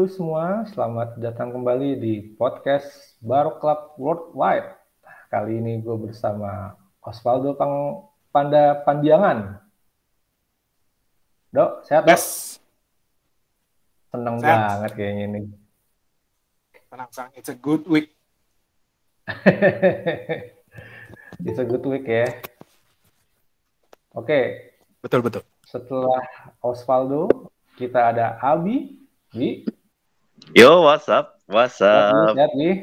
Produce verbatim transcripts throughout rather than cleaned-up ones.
semua, selamat datang kembali di podcast Barok Club Worldwide. Kali ini gue bersama Osvaldo Pang Panda Pandiangan. Dok, sehat dok? Yes, Seneng sehat. banget kayaknya ini. Tenang, Sang. It's a good week. It's a good week ya. Oke, Betul, betul. setelah Osvaldo, kita ada Abi. Bi, Yo, what's up? What's sehat Bi, up? sehat Bi.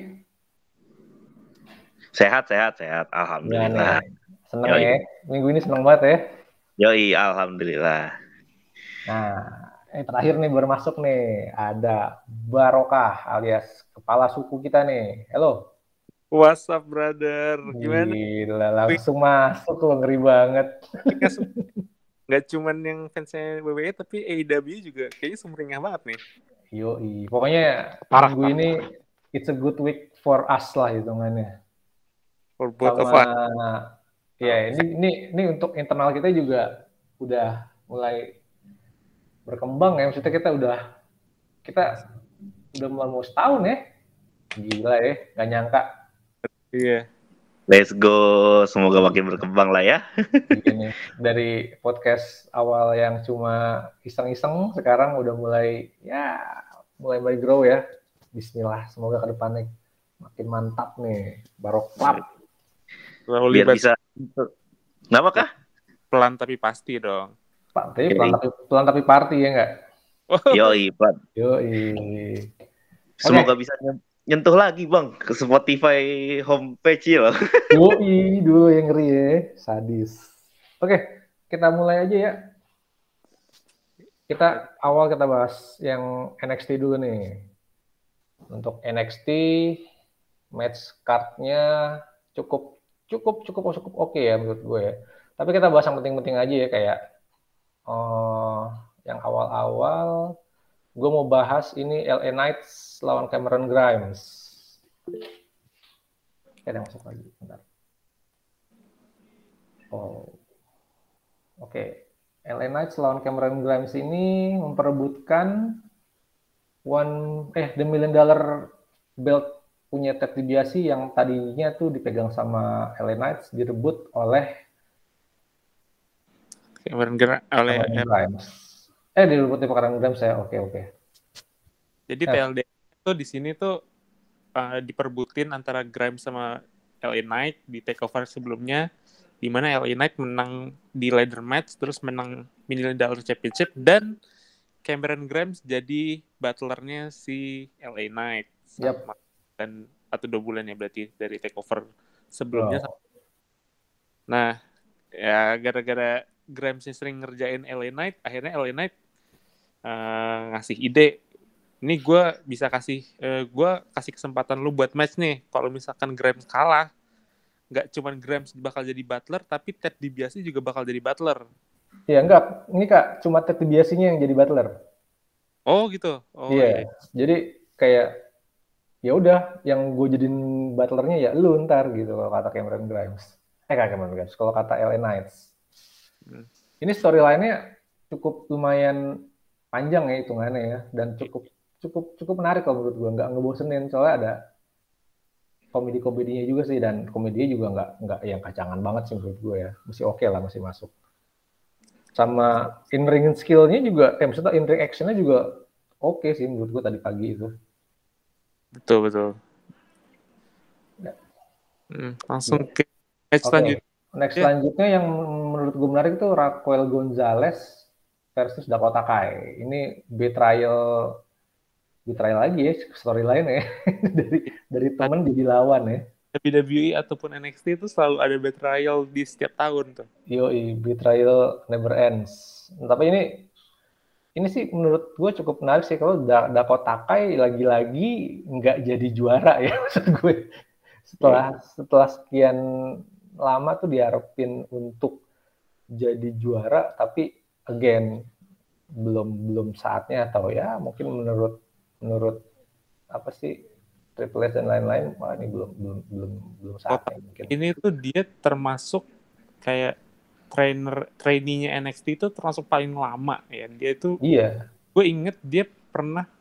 Sehat, sehat, sehat. Gimana Alhamdulillah. nih? Seneng Yoi, ya? Minggu ini seneng banget ya? yoi, alhamdulillah. Nah, eh terakhir nih baru masuk nih, ada Barokah alias kepala suku kita nih. Halo. What's up, brother? Gimana? Gila, langsung masuk loh, ngeri banget. Nggak cuman yang fansnya W W E, tapi A E W juga kayaknya sumringah banget nih. Yoi, pokoknya Parah, minggu parah. ini it's a good week for us lah hitungannya. For both of Sama, us. ya ini, ini, ini untuk internal kita juga udah mulai berkembang ya. Maksudnya kita udah, kita udah mulai mau setahun ya. Gila ya, nggak nyangka. Iya. Let's go. Semoga makin berkembang lah ya. Gini, dari podcast awal yang cuma iseng-iseng, sekarang udah mulai ya mulai mulai grow ya. Bismillah, semoga ke depannya makin mantap nih, Barok Club. Biar bisa. Kenapa kah? Pelan tapi pasti dong. Pak, tapi pelan tapi pelan tapi party ya nggak? Yoi, Pak. Yoi. Semoga okay. bisa nyentuh lagi bang ke Spotify homepage ya. Yoi, dulu yang ngeri ya, sadis. Oke, kita mulai aja ya. Kita awal kita bahas yang N X T dulu nih. Untuk N X T match card-nya cukup cukup cukup cukup oke okay ya menurut gue ya. Tapi kita bahas yang penting-penting aja ya, kayak oh, yang awal-awal gue mau bahas ini L A Knights lawan Cameron Grimes. Kita masuk lagi, bentar. Oh, oke. Okay. L A Knights lawan Cameron Grimes ini memperebutkan one eh the million dollar belt punya Ted DiBiase yang tadinya tuh dipegang sama L A Knights, direbut oleh Cameron Grimes. Eh direbut oleh Cameron Grimes ya. Oke okay, oke. Okay. Jadi eh. T L D itu di sini tuh uh, diperbutin antara Grimes sama L A Knight di takeover sebelumnya, di mana L A Knight menang di ladder match, terus menang million dollar championship, dan Cameron Grimes jadi butlernya si L A Knight. Yep. Dan atau dua bulan ya berarti dari takeover sebelumnya. Oh. Nah, ya gara-gara Grimes sering ngerjain L A Knight, akhirnya L A Knight uh, ngasih ide, ini gue bisa kasih, uh, gue kasih kesempatan lu buat match nih. Kalau misalkan Grimes kalah, nggak cuman Grimes bakal jadi butler, tapi Ted DiBiase juga bakal jadi butler. Iya enggak, ini kak cuma Ted DiBiase-nya yang jadi butler. Oh gitu. Oh iya. iya. Jadi kayak ya udah, yang gue jadiin butlernya ya lu ntar gitu kalau kata Cameron Grimes. Eh kata Cameron Grimes, kalau kata L A Knights. Hmm. Ini storyline-nya cukup lumayan panjang ya hitungannya ya, dan cukup cukup cukup menarik kalau menurut gue, nggak ngebosenin, soalnya ada komedi-komedinya juga sih, dan komedinya juga nggak nggak yang kacangan banget sih menurut gue ya, masih oke okay lah, masih masuk. Sama in-ring skill-nya juga, eh maksudnya in-ring action-nya juga oke okay sih menurut gue tadi pagi itu. Betul, betul. Ya. Hmm, langsung ya. ke next okay. selanjutnya. Next yeah. selanjutnya yang menurut gue menarik itu Raquel Gonzalez versus Dakota Kai. Ini betrayal betrayal lagi ya, storyline ya. dari dari teman jadi lawan ya. W W E ataupun N X T itu selalu ada betrayal di setiap tahun tuh. Yoi, betrayal never ends. Tapi ini ini sih menurut gue cukup menarik sih, kalau Dakota Kai lagi-lagi nggak jadi juara ya, maksud gue. Setelah setelah sekian lama tuh diharapin untuk jadi juara, tapi again belum belum saatnya, atau ya mungkin menurut menurut apa sih Triple H dan lain-lain, wah ini belum belum belum belum saatnya mungkin. Ini tuh dia termasuk kayak trainer trainee-nya N X T itu termasuk paling lama ya. Dia itu, iya. Gue inget dia pernah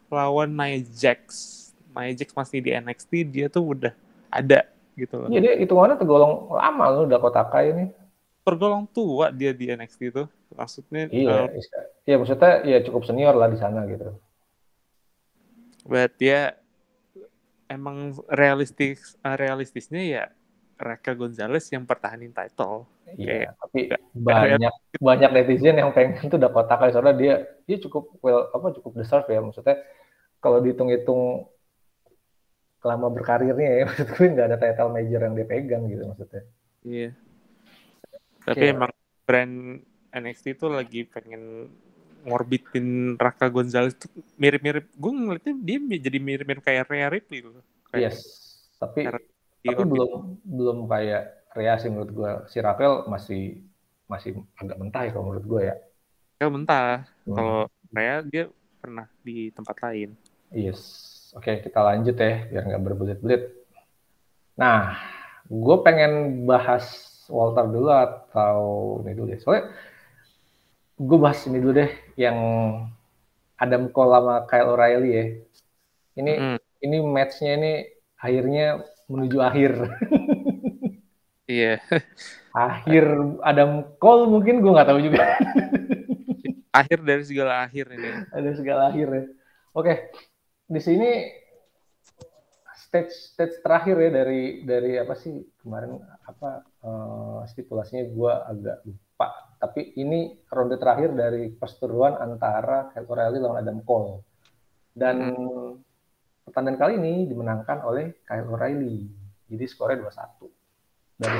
lawan Nia Jax. Nia Jax masih di N X T, dia tuh udah ada gitu loh. Jadi hitungannya tergolong lama loh Dakota Kai ini. Tergolong tua dia di N X T itu. Maksudnya Iya, uh, iya maksudnya ya cukup senior lah di sana gitu. But dia emang realistis uh, realistisnya ya Raquel Gonzalez yang pertahanin title. Iya, Kayak, tapi gak, banyak gak banyak netizen yang pengen tuh Dakota Kai soalnya dia dia cukup well apa cukup deserve ya maksudnya kalau dihitung-hitung selama berkarirnya ya maksud gue nggak ada title major yang dia pegang gitu maksudnya. Iya. Tapi Kayak, emang brand N X T tuh lagi pengen ngorbitin Raquel Gonzalez tuh mirip-mirip. Gue ngeliatnya dia jadi mirip-mirip kayak Rhea Ripley loh. Kayak yes, tapi tapi orbit. belum belum kayak Rhea sih menurut gue. Si Raquel masih masih agak mentah ya kalau menurut gue ya. Raquel mentah. Hmm. Kalau Rhea dia pernah di tempat lain. Yes. Oke, kita lanjut ya biar nggak berbelit-belit. Nah, gue pengen bahas Walter dulu atau ini dulu deh. Soalnya gue bahas ini dulu deh yang Adam Cole sama Kyle O'Reilly ya. Ini mm. ini match-nya ini akhirnya menuju akhir. Iya. Akhir Adam Cole mungkin gue nggak tahu juga. Akhir dari segala akhir ini. Ada segala akhir ya. Oke, di sini stage stage terakhir ya dari dari apa sih kemarin apa uh, stipulasinya gue agak lupa. Tapi ini ronde terakhir dari perseteruan antara Kyle O'Reilly lawan Adam Cole. Dan hmm. pertandingan kali ini dimenangkan oleh Kyle O'Reilly. Jadi skornya dua satu. Dari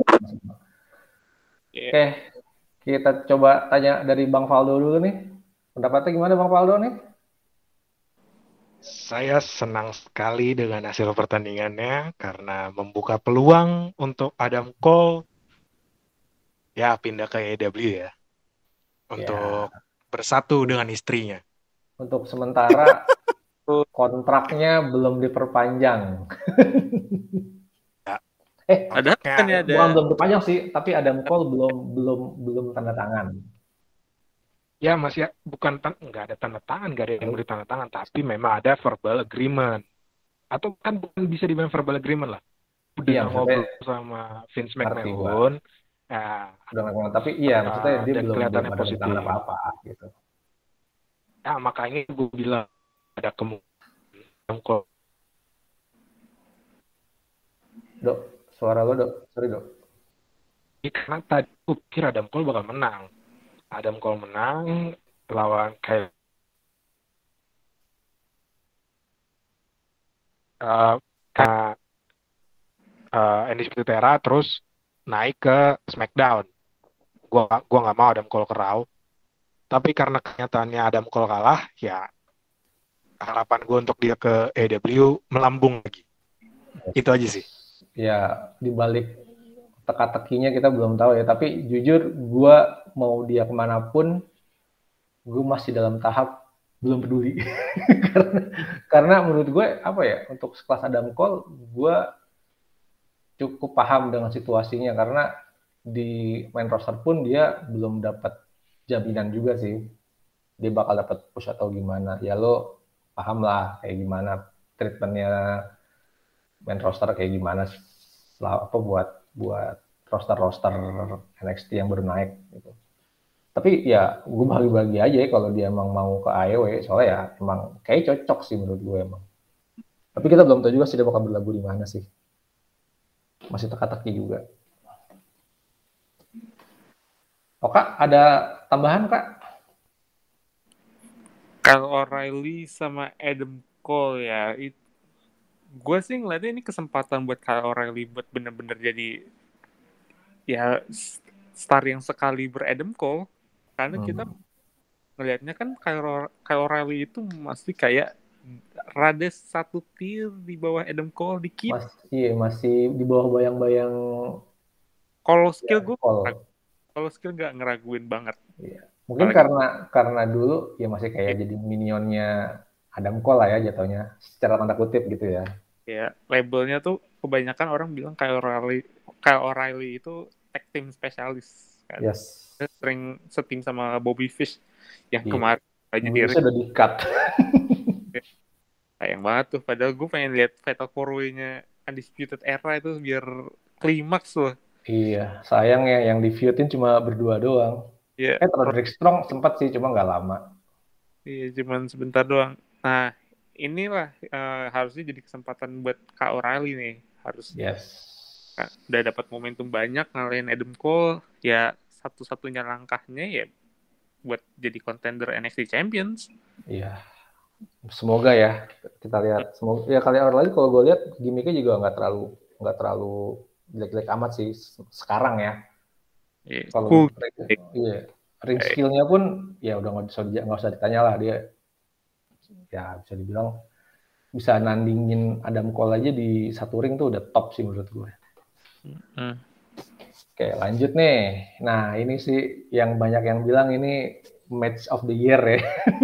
yeah. Oke, kita coba tanya dari Bang Faldo dulu nih. Pendapatnya gimana Bang Faldo nih? Saya senang sekali dengan hasil pertandingannya karena membuka peluang untuk Adam Cole ya pindah ke A E W ya untuk ya. bersatu dengan istrinya. Untuk sementara kontraknya belum diperpanjang. Ya. eh, ada kan ya ada. Bukan belum diperpanjang sih, tapi Adam Cole belum belum belum tanda tangan. Ya masih bukan nggak ada tanda tangan, nggak ada yang beri tanda tangan, tapi memang ada verbal agreement. Atau kan bukan bisa dibilang verbal agreement lah. Udah iya, ngobrol sama Vince McMahon. Ya, udah ngomong, tapi iya uh, maksudnya dia belum kelihatannya belum positif ada apa-apa gitu. Ya makanya gue bilang ada kemungkinan kok. Dok, suara lo dok, sorry dok. Ini karena tadi gue pikir Adam Cole bakal menang. Adam Cole menang lawan kayak uh, kayak uh, Undisputed Era terus naik ke SmackDown. Gua gua nggak mau Adam Cole ke Raw. Tapi karena kenyataannya Adam Cole kalah, ya harapan gue untuk dia ke A E W melambung lagi. Itu aja sih. Ya, dibalik teka-tekinya kita belum tahu ya. Tapi jujur, gue mau dia kemanapun, gue masih dalam tahap belum peduli. karena, karena menurut gue, apa ya, untuk sekelas Adam Cole, gue cukup paham dengan situasinya. Karena di main roster pun dia belum dapat jaminan juga sih. Dia bakal dapat push atau gimana. Ya lo paham lah kayak gimana treatmentnya main roster kayak gimana setelah apa buat buat roster-roster N X T yang baru naik gitu. Tapi ya gue bagi-bagi aja ya kalau dia emang mau ke A E W soalnya ya emang kayak cocok sih menurut gue emang. Tapi kita belum tahu juga sih dia bakal berlabuh di mana sih. Masih teka-teki juga. Oh Kak, ada tambahan Kak? Kyle O'Reilly sama Adam Cole ya, itu gue sih ngeliatnya ini kesempatan buat Kyle O'Reilly buat bener-bener jadi ya star yang sekali ber-Adam Cole. Karena hmm. kita ngelihatnya kan Kyle, Kyle O'Reilly itu masih kayak rada satu tier di bawah Adam Cole dikit. Mas, iya masih di bawah bayang-bayang. Kalau skill ya, gue, kalau skill gak ngeraguin banget. Iya. Mungkin Apalagi, karena karena dulu ya masih kayak iya. jadi minionnya Adam Cole lah ya jatuhnya secara tanda kutip gitu ya. Ya, labelnya tuh kebanyakan orang bilang Kyle O'Reilly, Kyle O'Reilly itu tag team spesialis kan. Yes. Dia sering setim sama Bobby Fish yang iya. kemarin aja di sudah di-cut. Sayang banget tuh, padahal gue pengen lihat Fatal four way-nya Undisputed Era itu biar klimaks loh. Iya, sayang ya yang di feud-in cuma berdua doang. Ya, Eh, Roderick Strong sempat sih, cuma nggak lama. iya cuman sebentar doang. Nah, inilah eh, harusnya jadi kesempatan buat Kak O'Reilly nih. Harus Yes. Kak, udah dapat momentum banyak ngalahin Adam Cole, ya satu-satunya langkahnya ya buat jadi contender N X T Champions. Iya. Semoga ya kita lihat. Semoga ya kali O'Reilly kalau gue lihat gimmicknya juga nggak terlalu nggak terlalu jelek-jelek amat sih sekarang ya. Yeah. Kalau Cool. iya, ring skill-nya pun ya udah nggak usah nggak usah ditanya lah, dia ya bisa dibilang bisa nandingin Adam Cole aja di satu ring tuh udah top sih menurut gue. Hmm. Oke, lanjut nih. Nah, ini sih yang banyak yang bilang ini match of the year ya.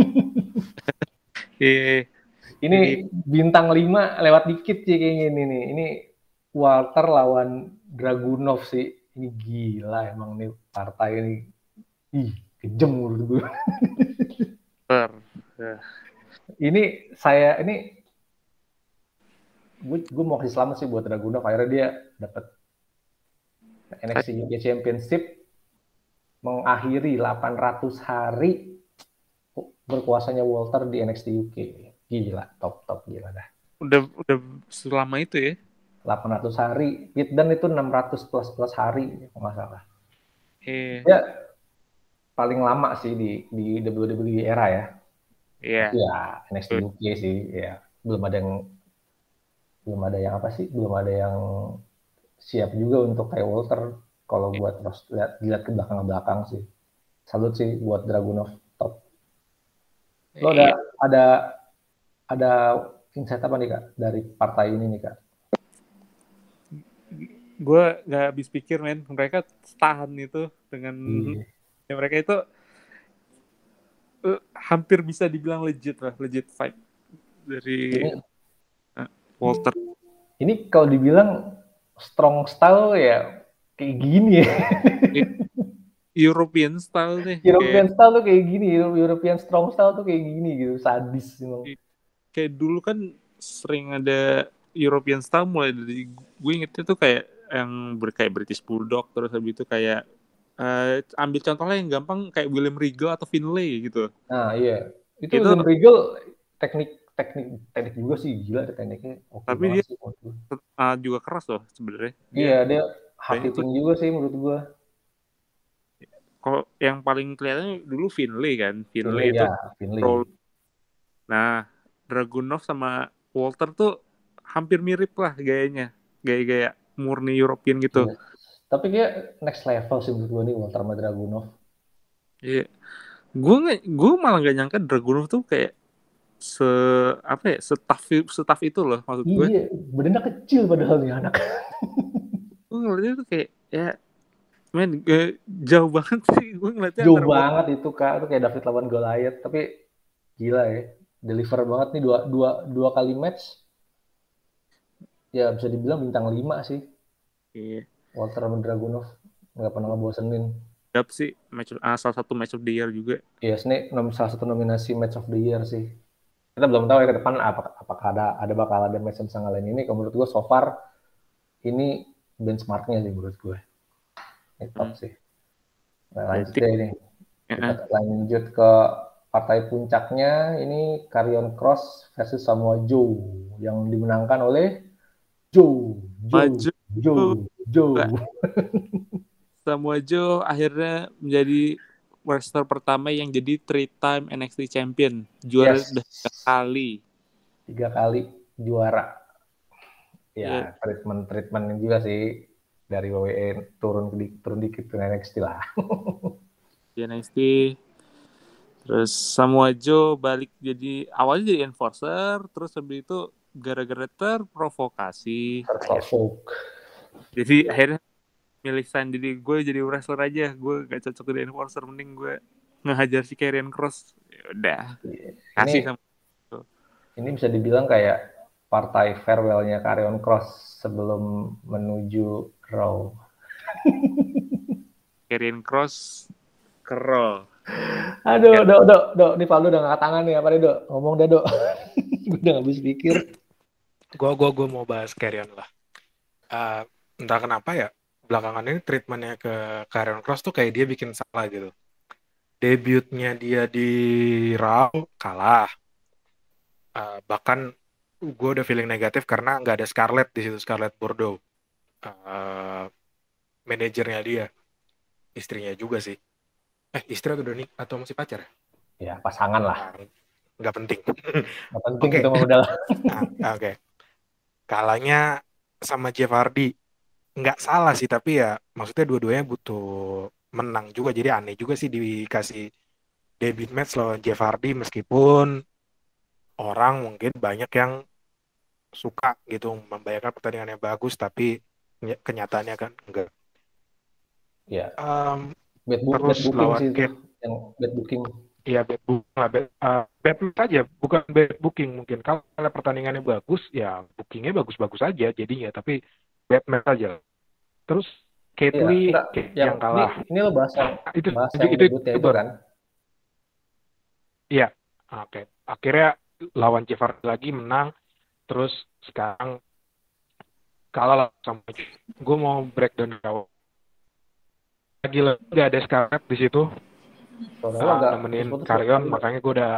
Yeah. Ini bintang lima lewat dikit sih kayaknya ini nih. Ini Walter lawan Dragunov sih. Ini gila emang nih partai ini. Ih, kejam menurut gue. Uh. Ini saya ini gue gue mau kasih selamat sih buat Dragunov, akhirnya dia dapat N X T U K Championship, mengakhiri delapan ratus hari berkuasanya Walter di N X T U K. Gila, top top gila dah. Udah udah selama itu ya. delapan ratus hari, Pit Dan itu enam ratus plus plus hari kalau nggak salah. Eh. Ya paling lama sih di di W W E era ya. Iya. Yeah. Ya N X T U K sih, ya belum ada yang belum ada yang apa sih, belum ada yang siap juga untuk kayak Walter. Kalau buat terus lihat lihat ke belakang belakang sih, salut sih buat Dragunov, top. Lo ada iya. ada ada insight apa nih Kak dari partai ini nih Kak? Gue nggak habis pikir men, mereka tahan itu dengan iya. Ya, mereka itu uh, hampir bisa dibilang legit lah, legit fight dari ini, uh, Walter. Ini kalau dibilang strong style ya kayak gini ya. European style nih. European kayak, style tuh kayak gini, European strong style tuh kayak gini gitu, sadis emang. Kayak dulu kan sering ada European style mulai dari gue ingetnya tuh kayak yang ber, kayak British Bulldog, terus habis itu kayak uh, ambil contohnya yang gampang kayak William Regal atau Finlay gitu. Nah iya, itu, itu William Regal teknik teknik teknik juga sih, gila tekniknya. Oke tapi dia sih, uh, juga keras loh sebenarnya. Iya dia hard hitting juga sih menurut gua. Kalau yang paling kelihatannya dulu Finlay kan, Finlay, Finlay itu. Ya, Finlay. Nah, Dragunov sama Walter tuh hampir mirip lah gayanya, gaya-gaya murni European gitu. Iya. Tapi dia next level sih menurut gua nih Walter sama Dragunov. Iya, gue nggak, gue malah nggak nyangka Dragunov tuh kayak se apa ya, setaf setaf itu loh maksud gue. Iya, badannya kecil padahal nih anak. Gue ngeliatnya tuh kayak ya, men jauh banget sih gue ngeliatnya. Jauh banget itu Kak, itu kayak David lawan Goliath, tapi gila ya, deliver banget nih dua dua dua kali match. Ya bisa dibilang bintang lima sih. Iya. Walter sama Dragunov nggak pernah ngebosenin. Dap sih match ah, salah satu match of the year juga. Iya, yes, ini salah satu nominasi match of the year sih. Kita belum tahu ya ke depan apakah, apakah ada ada bakal ada match yang bisa ngalahin ini. Kalau menurut gue so far ini benchmarknya sih menurut gue. Ini top hmm. sih. Nah, lanjut deh ini. Kita lanjut ke partai puncaknya. Ini Karrion Kross versus Samoa Joe yang dimenangkan oleh Joe, Joe, Joe, Joe. Joe. Samoa Joe akhirnya menjadi wrestler pertama yang jadi three-time N X T champion, juara yes. udah tiga kali. Tiga kali juara. Ya, yeah. treatment treatment juga sih dari W W E turun turun dikit ke N X T lah. Di N X T. Terus Samoa Joe balik jadi awalnya jadi enforcer, terus habis itu gara-gara terprovokasi. Terprovok. Jadi akhirnya milih sendiri, gue jadi wrestler aja, gue gak cocok jadi enforcer, mending gue ngehajar si Karrion Kross. Yaudah, kasih sama itu. Ini bisa dibilang kayak partai farewell-nya Karrion Kross sebelum menuju Raw. Karrion Kross ke Raw. Aduh, ya. Dok, Dok, Dok, ini Valdo udah ngangkat tangan nih, apa nih, Dok? Ngomong deh, Dok. Gue udah nggak habis pikir. Gua gua gua mau bahas Karrion lah. Uh, entah kenapa ya belakangan ini treatmentnya ke Karrion Cross tuh kayak dia bikin salah gitu. Debutnya dia di Raw kalah. Uh, bahkan gue udah feeling negatif karena nggak ada Scarlett di situ, Scarlett Bordeaux, uh, manajernya dia, istrinya juga sih. Eh istri atau udah nih atau masih pacar? Ya pasangan lah. Nah, nggak penting. Nggak penting Oke. itu mah udah. Nah, Oke. Okay. Kalahnya sama Jeff Hardy nggak salah sih, tapi ya maksudnya dua-duanya butuh menang juga, jadi aneh juga sih dikasih debut match lawan Jeff Hardy meskipun orang mungkin banyak yang suka gitu membayangkan pertandingannya bagus, tapi kenyataannya kan enggak. Ya. Um, bad, book, terus bad booking lawan sih Kate, yang bad booking. Iya bad booking, bad, uh, bad aja, bukan bad booking mungkin. Kalau pertandingannya bagus, ya bookingnya bagus-bagus aja jadinya, tapi bad match aja. Terus Kate Iya, Lee enggak, yang, yang kalah. Ini, ini lo bahas yang itu bahas itu yang itu, debutnya itu, itu, itu kan? Iya, oke. Okay. Akhirnya lawan Jeff Hardy lagi menang, terus sekarang kalah sama. Gue mau breakdown awal. Lagi lagi nggak ada Scarlett di situ. Uh, nemenin Karrion, makanya gue udah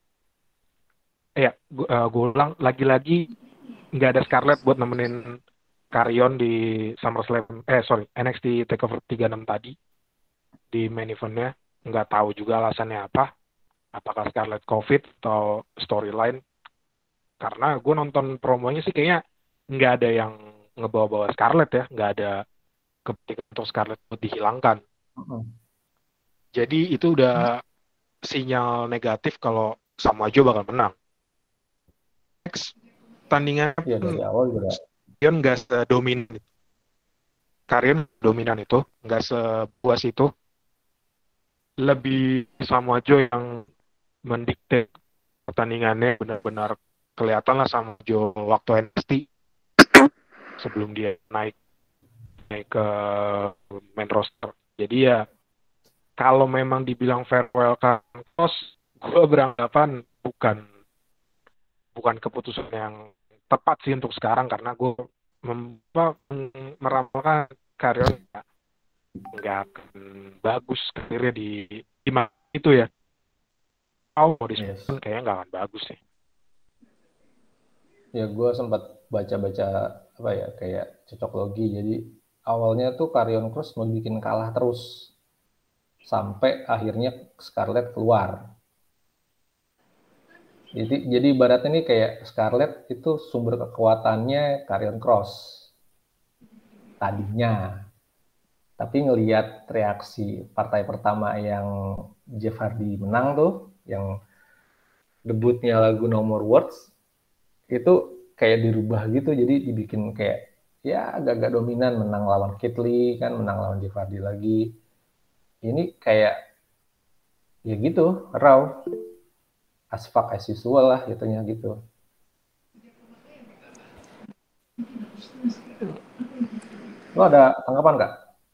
ya gue uh, ulang lagi-lagi nggak ada Scarlett buat nemenin Karrion di SummerSlam, eh sorry N X T Takeover tiga puluh enam tadi di main eventnya. Nggak tahu juga alasannya apa, apakah Scarlett COVID atau storyline, karena gue nonton promonya sih kayaknya nggak ada yang ngebawa-bawa Scarlett ya, nggak ada kepentingan untuk Scarlett buat dihilangkan. uh-uh. Jadi itu udah sinyal negatif kalau Samoa Joe bakal menang. Next tandingan ya, dari awal juga Karrion nggak sedominan Karrion dominan itu, nggak sepuas itu. Lebih Samoa Joe yang mendikte pertandingannya, benar-benar kelihatan lah Samoa Joe waktu N X T sebelum dia naik naik ke main roster. Jadi ya kalau memang dibilang farewell Karrion Cross, gue beranggapan bukan bukan keputusan yang tepat sih untuk sekarang, karena gue mem- meramalkan Karrion nggak akan bagus karirnya di di mana itu ya. Oh, mau di yes. Kayaknya nggak akan bagus sih. Ya gue sempat baca-baca apa ya kayak cocok logi. Jadi awalnya tuh Karrion Cross mau bikin kalah terus sampai akhirnya Scarlett keluar. Jadi jadi ibaratnya nih kayak Scarlett itu sumber kekuatannya Karrion Cross tadinya. Tapi ngelihat reaksi partai pertama yang Jeff Hardy menang tuh, yang debutnya lagu No More Words, itu kayak dirubah gitu, jadi dibikin kayak ya agak-agak dominan, menang lawan Kate Lee kan, menang lawan Jeff Hardy lagi. Ini kayak ya gitu, raw, as fuck as usual lah gitunya gitu. Lo ada tanggapan nggak?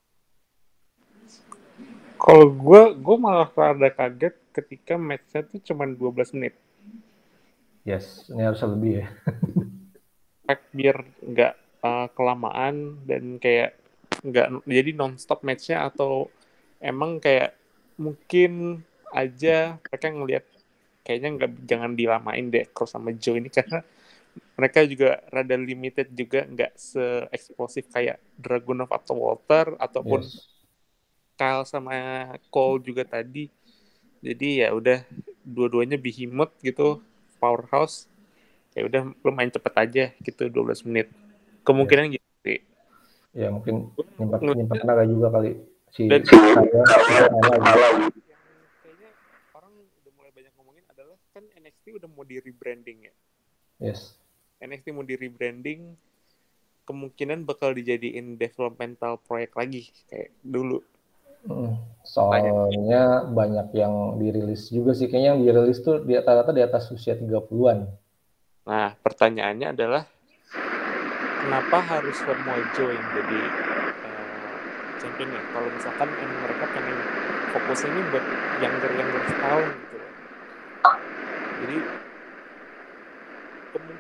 Kalau gue, gue malah rada kaget ketika match-nya tuh cuma dua belas menit. Yes, ini harus lebih ya. Biar nggak uh, kelamaan dan kayak nggak jadi non-stop match-nya, atau emang kayak mungkin aja mereka ngelihat kayaknya nggak, jangan dilamain deh Cross sama Joe ini, karena mereka juga rada limited juga, nggak se-eksplosif kayak Dragunov atau Walter ataupun yes. Kyle sama Cole juga tadi. Jadi ya udah dua-duanya behemoth gitu, powerhouse. Ya udah lu main cepet aja gitu dua belas menit. Kemungkinan ya. gitu sih. Ya mungkin nyimpan nyimpan tenaga juga kali si dan saya lagi. Kayaknya orang udah mulai banyak ngomongin adalah kan N X T udah mau di rebranding ya. Yes. N X T mau di rebranding, kemungkinan bakal dijadiin developmental proyek lagi kayak dulu. Hmm, soalnya banyak. banyak yang dirilis juga sih, kayaknya yang dirilis tuh di rata-rata di atas usia tiga puluhan. Nah, pertanyaannya adalah kenapa harus Samoa Joe yang jadi uh, champion ya? Kalau misalkan mereka pengen fokusnya ini buat younger-younger setahun gitu loh. Jadi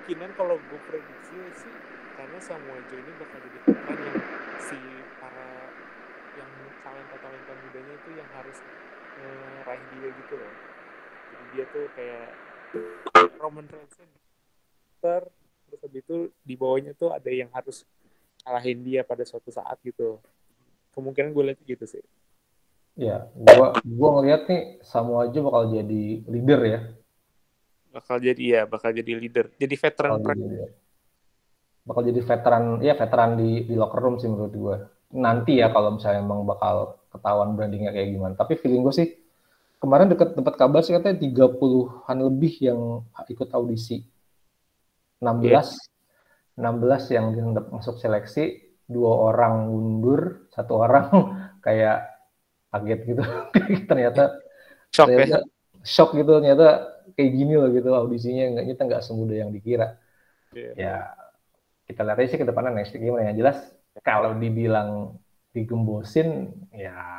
kemungkinan kalau gue prediksi sih karena Samoa Joe ini bakal jadi veteran yang si para yang talenta-talenta mudanya itu yang harus eh, raih dia gitu loh. Jadi dia tuh kayak Roman Reigns ter terus habis itu di bawahnya tuh ada yang harus kalahin dia pada suatu saat gitu. Kemungkinan gue lihat gitu sih. Ya, gua gua ngeliat nih Samoa Joe bakal jadi leader ya. Bakal jadi ya, bakal jadi leader. Jadi veteran Bakal jadi, bakal jadi veteran, ya veteran di di locker room sih menurut gua. Nanti ya kalau misalnya emang bakal ketahuan brandingnya kayak gimana. Tapi feeling gue sih kemarin deket dapat kabar sih katanya tiga puluhan lebih yang ikut audisi. enam belas yeah. enam belas yang masuk seleksi, dua orang mundur, satu orang kayak kaget gitu. ternyata shock ternyata, ya. Shock gitu ternyata kayak gini loh gitu audisinya, nggak nyata nggak semudah yang dikira. Yeah. Ya kita lihat aja sih ke depannya next gimana. Yang jelas kalau dibilang digembosin ya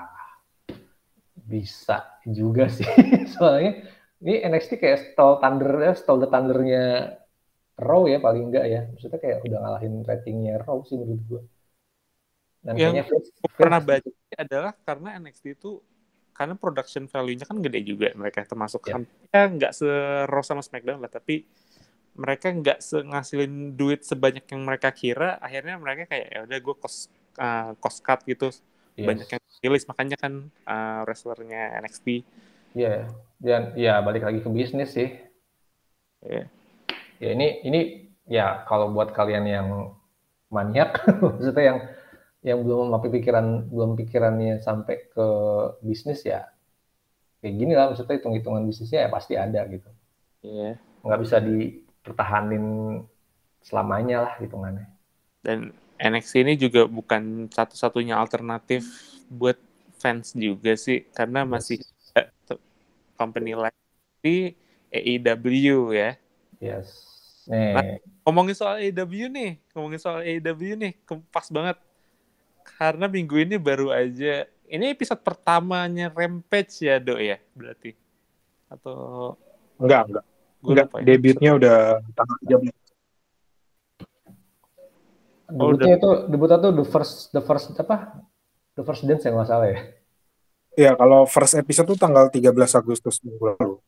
bisa juga sih. Soalnya ini N X T kayak stall thunder ya, stall the thundernya Raw ya paling enggak ya. Maksudnya kayak udah ngalahin ratingnya Raw sih menurut gue. Dan yang kayaknya gue pernah baca adalah karena N X T itu karena production value-nya kan gede juga mereka termasuk yeah. kan ya nggak se-Raw sama SmackDown lah, tapi mereka nggak ngasilin duit sebanyak yang mereka kira. Akhirnya mereka kayak ya udah gue cost uh, cost cut gitu. Yes. Banyak yang rilis, makanya kan uh, wrestlernya N X T. Iya, yeah. Dan ya balik lagi ke bisnis sih. Yeah. Ya ini ini ya kalau buat kalian yang maniak, maksudnya yang yang belum mampu pikiran belum pikirannya sampai ke bisnis ya kayak gini lah, maksudnya hitung-hitungan bisnisnya ya pasti ada gitu. Iya. Yeah. Nggak bisa dipertahanin selamanya lah hitungannya. Dan N X T ini juga bukan satu-satunya alternatif buat fans juga sih, karena yes. masih ada company lain di A E W ya. Yes. Nih. Nah, ngomongin soal A E W nih, ngomongin soal A E W nih, pas banget. Karena minggu ini baru aja, ini episode pertamanya Rampage ya, Dok ya, berarti? Atau enggak, enggak. Enggak, debutnya udah tanggal tiga belas. Debutnya oh, itu debutnya tuh the first the first apa? The first dance yang nggak salah ya. Iya, kalau first episode tuh tanggal tiga belas Agustus minggu lalu.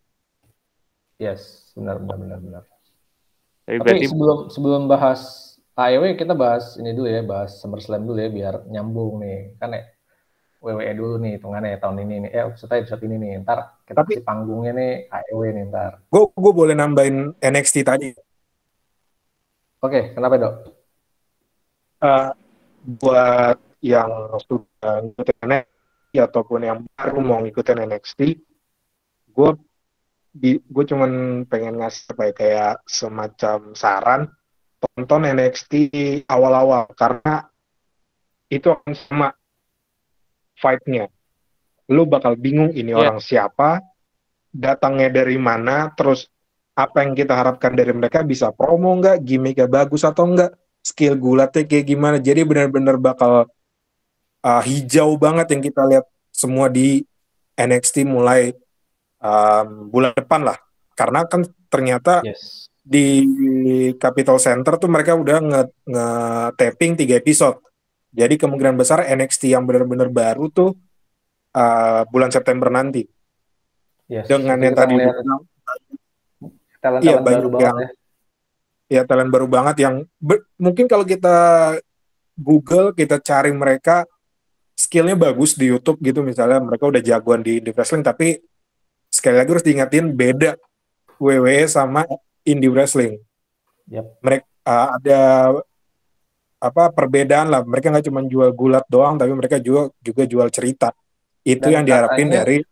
Yes, benar benar benar benar. Tapi, Tapi berarti... sebelum sebelum bahas A E W kita bahas ini dulu ya, bahas SummerSlam dulu ya biar nyambung nih. Kan ya W W E dulu nih hitungannya tahun ini nih. Eh, setelah episode ini nih. Ntar kita Tapi, kasih panggungnya nih A E W nih ntar. Gue gue boleh nambahin N X T tadi. Oke, kenapa, Dok? Uh, buat yang sudah ngikutin N X T ataupun yang baru mau ngikutin N X T, gue gue cuman pengen ngasih apa ya, kayak semacam saran, tonton N X T awal-awal karena itu akan sama fight-nya. Lu bakal bingung ini yeah. orang siapa, datangnya dari mana, terus apa yang kita harapkan dari mereka, bisa promo nggak, gimmicknya bagus atau enggak, skill gulatnya kayak gimana. Jadi benar-benar bakal uh, hijau banget yang kita lihat semua di N X T mulai um, bulan depan lah. Karena kan ternyata yes. di Capital Center tuh mereka udah nge-taping tiga episode. Jadi kemungkinan besar N X T yang benar-benar baru tuh uh, bulan September nanti. Yes, dengan yang tadi talent iya, baru banget yang, ya. Ya talent baru banget yang ber, mungkin kalau kita Google, kita cari mereka skillnya bagus di YouTube gitu, misalnya mereka udah jagoan di, di wrestling, tapi sekali lagi harus diingatin beda W W E sama indie wrestling. Yep. Mereka uh, ada apa perbedaan lah, mereka nggak cuma jual gulat doang, tapi mereka juga juga jual cerita. Itu dan yang diharapin katanya, dari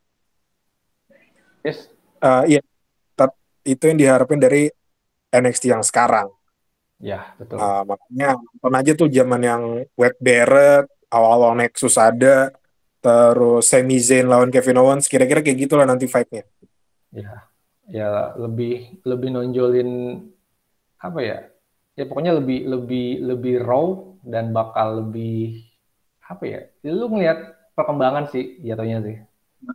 yes. uh, iya itu yang diharapin dari N X T yang sekarang. Ya, betul. Uh, makanya nonton aja tuh zaman yang Wade Barrett, awal-awal Nexus ada, terus Sami Zayn lawan Kevin Owens, kira-kira kayak gitulah nanti fight-nya. Ya, ya lebih lebih nonjolin apa ya? Ya pokoknya lebih lebih lebih raw dan bakal lebih apa ya? Ya lu ngeliat perkembangan sih jatuhnya sih.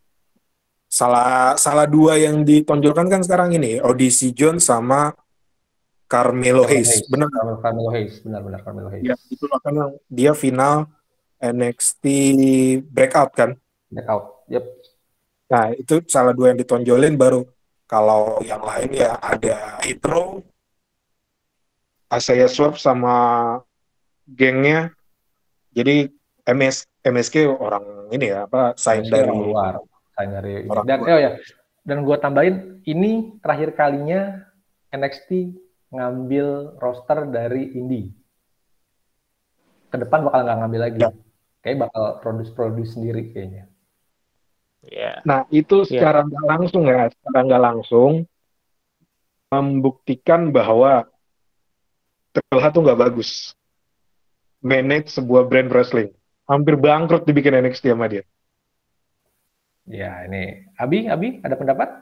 Salah salah dua yang ditonjolkan kan sekarang ini Odyssey Jones sama Carmelo Carmelo Hayes, Hayes, benar. Carmelo, Carmelo Hayes, benar-benar Carmelo Hayes. Ya, itu kan dia final N X T Breakout kan. Breakout, yep. Nah, itu salah dua yang ditonjolin baru. Kalau yang lain ya ada Itro, Isaiah Swerve sama gengnya. Jadi M S M S K orang ini ya apa sign M S K dari orang luar, sign dari ini. orang Dan luar. oh ya, dan gue tambahin ini terakhir kalinya N X T ngambil roster dari indie. Ke depan bakal nggak ngambil lagi. Ya. Kayak bakal produce-produce sendiri kayaknya. Ya. Nah, itu Ya. secara nggak langsung ya, secara nggak langsung membuktikan bahwa Triple H tuh nggak bagus manage sebuah brand wrestling. Hampir bangkrut dibikin N X T sama dia. Ya, ini Abi, Abi ada pendapat?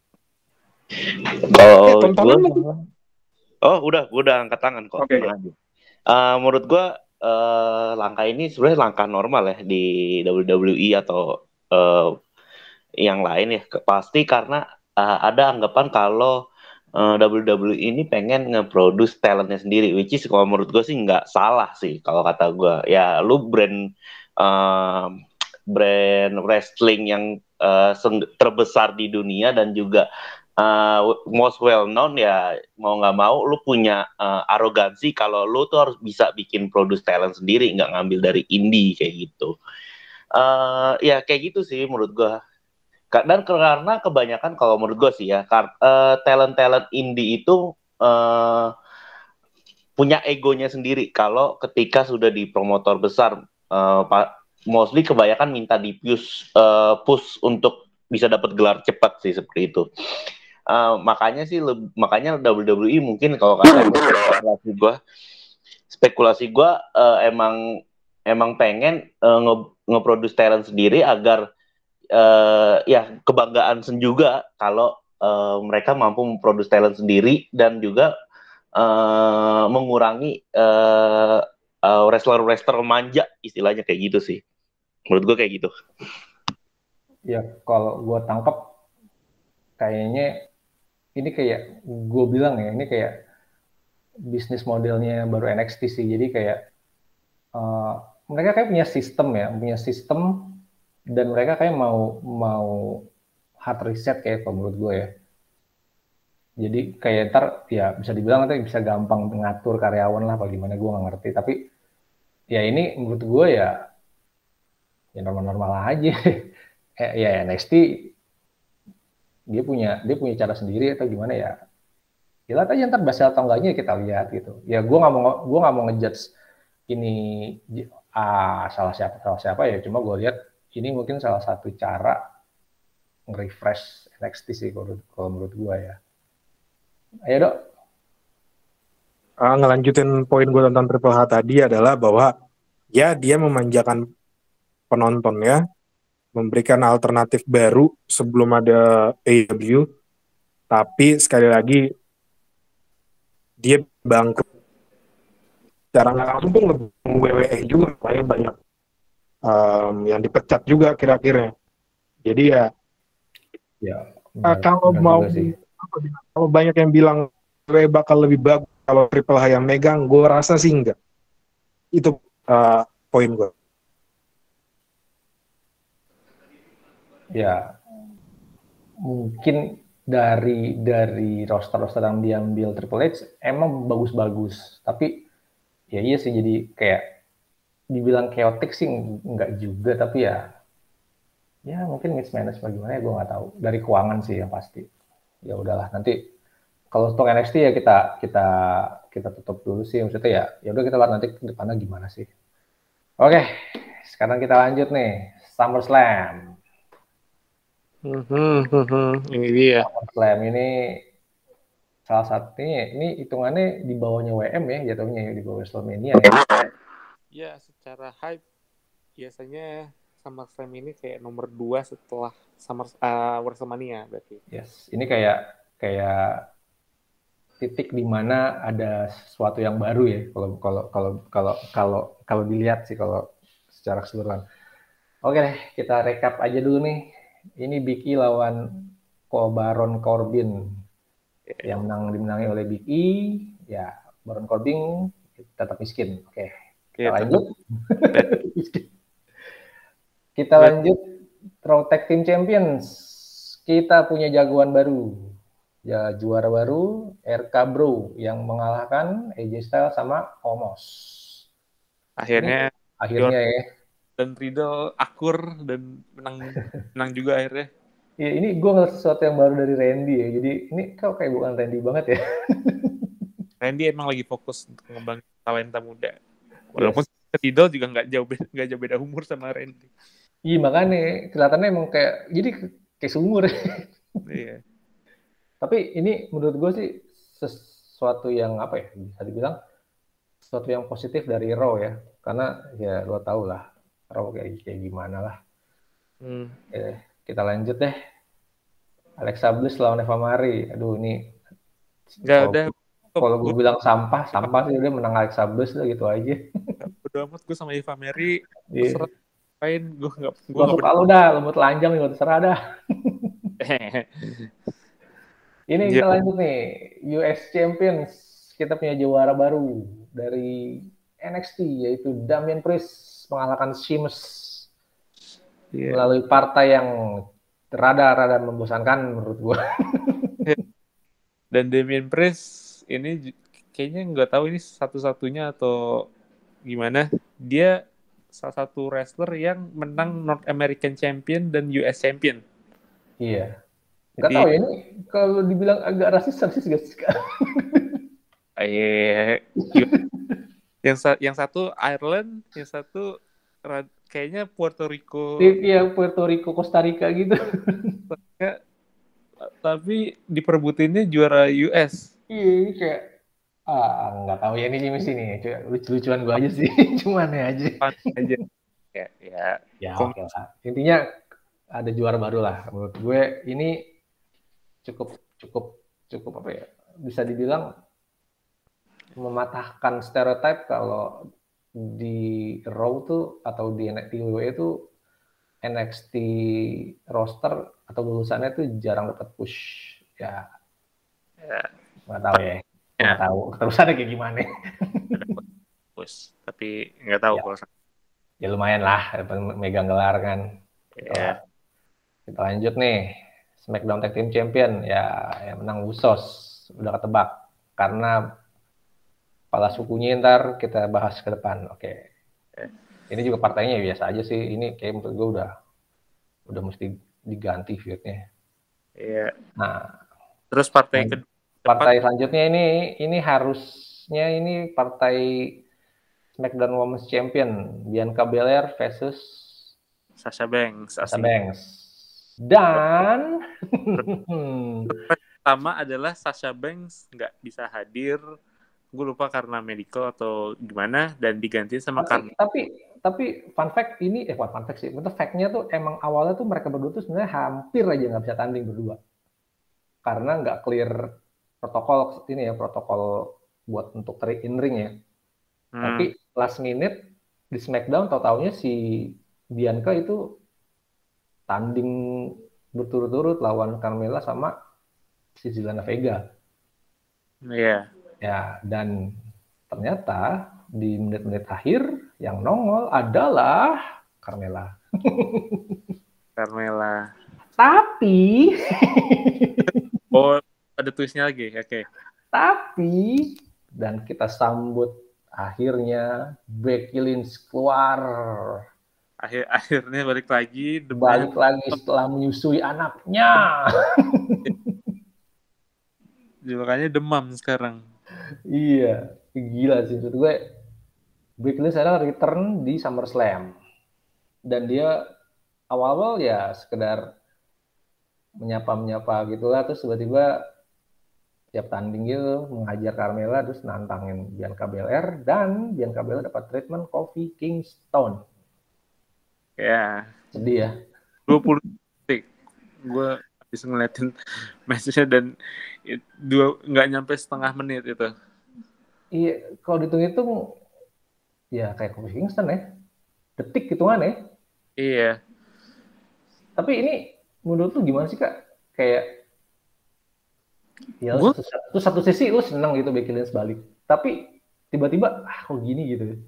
Kalau Eh, tontonan gua, lagi. oh udah, gua udah angkat tangan kok. Oke. tenang aja. Uh, menurut gua uh, langkah ini sebenarnya langkah normal ya di W W E atau uh, yang lain ya. Ke- Pasti karena uh, ada anggapan kalau uh, W W E ini pengen nge-produce talentnya sendiri, which is kalau menurut gue sih nggak salah sih kalau kata gue. Ya lu brand uh, brand wrestling yang uh, seng- terbesar di dunia dan juga uh, most well known, ya mau nggak mau lu punya uh, arogansi kalau lu tuh harus bisa bikin produce talent sendiri, nggak ngambil dari indie kayak gitu. Uh, ya kayak gitu sih menurut gue. Ka- Dan karena kebanyakan kalau menurut gue sih ya, kar- eh, talent-talent indie itu eh, punya egonya sendiri. Kalau ketika sudah di promotor besar, eh, pa- mostly kebanyakan minta di push, eh, push untuk bisa dapat gelar cepat sih seperti itu. Eh, makanya sih, leb- makanya W W E mungkin kalau kata spekulasi gue, spekulasi gue eh, emang emang pengen eh, nge- nge-produce talent sendiri agar uh, ya kebanggaan sen juga kalau uh, mereka mampu memproduksi talent sendiri dan juga uh, mengurangi uh, uh, wrestler-wrestler manja, istilahnya kayak gitu sih. Menurut gue kayak gitu. Ya, kalau gue tangkap kayaknya ini kayak gue bilang ya, ini kayak bisnis modelnya baru N X T sih. Jadi kayak uh, mereka kayak punya sistem ya, punya sistem dan mereka kayak mau mau hard reset kayak kalau menurut gue ya. Jadi kayak ntar ya bisa dibilang nanti bisa gampang mengatur karyawan lah bagaimana gue nggak ngerti. Tapi ya ini menurut gue ya ya normal-normal aja. eh, ya N X T dia punya dia punya cara sendiri atau gimana ya. Ya lihat aja ntar berhasil atau enggaknya kita lihat gitu. Ya gue nggak mau gue nggak mau ngejudge ini ah, salah siapa salah siapa ya. Cuma gue lihat ini mungkin salah satu cara nge-refresh N X T sih kalau, kalau menurut gue ya. Ayo dok. Uh, ngelanjutin poin gue tentang Triple H tadi adalah bahwa ya dia memanjakan penontonnya, memberikan alternatif baru sebelum ada A E W, tapi sekali lagi dia bangkrut. Secara nggak langsung pun W W E juga banyak banyak um, yang dipecat juga kira-kira. Jadi ya, Ya uh, benar, kalau benar mau juga sih. kalau banyak yang bilang W W E bakal lebih bagus kalau Triple H yang megang, gue rasa sih enggak. Itu uh, poin gue. Ya mungkin dari dari roster-roster yang diambil Triple H emang bagus-bagus. Tapi ya iya sih jadi kayak dibilang chaotic sih enggak juga. Tapi ya ya mungkin mismanage bagaimana ya gue nggak tahu. Dari keuangan sih yang pasti. Ya udahlah nanti kalau untuk N X T ya kita kita kita tutup dulu sih, maksudnya ya ya udah kita lihat nanti ke depannya gimana sih. Oke, sekarang kita lanjut nih SummerSlam. Mhm, mhm. Ini dia. SummerSlam ini salah satunya ini hitungannya di bawahnya W M ya, jatuhnya ya, di bawah WrestleMania ya. Ya, secara hype biasanya SummerSlam ini kayak nomor dua setelah Summer uh, WrestleMania berarti. Yes, ini kayak kayak titik di mana ada sesuatu yang baru ya kalau kalau kalau kalau kalau kalau dilihat sih kalau secara keseluruhan. Oke deh, kita recap aja dulu nih. Ini Big E lawan Ko Baron Corbin. yang menang dimenangi oleh Big E, ya Baron Corbin tetap miskin. Oke, kita Ya, lanjut. tetap. Kita lanjut Raw Tag Team Champions. Kita punya jagoan baru. Ya, juara baru R K Bro yang mengalahkan A J Styles sama Omos. Akhirnya Ini, akhirnya ya. Dan Riddle akur dan menang menang juga akhirnya. Ya, ini gue ngeliat sesuatu yang baru dari Randy ya. Jadi ini kau kayak bukan Randy banget ya. Randy emang lagi fokus untuk ngembangin talenta muda. Walaupun yes. Riddle juga nggak jauh beda, nggak jauh beda umur sama Randy. Iya makanya kelihatannya emang kayak jadi kayak seumur. Iya. Tapi ini menurut gue sih sesuatu yang apa ya, bisa dibilang sesuatu yang positif dari Raw ya, karena ya lo tau lah Raw kayak kayak gimana lah. Hmm. Eh, kita lanjut deh. Alexa Bliss lawan Eva Marie. Aduh ini nggak ada. Kalau gue bilang sampah, sampah sih udah menang Alexa Bliss lah gitu aja. Bodo amat gue sama Eva Marie. Terserah main gue nggak. Gue suka lu dah, lu mau telanjang gue terserah dah. Ini kita lanjut nih, U S Champions. Kita punya juara baru dari N X T, yaitu Damian Priest mengalahkan Sheamus yeah. melalui partai yang rada-rada membosankan menurut gue. Dan Damian Priest ini kayaknya nggak tahu ini satu-satunya atau gimana. Dia salah satu wrestler yang menang North American Champion dan U S Champion. Iya. Gak tahu ya, ini kalau dibilang agak rasis, rasis gak sih? Iya. yang, yang satu Ireland, yang satu kayaknya Puerto Rico. Iya, Puerto Rico, Costa Rica gitu. Tapi diperbutinnya juara U S. Iya, ini kayak ah nggak tahu ya ini sih mesti nih, lucu-lucuan gue aja sih, cuman ya aja. aja. Ya, ya. Ya oke lah. Intinya ada juara baru lah. Menurut gue ini cukup cukup cukup apa ya, bisa dibilang mematahkan stereotip kalau di Raw tuh atau di N X T W W E itu N X T roster atau lulusannya tuh jarang dapat push ya, ya. Nggak tahu ya, ya. Nggak tahu terusannya kayak gimana. Push tapi nggak tahu ya. Kalau ya lumayan lah megang gelar kan. Ya. Kita lanjut nih. SmackDown Tag Team Champion ya yang menang Usos, udah ketebak karena kepala sukunya ntar kita bahas ke depan. Oke. Okay. Ini juga partainya biasa aja sih. Ini kayak menurut gue udah udah mesti diganti feud-nya. Iya. Nah, terus partai kedua. Partai selanjutnya ini ini harusnya ini partai SmackDown Women's Champion Bianca Belair versus Sasha Banks. Sasha Banks. Dan pertama adalah Sasha Banks nggak bisa hadir, gue lupa karena medical atau gimana, dan diganti sama tapi, tapi tapi fun fact ini eh fun fact sih, betul fact-nya tuh emang awalnya tuh mereka berdua tuh sebenarnya hampir aja nggak bisa tanding berdua karena nggak clear protokol ini ya, protokol buat untuk in ring ya. Hmm. Tapi last minute di SmackDown tahu-taunya si Bianca itu tanding berturut-turut lawan Carmella sama si Zelina Vega. Iya. Yeah. Ya, dan ternyata di menit-menit akhir yang nongol adalah Carmella. Carmella. Tapi oh, ada twistnya lagi. Oke. Okay. Tapi dan kita sambut akhirnya Becky Lynch keluar. Akhir akhirnya balik lagi balik lagi setelah menyusui anaknya. Makanya demam sekarang. Iya, gila sih menurut gue. Becky Lynch sekarang return di SummerSlam dan dia awal-awal ya sekedar menyapa-menyapa gitulah, terus tiba-tiba tiap tanding gitu menghajar Carmella terus nantangin Bianca Belair dan Bianca Belair dapat treatment Kofi Kingston. Ya, sedih ya. dua puluh detik gue habis ngeliatin match-nya dan dua nggak nyampe setengah menit itu. Iya, kalau dihitung-hitung ya kayak Kofi Kingston ya, detik hitungan ya. Iya. Tapi ini menurut lu gimana sih Kak? Kayak Ya Gue satu, satu, satu sisi lu seneng gitu Becky Lynch balik, tapi tiba-tiba ah kok gini gitu.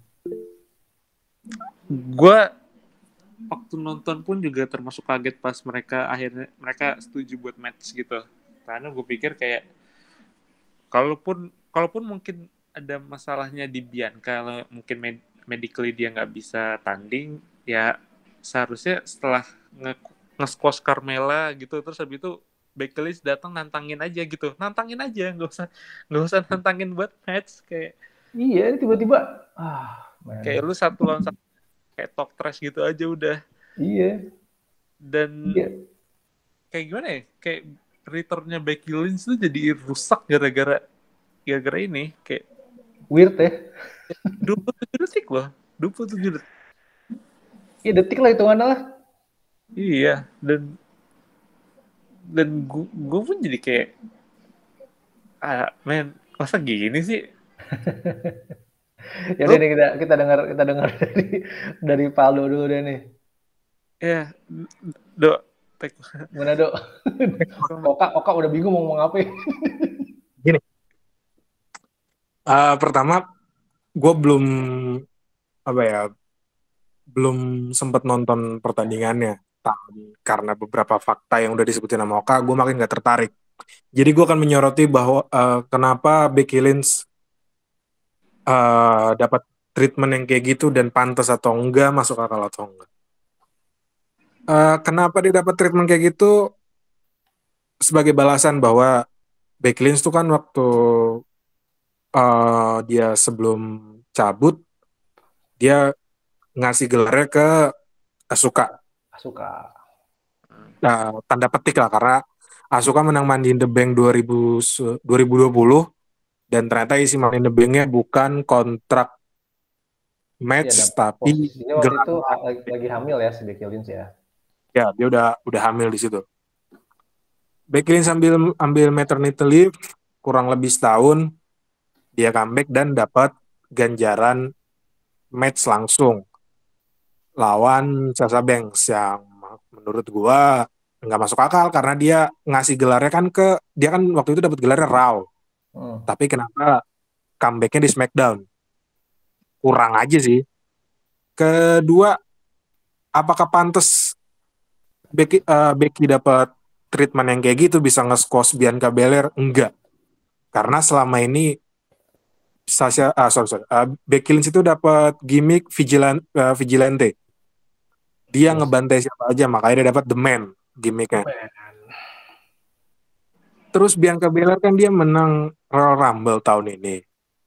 gue waktu nonton pun juga termasuk kaget pas mereka akhirnya mereka setuju buat match gitu. Karena gue pikir kayak kalaupun kalaupun mungkin ada masalahnya di Bianca, kalau mungkin med- medically dia nggak bisa tanding, ya seharusnya setelah nge nge-squash Carmella gitu terus habis itu Becky Lynch datang nantangin aja gitu, nantangin aja, nggak usah nggak usah nantangin buat match kayak Iya tiba-tiba ah kayak man. lu satu lawan satu kayak talk trash gitu aja udah. Iya Dan iya kayak gimana ya, kayak returnnya Becky Lynch tuh jadi rusak gara-gara gara-gara ini kayak weird ya. dua puluh tujuh detik loh, dua puluh tujuh detik. Iya detik lah hitungannya lah. Iya, dan dan gue pun jadi kayak ah men masa gini sih. Ya Lu udah nih kita kita dengar kita dengar dari dari Paldo dulu deh nih. ya dok tek Gimana dok? Oka Oka udah bingung mau ngomong apa. Gini, uh, pertama gue belum apa ya, belum sempat nonton pertandingannya. Tapi karena beberapa fakta yang udah disebutin sama Oka, gue makin gak tertarik. Jadi gue akan menyoroti bahwa uh, kenapa Becky Lynch uh, dapat treatment yang kayak gitu dan pantas atau enggak, masuk akal atau enggak. Uh, kenapa dia dapat treatment kayak gitu? Sebagai balasan bahwa Becky Lynch tuh kan waktu uh, dia sebelum cabut, dia ngasih gelarnya ke Asuka. Suka. Nah, tanda petik lah, karena Asuka menang Money in the Bank dua ribu, dua ribu dua puluh dan ternyata isi Money in the Bank-nya bukan kontrak Iya match dan tapi posisinya waktu gelar. itu lagi, lagi hamil ya si Becky Lynch ya. Ya, dia udah udah hamil di situ. Becky Lynch ambil ambil maternity leave kurang lebih setahun, dia comeback dan dapat ganjaran match langsung lawan Sasha Banks yang menurut gua nggak masuk akal karena dia ngasih gelarnya kan ke dia kan waktu itu dapat gelarnya Raw, Hmm. tapi kenapa comebacknya di SmackDown? Kurang aja sih. Kedua, apakah pantas Becky uh, Becky dapat treatment yang kayak gitu bisa nge-squash Bianca Belair? Enggak, karena selama ini Sasha ah sorry sorry uh, Becky Lynch itu dapat gimmick vigilan, uh, vigilante. Dia Yes. ngebantai siapa aja, makanya dia dapat The Man gimmicknya. Man. Terus Bianca Belair kan dia menang Royal Rumble tahun ini.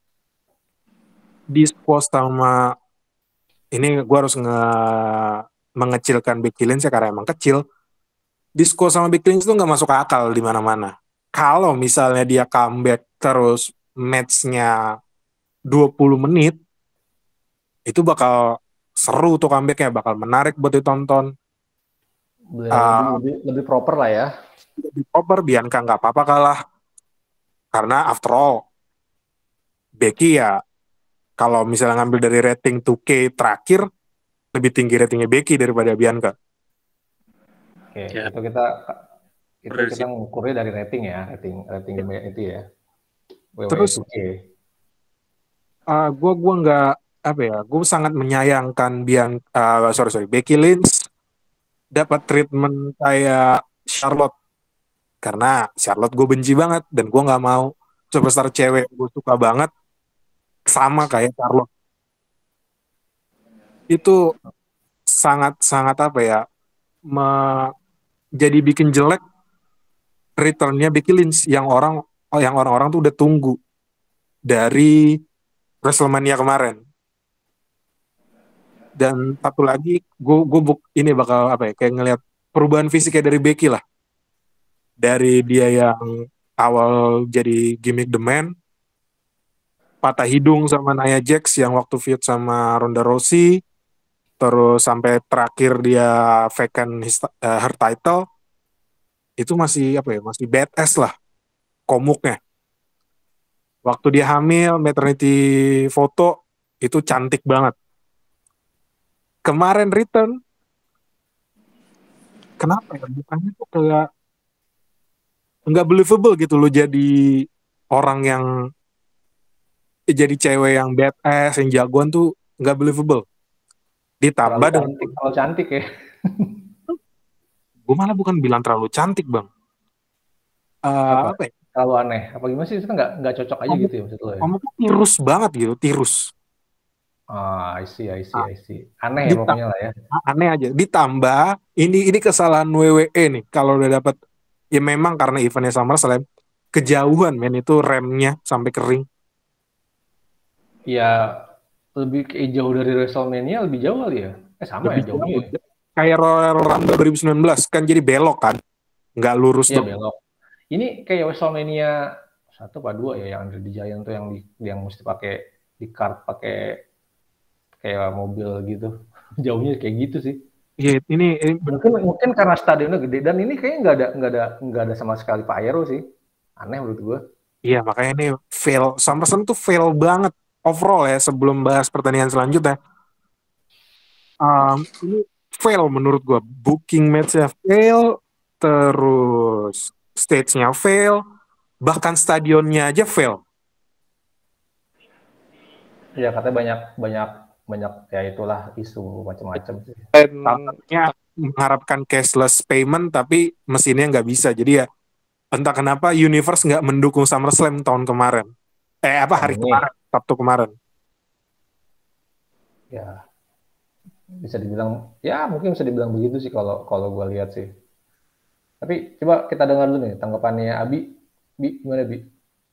Di squash sama ini gue harus nge mengecilkan Becky Lynch ya karena emang kecil. Di squash sama Becky Lynch itu nggak masuk akal di mana-mana. Kalau misalnya dia comeback terus match-nya dua puluh menit, itu bakal seru tuh comeback-nya, bakal menarik buat ditonton. Lebih, Uh, lebih, lebih proper lah ya. di cover Bianca nggak apa-apa kalah. Karena after all, Becky ya kalau misalnya ngambil dari rating dua K terakhir, lebih tinggi ratingnya Becky daripada Bianca. Oke, Ya, itu kita itu dari kita situ. mengukurnya dari rating ya, rating rating itu ya. W W E Terus dua K. uh, gue gua nggak apa ya, gue sangat menyayangkan Bian, uh, sorry sorry Becky Lynch dapat treatment kayak Charlotte, karena Charlotte gue benci banget dan gue nggak mau superstar cewek gue suka banget sama kayak Charlotte. Itu sangat sangat apa ya, me- jadi bikin jelek returnnya Becky Lynch yang orang oh, yang orang-orang tuh udah tunggu dari WrestleMania kemarin. Dan satu lagi, gue gue ini bakal apa ya, kayak ngelihat perubahan fisiknya dari Becky lah. Dari dia yang awal jadi gimmick The Man, patah hidung sama Nia Jax yang waktu feud sama Ronda Rousey, terus sampai terakhir dia vacant his, uh, her title, itu masih apa ya, masih badass lah komuknya. Waktu dia hamil, maternity foto, itu cantik banget. Kemarin return, kenapa ya, mukanya tuh kayak nggak believable gitu lo jadi orang yang eh, jadi cewek yang badass yang jagoan tuh nggak believable. Terlalu Ditambah dengan cantik, terlalu cantik ya. gue malah bukan bilang terlalu cantik bang. Apa? Eh, apa ya? Terlalu aneh. Apa gimana sih? Itu nggak nggak cocok aja Kamu, gitu ya maksud lo ya? kamu tuh tirus banget gitu, tirus. Ah, I see, I see, Nah, I see. Aneh ya dita- pokoknya lah ya. aneh aja. Ditambah ini ini kesalahan W W E nih. Kalau udah dapat ya memang karena eventnya SummerSlam kejauhan men itu remnya sampai kering. Ya lebih ke jauh dari WrestleMania lebih jauh kali ya? Eh sama Lebih ya jauhnya jauh. ya? Kayak Royal Rumble dua ribu sembilan belas kan jadi belok kan, nggak lurus Iya dong. belok. Ini kayak WrestleMania satu apa dua ya yang di Giant tuh yang di, yang mesti pakai di kart pakai kayak mobil gitu. Jauhnya kayak gitu sih. Iya ini, ini Mungkin mungkin karena stadionnya gede dan ini kayaknya nggak ada nggak ada nggak ada sama sekali pyro sih. Aneh menurut gue. iya makanya ini fail. SummerSlam tuh fail banget overall ya sebelum bahas pertandingan selanjutnya. Um, ini fail menurut gua. Booking match-nya fail, terus stage-nya fail, bahkan stadionnya aja fail. Ya katanya banyak banyak banyak ya itulah isu macam-macam sih. Dan Katanya mengharapkan cashless payment tapi mesinnya nggak bisa. Jadi ya entah kenapa Universe nggak mendukung SummerSlam tahun kemarin. Eh apa hari Tahun ini kemarin, Sabtu kemarin. ya bisa dibilang ya mungkin bisa dibilang begitu sih kalau kalau gue lihat sih. Tapi coba kita dengar dulu nih tanggapannya Abi. Bi, gimana Bi?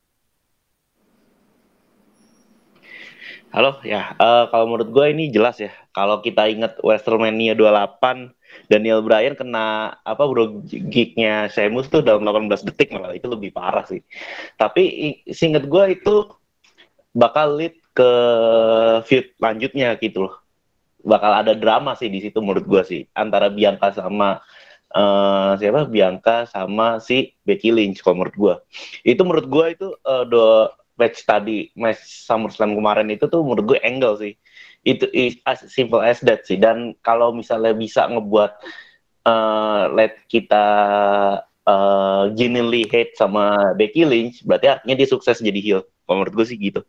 Halo, ya. eh, kalau menurut gue ini jelas ya. Kalau kita ingat WrestleMania dua puluh delapan, Daniel Bryan kena apa bro gignya Sheamus tuh dalam delapan belas detik malah itu lebih parah sih. Tapi i- seingat gue itu bakal lead ke feud lanjutnya gitu loh. Bakal ada drama sih di situ menurut gue sih antara Bianca sama eh, siapa Bianca sama si Becky Lynch kalau menurut gue. Itu menurut gue itu eh, dua match tadi match SummerSlam kemarin itu tuh menurut gue angle sih. Itu is as simple as that sih. Dan kalau misalnya bisa ngebuat eh, let kita uh, genuinely hate sama Becky Lynch, berarti artinya dia sukses jadi heel. Kalau menurut gue sih gitu.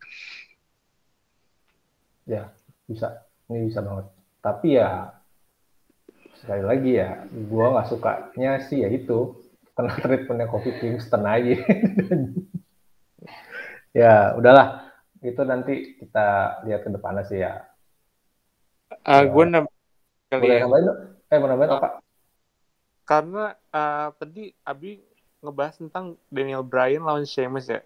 Ya bisa, ini bisa banget. Tapi ya sekali lagi ya, gue nggak sukanya sih ya itu kena treatmentnya Kofi Kingston aja. Ya udahlah, itu nanti kita lihat ke depannya sih ya. uh, gue Ya, nambahin kali boleh ya. nambahin dong? Eh mau nambahin Uh, apa? karena uh, tadi Abi ngebahas tentang Daniel Bryan lawan Sheamus ya.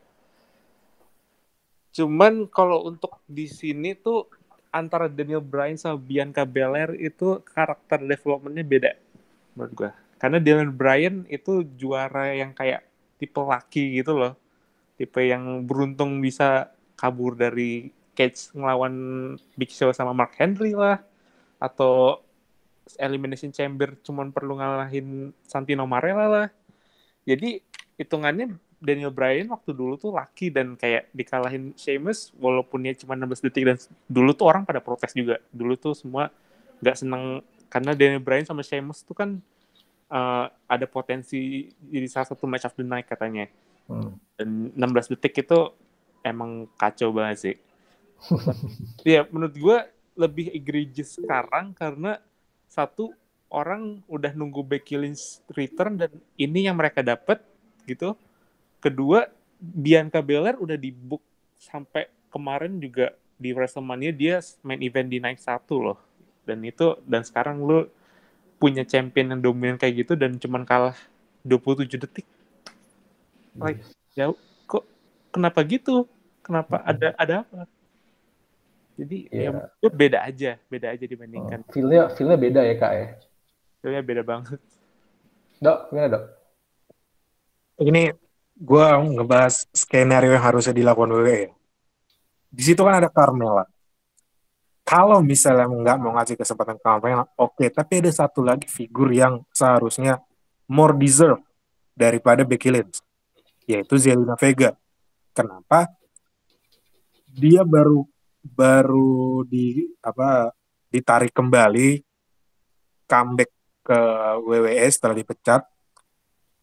Cuman kalau untuk di sini tuh antara Daniel Bryan sama Bianca Belair itu karakter developmentnya beda menurut gue. Karena Daniel Bryan itu juara yang kayak tipe laki gitu loh. Tipe yang beruntung bisa kabur dari cage ngelawan Big Show sama Mark Henry lah. Atau Elimination Chamber cuman perlu ngalahin Santino Marella lah. Jadi hitungannya Daniel Bryan waktu dulu tuh laki dan kayak dikalahin Sheamus walaupun dia cuma enam belas detik dan dulu tuh orang pada protes juga. Dulu tuh semua nggak seneng karena Daniel Bryan sama Sheamus tuh kan uh, ada potensi jadi salah satu match of the night katanya. Hmm. Dan enam belas detik itu emang kacau banget sih. Ya menurut gue lebih egregious sekarang karena satu orang udah nunggu Becky Lynch return dan ini yang mereka dapat gitu. Kedua, Bianca Belair udah di book sampai kemarin juga di WrestleMania dia main event di night satu loh. Dan itu dan sekarang lu punya champion yang dominan kayak gitu dan cuman kalah dua puluh tujuh detik. Like, ya kok kenapa gitu? Kenapa ada ada apa? Jadi yeah. ya itu beda aja, beda aja dibandingkan. Oh, feel-nya feel-nya beda ya kak ya? Feel-nya beda banget. Dok, gimana dok? Ini gue ngebahas skenario yang harusnya dilakukan W W E. Di situ kan ada Carmella. Kalau misalnya nggak mau ngasih kesempatan ke Carmella, oke. Okay. Tapi ada satu lagi figur yang seharusnya more deserve daripada Becky Lynch, yaitu Zelina Vega. Kenapa? Dia baru baru di apa ditarik kembali comeback ke W W E setelah dipecat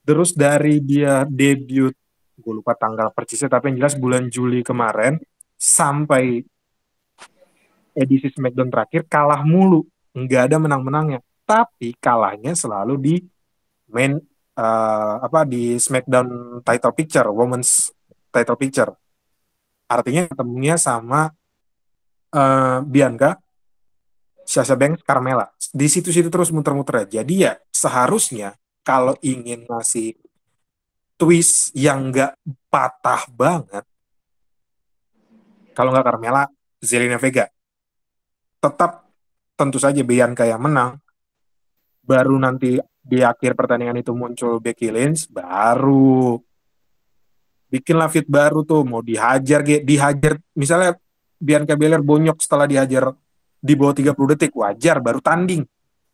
Terus dari dia debut, gue lupa tanggal persisnya, tapi yang jelas bulan Juli kemarin sampai edisi SmackDown terakhir kalah mulu, nggak ada menang-menangnya. Tapi kalahnya selalu di main uh, apa di SmackDown title picture, Women's title picture. Artinya ketemunya sama uh, Bianca, Sasha Banks, Carmella. Di situ-situ terus muter-muter ya. Jadi ya seharusnya kalau ingin ngasih twist yang nggak patah banget, kalau nggak Carmella, Zelina Vega. Tetap tentu saja Bianca yang menang. Baru nanti di akhir pertandingan itu muncul Becky Lynch, baru bikinlah fit baru tuh, mau dihajar, dihajar misalnya Bianca Belair bonyok setelah dihajar di bawah tiga puluh detik, wajar, baru tanding.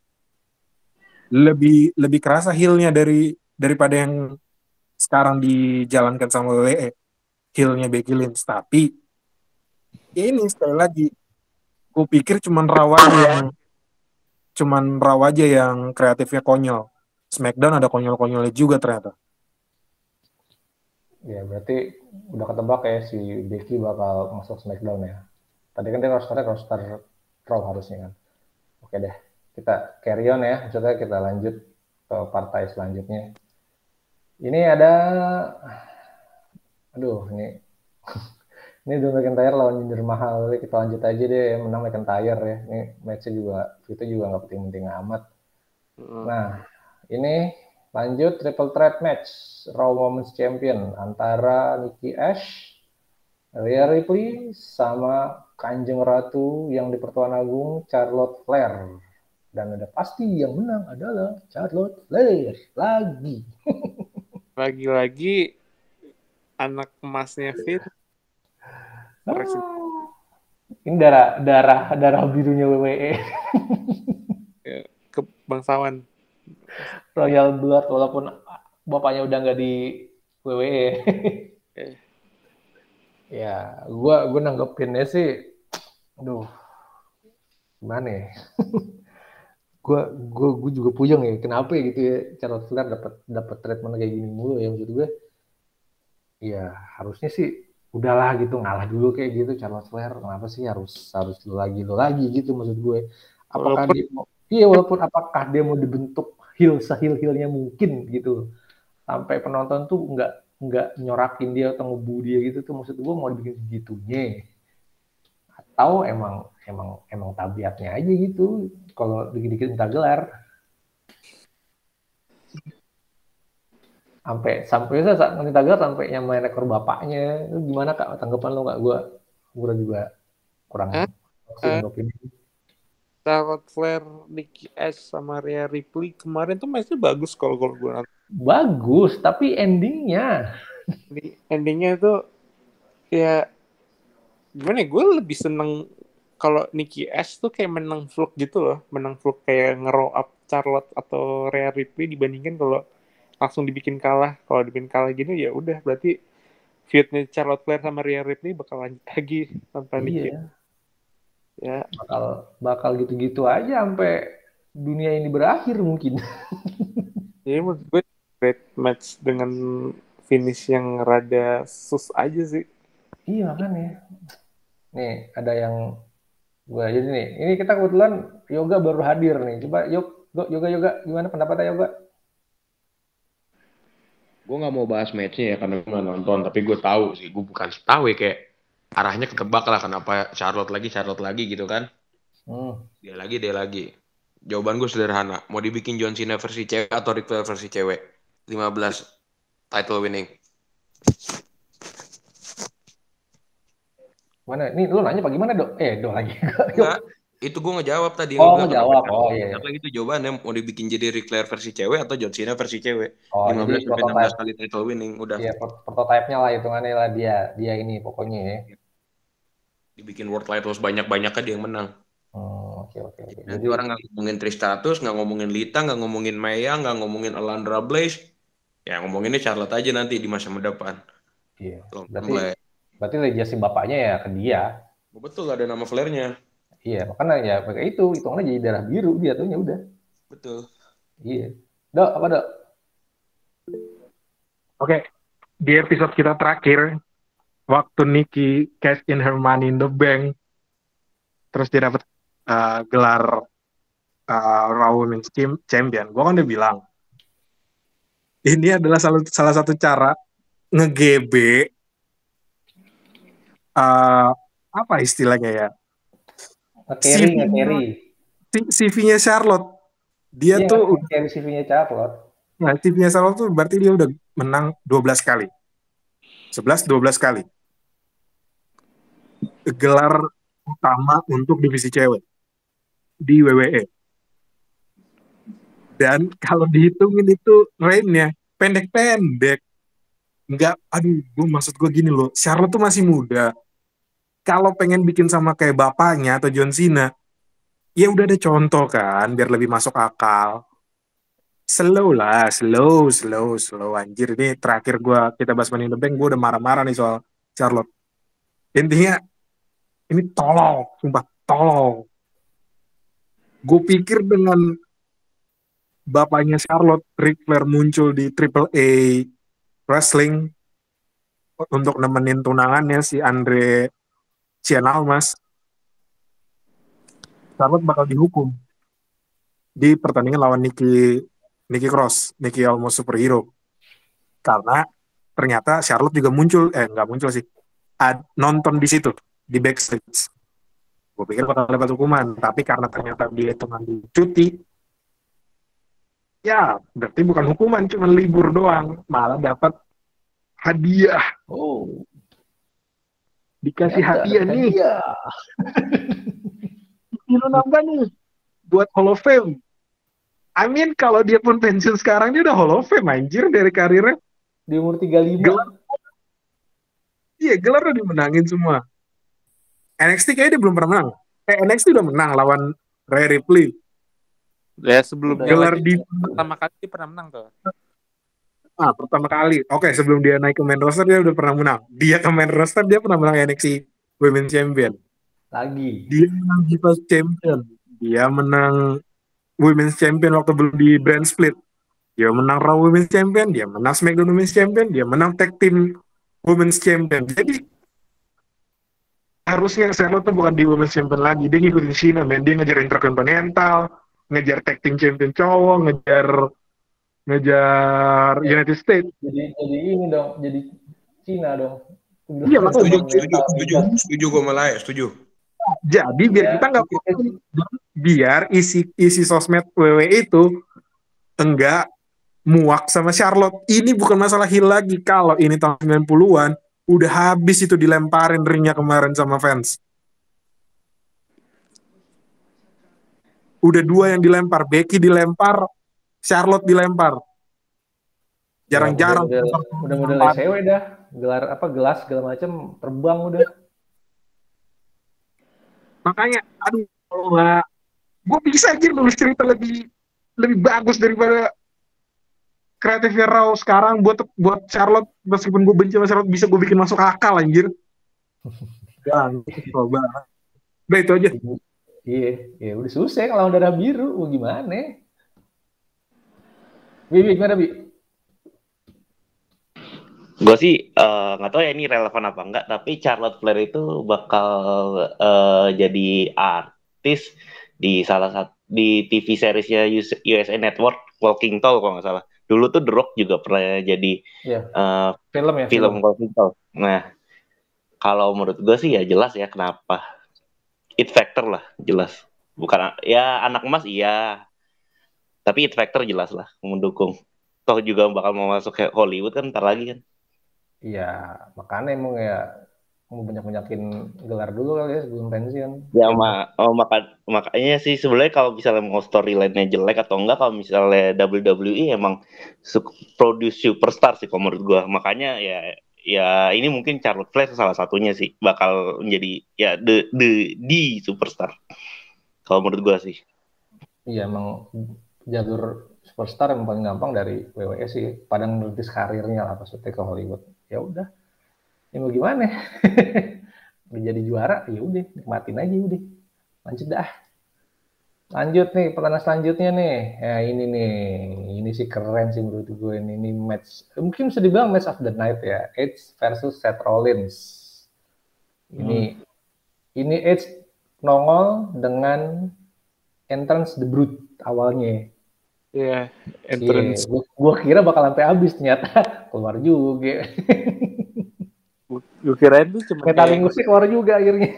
Lebih lebih kerasa heel-nya dari daripada yang sekarang dijalankan sama W W E, heel-nya Becky Lynch. Tapi ya ini sekali lagi, gue pikir cuman raw aja yang cuman raw aja yang kreatifnya konyol. SmackDown ada konyol-konyolnya juga ternyata. Ya berarti udah ketebak ya si Becky bakal masuk SmackDown ya. Tadi kan dia rosternya roster Raw harusnya kan. Oke deh, kita carry on ya. Maksudnya kita lanjut ke partai selanjutnya. Ini ada, aduh ini, ini Drew McIntyre lawan Jinder Mahal. Kita lanjut aja deh, menang McIntyre ya. Ini matchnya juga, itu juga nggak penting-penting amat. Nah, ini lanjut triple threat match Raw Women's Champion antara Nikki Ash, Rhea Ripley, sama Kanjeng Ratu yang di Pertuan Agung Charlotte Flair. Dan ada pasti yang menang adalah Charlotte Flair lagi. Lagi-lagi anak emasnya Finn. Ah, ini darah darah darah birunya W W E. Kebangsawan. Royal Blood walaupun bapaknya udah nggak di W W E. Ya, gue gue nanggepinnya sih, aduh, gimana ya? gue gue gue juga puyeng ya, kenapa ya gitu ya Charlotte Flair dapat dapat treatment kayak gini mulu ya, maksud gue. Ya harusnya sih udahlah gitu, ngalah dulu kayak gitu Charlotte Flair, kenapa sih harus harus lu lagi lu lagi gitu, maksud gue. Apakah walaupun, dia mau, iya walaupun apakah dia mau dibentuk heel sehil-hilnya mungkin gitu, sampai penonton tuh nggak nggak nyorakin dia atau ngebu dia gitu tuh, maksud gue mau dibikin segitunya, atau emang emang emang tabiatnya aja gitu kalau dikit-dikit minta gelar, sampai sampai saya minta gelar sampai nyamain rekor bapaknya. Itu gimana Kak tanggapan lo Kak? Gue gue juga kurang eh? sih untuk ini. Charlotte Flair, Nikki Ash sama Rhea Ripley kemarin tuh matchnya bagus kalau gue nonton. Bagus, tapi endingnya endingnya itu ya gimana ya, gue lebih seneng kalau Nikki Ash tuh kayak menang fluke gitu loh, menang fluke kayak nge-roll up Charlotte atau Rhea Ripley dibandingkan kalau langsung dibikin kalah. Kalau dibikin kalah gini ya udah berarti feud-nya Charlotte Flair sama Rhea Ripley bakal lanjut lagi tanpa Nikki. Iya. Ya bakal bakal gitu-gitu aja sampai dunia ini berakhir mungkin. Jadi menurut gue great match dengan finish yang rada sus aja sih. Iya kan ya. Nih ada yang gue jadi nih. Ini kita kebetulan Yoga baru hadir nih. Coba yuk, Yoga Yoga gimana pendapatnya Yoga? Gue nggak mau bahas matchnya ya karena gue nggak nonton. Tapi gue tahu sih. Gue bukan tahu ya kayak arahnya ketebak lah kenapa Charlotte lagi Charlotte lagi gitu kan. Hmm. Dia lagi dia lagi. Jawaban gue sederhana. Mau dibikin John Cena versi cewek atau Ric Flair versi cewek? lima belas title winning. Mana? Ini lu nanya apa gimana, Dok? Eh, Dok lagi. Enggak. Itu gue ngejawab tadi. Oh, ngejawab. Oh, iya. Lihat lagi tuh jawabannya. Mau dibikin jadi Ric Flair versi cewek atau John Cena versi cewek? Oh, lima belas sampai enam belas kali title winning. Udah. Iya, prototipe-nya lah. Hitungannya lah dia. Dia ini pokoknya ya. Dibikin world titles banyak-banyaknya dia yang menang. Oh, oke, oke, oke. Nanti jadi, orang nggak ngomongin Trish Stratus, nggak ngomongin Lita, nggak ngomongin Maya, nggak ngomongin Alundra Blaze. Ya ngomonginnya Charlotte aja nanti di masa depan. Iya. Berarti, berarti legasi bapaknya ya ke dia. Oh, betul, ada nama Flair-nya. Iya, makanya ya pakai itu, hitungannya jadi darah biru dia tuhnya udah. Betul. Iya. Dok, apa Dok? Oke, di episode kita terakhir, waktu Nikki cash in her money in the bank, terus dia dapat uh, gelar uh, Raw Women's Champion, gue kan udah bilang, ini adalah salah, salah satu cara nge-G B uh, apa istilahnya ya? Nge-carry, nge-carry. C V-nya Charlotte. Dia iya, tuh nge-carry C V-nya Charlotte. Nah, C V-nya Charlotte tuh berarti dia udah menang dua belas kali. sebelas dua belas kali. Gelar utama untuk divisi cewek di W W E. Dan kalau dihitungin itu reign-nya pendek-pendek. Enggak, aduh, gue maksud gue gini loh, Charlotte tuh masih muda. Kalau pengen bikin sama kayak bapaknya atau John Cena, ya udah ada contoh kan, biar lebih masuk akal. Slow lah, slow, slow, slow. Anjir, ini terakhir gue kita bahas Money in the Bank, gue udah marah-marah nih soal Charlotte. Intinya, ini tolol, sumpah, tolol. Gue pikir dengan bapaknya Charlotte, Ric Flair muncul di Triple A Wrestling untuk nemenin tunangannya si Andre Cien Almas, Charlotte bakal dihukum di pertandingan lawan Nikki Nikki Cross, Nikki Almost Superhero. Karena ternyata Charlotte juga muncul, eh nggak muncul sih, ad, nonton di situ, di backstage. Gue pikir bakal dapat hukuman, tapi karena ternyata dia itu ngambil cuti, ya berarti bukan hukuman, cuma libur doang, malah dapat hadiah. Oh, dikasih ya, hadiah nih. Hadiah. Ini nambah nih buat Hall of Fame. I mean kalau dia pun pensiun sekarang dia udah Hall of Fame anjir dari karirnya. Di umur tiga puluh lima. Gelar, iya gelar udah dimenangin semua. N X T kayaknya dia belum pernah menang. Eh N X T udah menang lawan Rhea Ripley. Ya sebelum dia gelar lagi, di pertama kali dia pernah menang tuh. Ah, pertama kali. Oke, sebelum dia naik ke main roster dia udah pernah menang. Dia ke main roster dia pernah menang N X T Women's Champion. Lagi. Dia menang Divas Champion. Dia menang Women's Champion waktu belum di brand split. Dia menang Raw Women's Champion, dia menang SmackDown Women's Champion, dia menang Tag Team Women's Champion. Jadi harusnya Charlotte tuh bukan di Women's Champion lagi. Dia ngikutin Cena, man. Dia ngejar Intercontinental, ngejar Tag Team Champion cowok, ngejar ngejar United States. Jadi jadi ini dong, jadi Cina dong. Iya, setuju, setuju, setuju, setuju gue malah ya, setuju. Jadi biar ya, kita nggak biar isi isi sosmed W W E itu enggak muak sama Charlotte. Ini bukan masalah heel lagi. Kalau ini tahun sembilan puluhan, udah habis itu dilemparin ringnya kemarin sama fans. Udah dua yang dilempar, Becky dilempar, Charlotte dilempar. Jarang-jarang. Ya, udah, udah, udah model S W dah. Gelar apa gelas segala macam terbang udah. Makanya, aduh, kalau nggak, gue bisa aja nulis cerita lebih lebih bagus daripada kreatifnya Raw sekarang buat buat Charlotte. Meskipun gue benci sama Charlotte, bisa gue bikin masuk akal anjir. Jangan, coba. Udah itu aja. Iya, ya udah susah kalau darah biru, oh, gimana? Bibi, gimana Bi? Gue sih nggak uh, tahu ya ini relevan apa enggak, tapi Charlotte Flair itu bakal uh, jadi artis di salah satu di T V seriesnya U S A Network, Walking Tall kalau nggak salah. Dulu tuh The Rock juga pernah jadi yeah. uh, film ya film, film Walking Tall. Nah, kalau menurut gue sih ya jelas ya kenapa. It factor lah, jelas. Bukan ya anak emas iya, tapi it factor jelas lah mendukung. Toh juga bakal mau masuk ke Hollywood kan ntar lagi kan. Iya, makanya emang ya mau banyak-banyakin gelar dulu kali ya sebelum pensiun. Ya mak, oh, maka makanya sih sebenarnya kalau misalnya mau storyline-nya jelek atau enggak, kalau misalnya W W E emang su- produce superstar sih kalau menurut gua. Makanya ya ya ini mungkin Charlotte Flair salah satunya sih bakal menjadi ya the the the superstar. Kalau menurut gua sih. Iya, emang jalur superstar yang paling gampang dari W W E sih, padang merintis karirnya lah maksudnya ke Hollywood. Ya udah, ya mau gimana? Menjadi juara, ya udah nikmatin aja udah, lanjut dah. Lanjut nih, pertanyaan selanjutnya nih. Ya ini nih, ini sih keren sih menurut gue ini. Ini match, mungkin bisa dibilang match of the night ya. Edge versus Seth Rollins. Ini Hmm. ini Edge nongol dengan entrance The Brute awalnya. Iya, Iya, entrance. gua, gua kira bakal sampai habis, ternyata keluar juga. Gue kirain tuh cuma kayak Metalingus keluar juga akhirnya.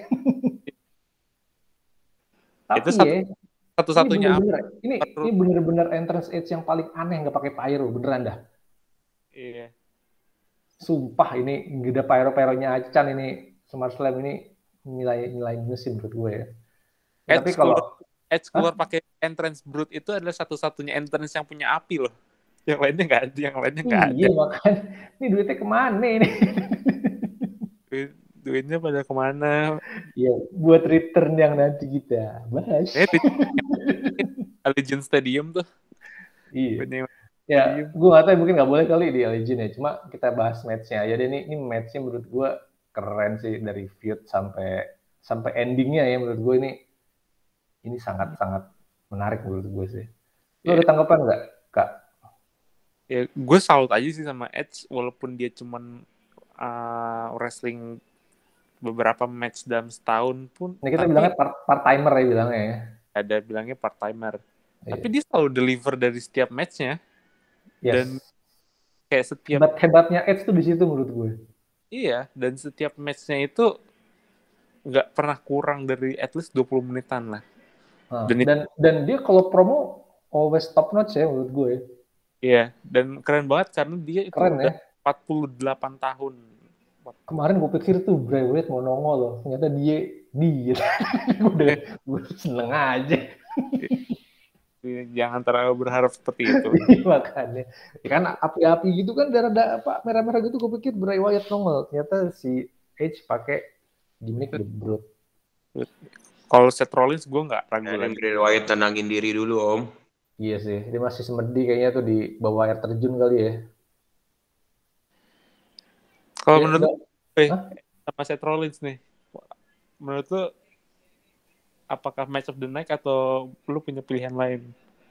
itu Tapi satu ya, ini satu-satunya apa bener-bener, ini ini menurut bener-bener entrance Edge yang paling aneh nggak pakai pyro, beneran dah. iya. Sumpah ini nggak ada pyro-pyronya Acan ini SummerSlam ini nilai nilai minus menurut gue ya. Ya, tapi Edge kalau keluar Edge Hah? keluar pakai entrance brute itu adalah satu-satunya entrance yang punya api loh. Yang lainnya nggak ada, yang lainnya nggak ada. Iya makanya ini duitnya kemana ini? Duit, duitnya pada kemana? Iya buat return yang nanti kita bahas. Eh, di Allegiant Stadium tuh. Iya. Duitnya Ya, Stadium. gue nggak tahu mungkin nggak boleh kali di Legend ya. Cuma kita bahas matchnya aja deh. Ini, ini matchnya menurut gue keren sih dari feud sampai sampai endingnya ya menurut gue ini ini sangat sangat menarik menurut gue sih. Lo ada tanggapan nggak, Kak? Ya, gue salut aja sih sama Edge walaupun dia cuman uh, wrestling beberapa match dalam setahun pun. Ini kita tapi bilangnya part, part timer ya bilangnya ya. ada bilangnya part timer. Iya. Tapi dia selalu deliver dari setiap matchnya. Yes. Dan kayak setiap Hebat hebatnya Edge tuh di situ menurut gue. Iya, dan setiap matchnya itu nggak pernah kurang dari at least dua puluh menitan lah. Nah, dan, dan dan dia kalau promo always top notch ya menurut gue. Iya, dan keren banget karena dia itu keren, udah ya? empat puluh delapan tahun. Kemarin gue pikir tuh Bray Wyatt mau nongol loh, ternyata dia dia. gue udah gue seneng aja. Jangan terlalu berharap seperti itu. Makanya, ya kan api-api gitu kan darah apa merah-merah gitu, gue pikir Bray Wyatt nongol, ternyata si Edge pakai gimmick The Brute. Kalau Seth Rollins gue nggak ragu Ya, lagi. Bray Wyatt tenangin diri dulu om. Iya sih, dia masih semedi kayaknya tuh di bawah air terjun kali ya. Kalau Ya, menurut enggak. eh, Hah? sama Seth Rollins nih, menurut lu apakah match of the night atau lu punya pilihan lain?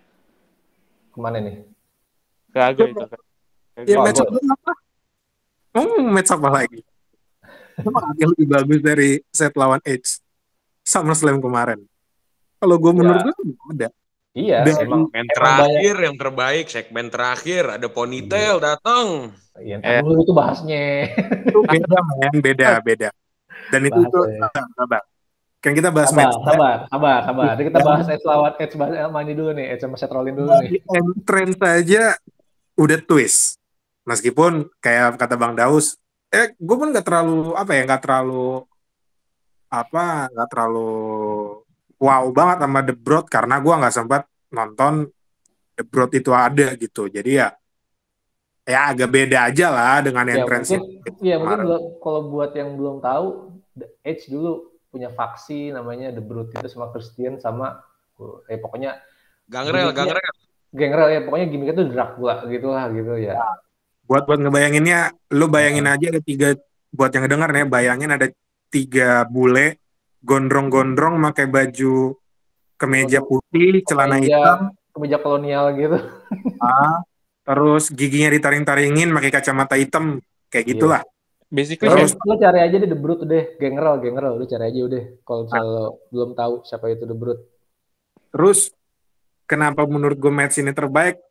Kemana nih? Kagak itu kan. Ya Oh, match up gua- apa? Hmm, match apa lagi? Emang ada yang lebih bagus dari set lawan Edge SummerSlam kemarin? Kalau gue menurut gue nggak ada. Iya, Dan- emang Segmen emang terakhir yang terbaik, segmen terakhir ada ponytail datang. Iya, entar dulu itu bahasnya. Itu beda men, beda beda. Dan itu tuh Bahasnya. sabar, sabar. Kan kita bahas Sabar, match. sabar, sabar, sabar. Jadi kita Yang- bahas Edge lawan Edge bahas Mani dulu nih, Edge sama Seth Rollins dulu nih. Dari entrance saja udah twist. Meskipun kayak kata Bang Daus, eh gue pun nggak terlalu apa ya, nggak terlalu apa, nggak terlalu wow banget sama The Broad karena gue nggak sempat nonton The Broad itu ada gitu. Jadi ya ya agak beda aja lah dengan Ya entrance mungkin, ya mungkin belum- kalau buat yang belum tahu, The Edge dulu punya faksi namanya The Brute itu sama Christian sama eh pokoknya Gangrel, gimmicknya- gangrel. Gangrel ya pokoknya gimmicknya tuh Dracula gitu lah gitu ya. buat buat ngebayanginnya, lu bayangin aja ada tiga, buat yang denger nih, bayangin ada tiga bule gondrong-gondrong pakai baju kemeja putih, celana Kemeja- hitam, kemeja kolonial gitu. ah, terus giginya ditaring-taringin pakai kacamata hitam kayak Iya. gitulah. Basically Terus kayak lu cari aja deh The Brute deh, Gangrel, Gangrel lu cari aja udah kalau misalnya lo belum tahu siapa itu The Brute. Terus kenapa menurut gue match ini terbaik?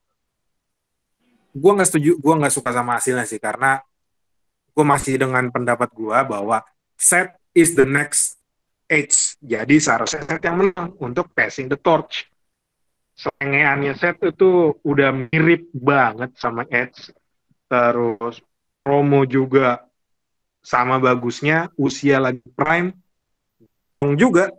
Gue nggak setuju, gue nggak suka sama hasilnya sih karena gue masih dengan pendapat gue bahwa Seth is the next Edge. Jadi seharusnya Seth yang menang untuk passing the torch. Selengeannya Seth itu udah mirip banget sama Edge. Terus promo juga sama bagusnya, usia lagi prime juga.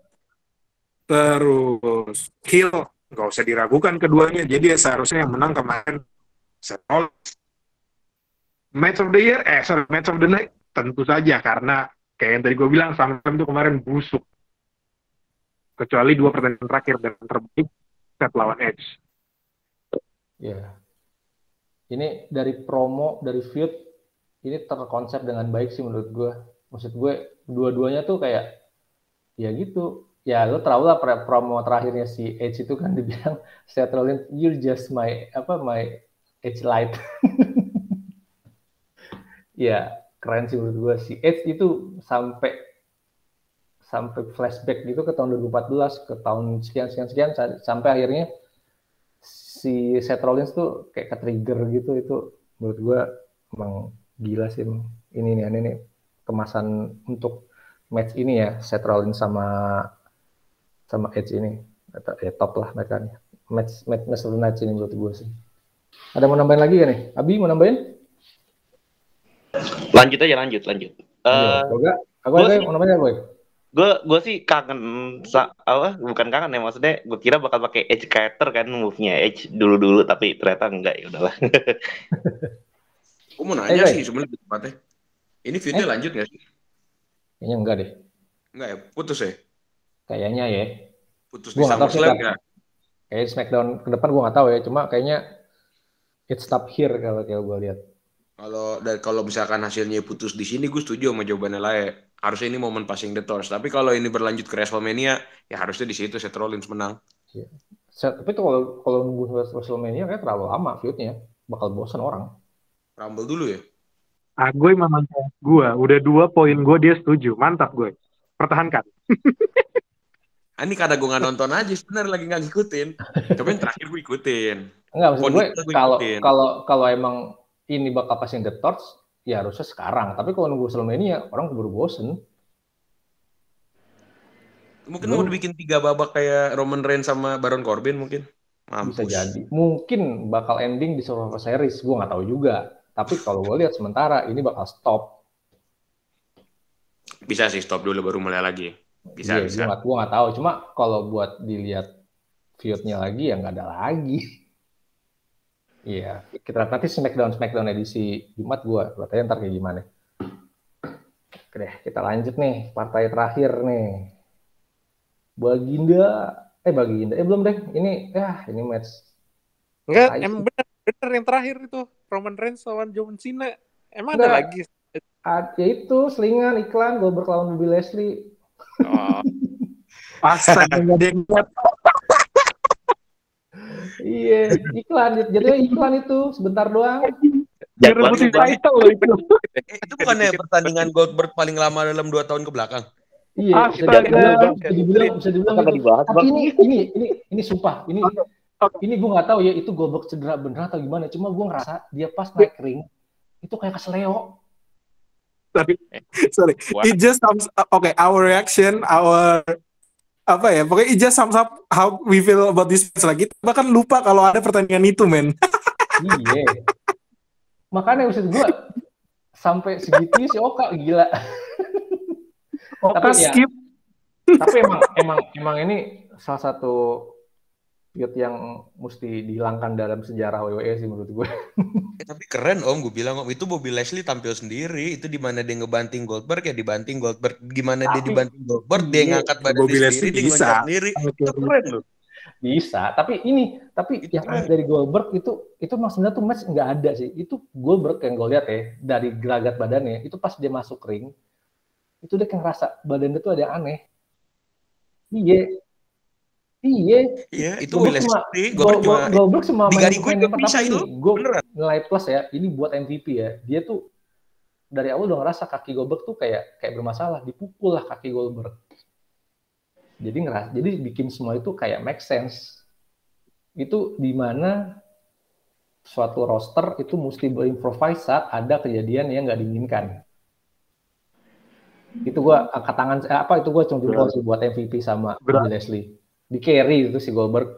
Terus heel nggak usah diragukan keduanya. Jadi ya seharusnya yang menang kemarin Seth Rollins. Match of the year, eh sorry, match of the night tentu saja karena kayak yang tadi gue bilang SummerSlam itu kemarin busuk. Kecuali dua pertandingan terakhir dan terbaik Seth lawan Edge. Ya. Ini dari promo, dari feud, ini terkonsep dengan baik sih menurut gue. Maksud gue, dua-duanya tuh kayak, ya gitu. ya lu tahu lah promo terakhirnya si Edge itu kan dibilang Seth Rollins, you're just my apa my Edge light. Ya keren sih menurut gue si Edge itu sampai sampai flashback gitu ke tahun dua ribu empat belas ke tahun sekian sekian sekian sampai akhirnya si Seth Rollins tuh kayak ke-trigger gitu. Itu menurut gue emang gila sih ini nih ini nih kemasan untuk match ini ya, Seth Rollins sama sama Edge ini ya top lah mereka nih. Match match match of the night ini menurut gue sih. Ada mau nambahin lagi gak nih? Abi mau nambahin? Lanjut aja lanjut lanjut. Uh, Boga, aku ada mau nambahin ya boy? Gue gue sih kangen sa- apa bukan kangen ya, maksudnya gue kira bakal pakai Edge character kan, move-nya Edge dulu-dulu, tapi ternyata enggak, ya udahlah. Gue mau nanya Eh, sih sebenarnya tempatnya. Ini feud-nya Eh. lanjut nggak sih? Kayaknya enggak deh. Enggak ya, putus ya? Kayaknya ya. Putus Gua di nggak tahu sih, SummerSlam Kak. nggak? Kayak Smackdown ke depan gue nggak tahu ya. Cuma kayaknya it stop here kalau kayak gue lihat. Kalau dan kalau misalkan hasilnya putus di sini, gue setuju sama jawabannya Lae. Harusnya ini momen passing the torch. Tapi kalau ini berlanjut ke WrestleMania, ya harusnya di situ Seth Rollins menang. Ya. Tapi tuh kalau kalau nunggu WrestleMania kayak terlalu lama feud-nya, bakal bosan orang. Rumble dulu ya. Ah, gue memang gue udah dua poin gue dia setuju, mantap gue. Pertahankan. Ah, ini karena gue nggak nonton aja, sebenarnya lagi nggak ngikutin. Tapi yang terakhir gue ikutin. Enggak, maksud gue Pon- kalau ngikutin. kalau kalau emang ini bakal passing the torch, ya harusnya sekarang. Tapi kalau nunggu WrestleMania, orang keburu bosen. Mungkin Belum. mau dibikin tiga babak kayak Roman Reigns sama Baron Corbin mungkin. Bisa Mampus. jadi. Mungkin bakal ending di Survivor Series, gue nggak tahu juga. Tapi kalau gue lihat sementara ini bakal stop. Bisa sih stop dulu baru mulai lagi. Bisa, Iya, bisa. gue nggak gue nggak tahu. Cuma kalau buat dilihat feud-nya lagi ya nggak ada lagi. Iya, kita lihat nanti Smackdown Smackdown edisi Jumat gue. Katanya ntar kayak gimana. Oke deh, kita lanjut nih partai terakhir nih. Baginda, eh Baginda, eh belum deh. Ini, ya ini match. Enggak, Tai emang sih. bener, bener yang terakhir itu Roman Reigns lawan John Cena. Emang ada Enggak. lagi? Ah, ya itu selingan iklan Goldberg lawan Bobby Leslie. Oh, Astaga, nggak ada yang lihat. Iya, iklan. Jadinya iklan itu sebentar doang. Dia Jadwal rebutin ngebahas. title loh itu. Eh, itu bukannya pertandingan Goldberg paling lama dalam dua tahun ke belakang? Iya, bisa Astaga. dibilang, bisa dibilang, bisa dibilang Apa itu. dibahas, Tapi Bang? ini, ini, ini, ini sumpah, ini, Oke, oke. ini gue nggak tahu ya itu Goldberg cedera bener atau gimana. Cuma gue ngerasa dia pas naik ring itu kayak kesleo. Sorry, sorry. Wah. It just sums up, okay, our reaction, our apa ya, pokoknya it just sums up how we feel about this match lagi. Bahkan lupa kalau ada pertandingan itu, men. Iya. Makanya maksud gue sampai segitu si Oka gila. Oka Tapi ya, skip. tapi emang emang emang ini salah satu feud yang mesti dihilangkan dalam sejarah W W E sih menurut gue. Eh, tapi keren om, gue bilang om, itu Bobby Leslie tampil sendiri. Itu di mana dia ngebanting Goldberg ya dibanting Goldberg. Gimana dia Tapi- dibanting Goldberg, dia iya, ngangkat badan Bobby dia Leslie sendiri, dia bisa. ngeloncat sendiri. Itu keren loh. Bisa, tapi ini tapi Itu yang keren. aneh dari Goldberg itu itu emang sebenarnya tuh match nggak ada sih. Itu Goldberg yang gue lihat ya dari gelagat badannya itu pas dia masuk ring itu dia kayak ngerasa badan dia tuh ada yang aneh. Iya, iya. Iya, itu Bobby Goldberg cuma Leslie. Goldberg, Goldberg cuma Goldberg cuma main digari gue main juga yang pertama bisa ini. itu. Gue Beneran. nilai plus ya. Ini buat M V P ya. Dia tuh dari awal udah ngerasa kaki Goldberg tuh kayak kayak bermasalah. Dipukul lah kaki Goldberg. Jadi ngerasa, jadi bikin semua itu kayak make sense. Itu di mana suatu roster itu mesti berimprovise saat ada kejadian yang nggak diinginkan. Itu gua angkat tangan eh, apa itu gua cuma jempol sih buat M V P sama Berat. Bobby Leslie. Di carry itu si Goldberg.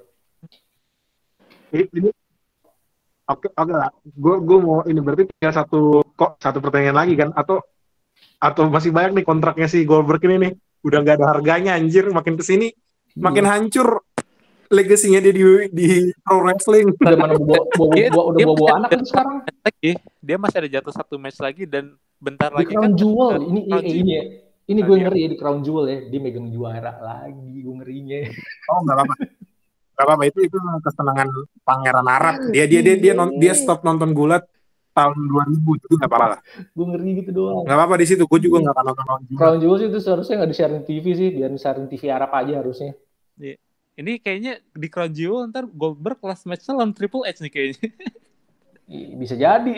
Ini oke oke lah. Gue gue mau ini berarti tinggal satu kok satu pertandingan lagi kan atau atau masih banyak nih kontraknya si Goldberg ini nih. Udah nggak ada harganya anjir, makin kesini makin Iya. hancur legasinya dia di di pro wrestling. Udah mana bobo, bobo, Dia- bobo- udah dia bobo masih anak ada itu sekarang. lagi, dia masih ada jatuh satu match lagi dan bentar Di lagi Crown kan Jewel. ke Ini Crown ini Jewel. ini, ya. Ini gue Nah, ngeri ya di Crown Jewel ya. Dia megang juara lagi, gue ngerinya. Oh nggak apa-apa. Nggak apa-apa itu itu kesenangan pangeran Arab. Dia dia dia dia, non- dia stop nonton gulat tahun dua ribu itu nggak apa-apa lah. Gue ngeri gitu doang. Nggak apa-apa di situ. Gue juga nggak akan nonton Crown Jewel. Crown Jewel itu seharusnya nggak di-sharing T V sih, biar di-sharing T V Arab aja harusnya. Iya. Ini kayaknya di Crown Jewel ntar Goldberg kelas match-nya lawan Triple H nih kayaknya. Bisa jadi.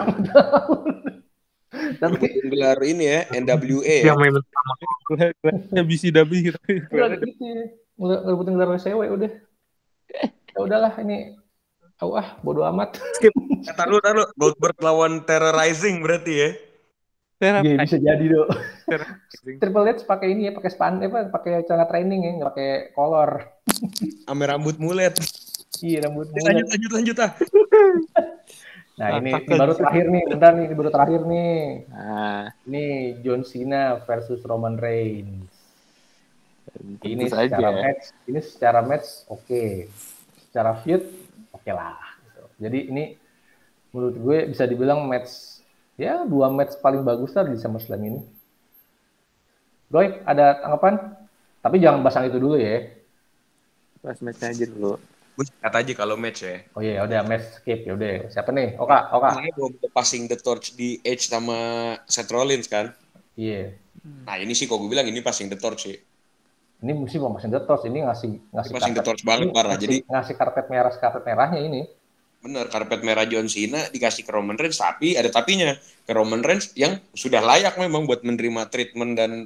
Tapi gelar ini ya N W A ya. Yang main gelarnya B C W gitu. Gelar gitu ya. Ngerebutin gelar C W udah. Ya udahlah ini. Oh, ah, bodo amat. Skip. Kata lu, kata lu Goldberg lawan Terrorizing berarti ya. Iya bisa jadi dong. Triple H pakai ini ya, pakai span, apa, pakai celana training ya, nggak pakai kolor. Ame rambut mulet. Iya rambut mulet. Lanjut lanjut lanjut ah. Nah ini, ini baru terakhir nih, bentar nih, ini baru terakhir nih. Nah. Ini John Cena versus Roman Reigns. Ini saja. secara match, ini secara match oke, okay. Secara feud oke okay lah. Gitu. Jadi ini menurut gue bisa dibilang match, ya dua match paling bagus lah di SummerSlam ini. Roy, ada tanggapan? Tapi jangan bahas itu dulu ya. Bahas match aja dulu. Gue kata aja kalau match ya. Oh iya, udah match skip ya udah. Siapa nih? Oka, Oka. Namanya belum passing the torch di Edge sama Seth Rollins kan? Iya. Nah ini sih kok gue bilang ini passing the torch sih. Ini mesti mau passing the torch, ini ngasih ngasih ini passing the torch banget parah. Ngasih, Jadi ngasih karpet merah karpet merahnya ini. Bener, karpet merah John Cena dikasih ke Roman Reigns, tapi ada tapinya ke Roman Reigns yang sudah layak memang buat menerima treatment dan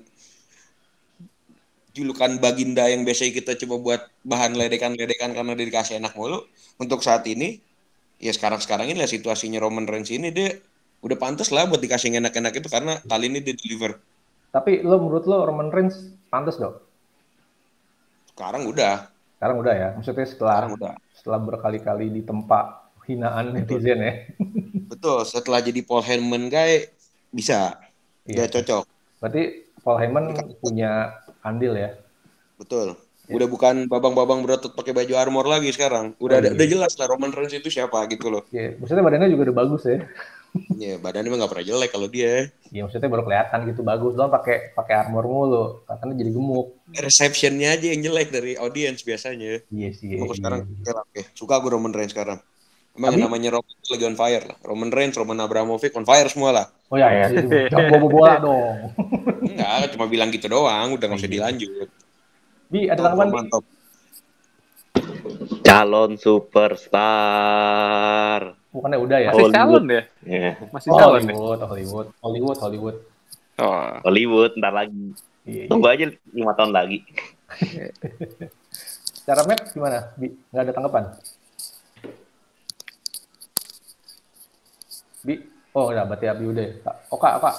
julukan baginda yang biasanya kita coba buat bahan ledekan-ledekan karena dia dikasih enak mulu. Untuk saat ini, ya sekarang-sekarang ini lah situasinya Roman Reigns ini, dia udah pantas lah buat dikasih enak-enak itu karena kali ini dia deliver. Tapi lo menurut lo Roman Reigns pantas dong? Sekarang udah. Sekarang udah ya? Maksudnya setelah udah. setelah berkali-kali ditempa hinaan netizen ya? Betul, setelah jadi Paul Heyman guy, bisa. Dia iya. cocok. Berarti Paul Heyman punya andil ya? Betul. Udah ya. Bukan babang-babang berotot pakai baju armor lagi sekarang. Udah oh, ada, iya. Udah jelas lah Roman Reigns itu siapa gitu loh. Iya, maksudnya badannya juga udah bagus ya. Iya, badannya mah nggak pernah jelek kalau dia. Iya, maksudnya baru kelihatan gitu bagus doang pakai pakai armor mulu. Katanya jadi gemuk. Receptionnya aja yang jelek dari audience biasanya. Iya sih. Iya, sekarang iya. Oke, suka gue Roman Reigns sekarang. Emang Tapi, yang namanya Roman lagi on fire lah. Roman Reigns, Roman Abramovich on fire semua lah. Oh ya ya, jangan bobo bola dong. Enggak, cuma bilang gitu doang, udah nggak usah dilanjut. Bi, ada tanggapan mantap. Calon superstar. Bukannya udah ya? Masih calon ya? Yeah. Masih oh, calon Hollywood, ya? Hollywood, Hollywood, Hollywood. Oh. Hollywood, ntar lagi. Iya, Tunggu iya. aja lima tahun lagi. Cara match gimana? Bi, nggak ada tanggapan? Bi, oh udah berarti Abi udah. Oka, Oka.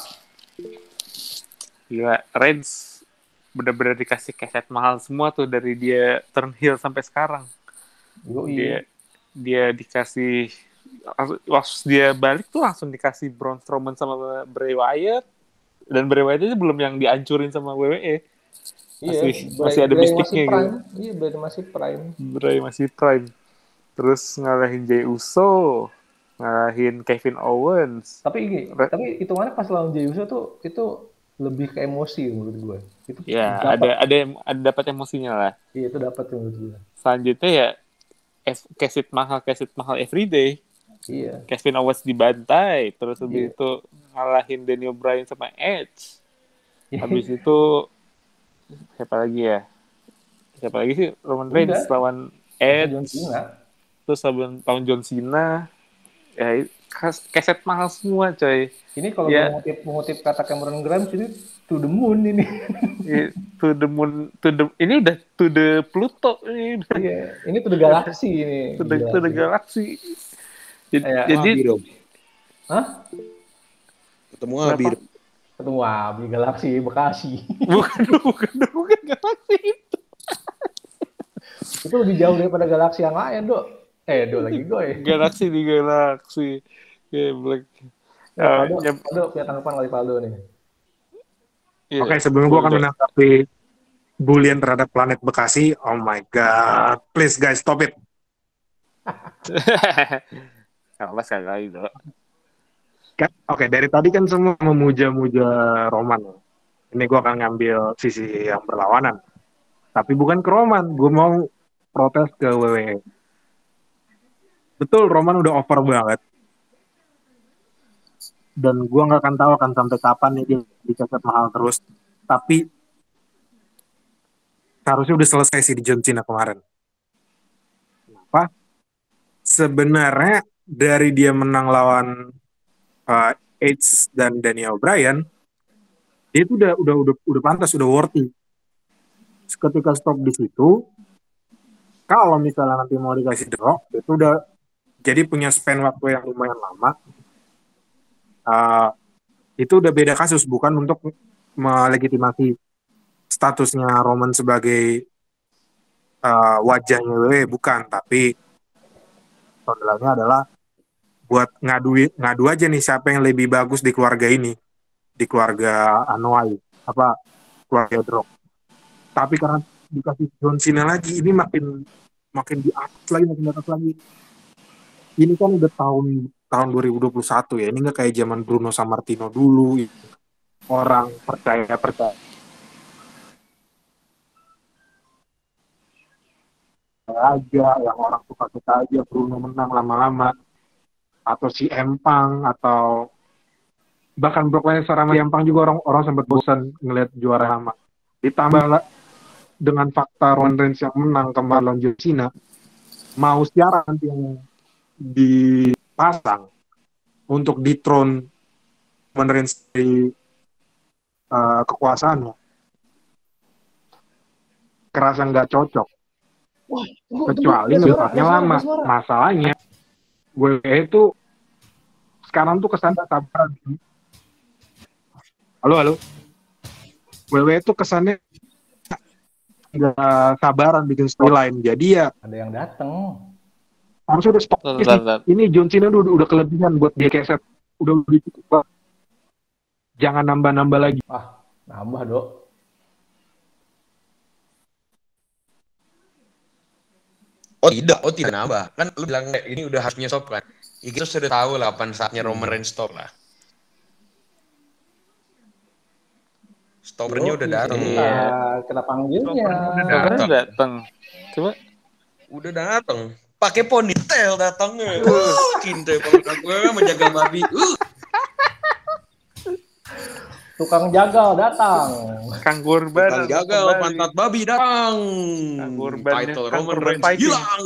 Gila, Reigns bener-bener dikasih keset mahal semua tuh dari dia turn heel sampai sekarang. Yoi. Dia dia dikasih waktu dia balik tuh langsung dikasih Braun Strowman sama Bray Wyatt, dan Bray Wyatt itu belum yang dihancurin sama W W E. Iya, masih, Bray, masih ada mistiknya gitu. Iya, Bray masih prime. Bray masih prime. Terus ngalahin Jey Uso, ngalahin Kevin Owens. Tapi ini, Re- tapi hitungannya pas lawan Jey Uso tuh itu lebih ke emosi menurut gue. Itu ya, ada ada ada dapat emosinya lah. Iya, itu dapat menurut gue. Selanjutnya ya kesit mahal, kesit mahal everyday. Iya. Kevin Owens dibantai, terus habis iya. itu ngalahin Daniel Bryan sama Edge. Habis itu siapa lagi ya? Siapa lagi sih? Roman Reigns lawan Edge. John Cena. Terus lawan John Cena. Ya, keset mahal semua, coy. Ini kalau ya. mengutip mengutip kata Cameron Grimes ini to the moon ini. to the moon, to the ini udah to the Pluto ini. Iya, ini to the galaksi ini. To the, to the galaksi. Jadi, Ayah, jadi Abi dong. Hah? Ketemu Abi. Ketemu Abi galaksi Bekasi. bukan, bukan, bukan galaksi itu. Itu lebih jauh daripada galaksi yang lain, Dok. Eh, do lagi gue. Galaksi di galaksi. Ya, Black. Ya, Paldo, ya. Paldo punya tanggapan kali Paldo nih. Yeah. Oke, okay, sebelum gue akan menanggapi bulian terhadap planet Bekasi, oh my god, please guys stop it. Apa sekali lagi, Dok. Oke, okay, dari tadi kan semua memuja-muja Roman. Ini gue akan ngambil sisi yang berlawanan. Tapi bukan ke Roman, gue mau protes ke W W E. Betul, Roman udah over banget. dan gue nggak akan tahu akan sampai kapan nih dia dicatat mahal terus. Tapi harusnya udah selesai sih di John Cena kemarin. Kenapa? Sebenarnya dari dia menang lawan uh, Edge dan Daniel Bryan, dia itu udah udah udah udah pantas, udah worthy. Ketika stop di situ, kalau misalnya nanti mau dikasih draw, itu udah jadi punya span waktu yang lumayan lama. Uh, itu udah beda kasus, bukan untuk melegitimasi statusnya Roman sebagai uh, wajahnya W W E, bukan, tapi modelnya adalah buat ngadu ngadu aja nih siapa yang lebih bagus di keluarga ini, di keluarga Anoa'i, apa keluarga Rock. Tapi karena dikasih John Cena lagi, ini makin makin di atas lagi, makin di atas lagi. Ini kan udah tahun tahun dua ribu dua puluh satu ya, ini nggak kayak zaman Bruno Sammartino dulu. Orang percaya percaya aja, yang orang suka kita aja Bruno menang lama-lama, atau si Empang, atau bahkan Brock Lesnar sama Empang juga orang orang sempat bosan ngelihat juara lama. Ditambah dengan fakta Roman Reigns yang menang kemarin lawan John Cena, mau siapa nanti yang dipasang untuk dethrone Roman Reigns di uh, kekuasaannya, kerasa nggak cocok. Wah, kecuali ngepatnya lama. Masalahnya W W E itu sekarang tuh kesan sabaran. Halo, halo. W W E itu kesannya nggak sabaran bikin storyline. Jadi ya ada yang datang. Harusnya udah stop. Ini John Cena udah, udah kelebihan buat dia keset. Udah udah cukup. Jangan nambah-nambah lagi. Ah, nambah, Dok. Oh tidak, oh tidak nambah. Kan lu bilang ini udah harusnya stop kan. Ya kita sudah tahu lah kapan saatnya Roman Reigns stop lah. Stoppernya udah datang. Iya, kena panggilnya. Udah datang. Coba. Udah datang. Pakai ponytail datangnya. Uh, cinta banget gue menjaga babi. Uh. Tukang jagal datang. Kang Gurban. Tukang jagal pantat babi datang. Kang Gurban. Title Roman Reigns hilang.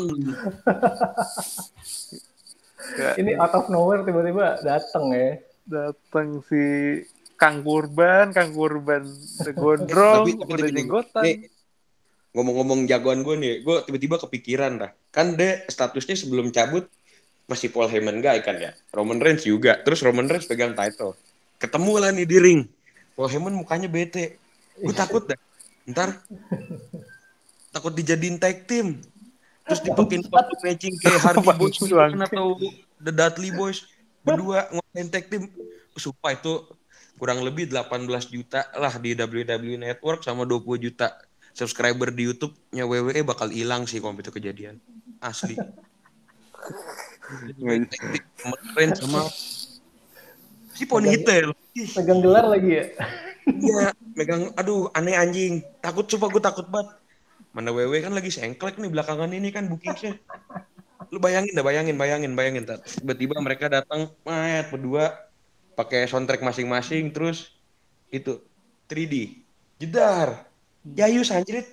Ini out of nowhere tiba-tiba datang ya. Datang si Kang Gurban, Kang Gurban gondrong, udah jenggotan. Ngomong-ngomong jagoan gue nih, gue tiba-tiba kepikiran dah. Kan dia statusnya sebelum cabut masih Paul Heyman guy kan ya. Roman Reigns juga. Terus Roman Reigns pegang title. Ketemu lah nih di ring. Paul Heyman mukanya bete. Gue takut dah. Ntar takut dijadiin tag team. Terus dipakein pakai matching kayak Hardy Boys atau The Dudley Boys. Berdua ngomongin tag team. Supaya itu kurang lebih delapan belas juta lah di W W E Network sama dua puluh juta subscriber di YouTube-nya W W E bakal hilang sih kalau itu kejadian. Asli. Kemarin sama si ponytail. Megang gelar lagi ya? Iya, megang. Aduh, aneh anjing. Takut, coba gue takut banget. Mana W W E kan lagi sengklek nih belakangan ini kan bookingnya. Lu bayangin dah, bayangin, bayangin, bayangin. Tiba-tiba mereka datang, mayat berdua, pakai soundtrack masing-masing, terus itu tiga D, jedar, Yayus anjrit.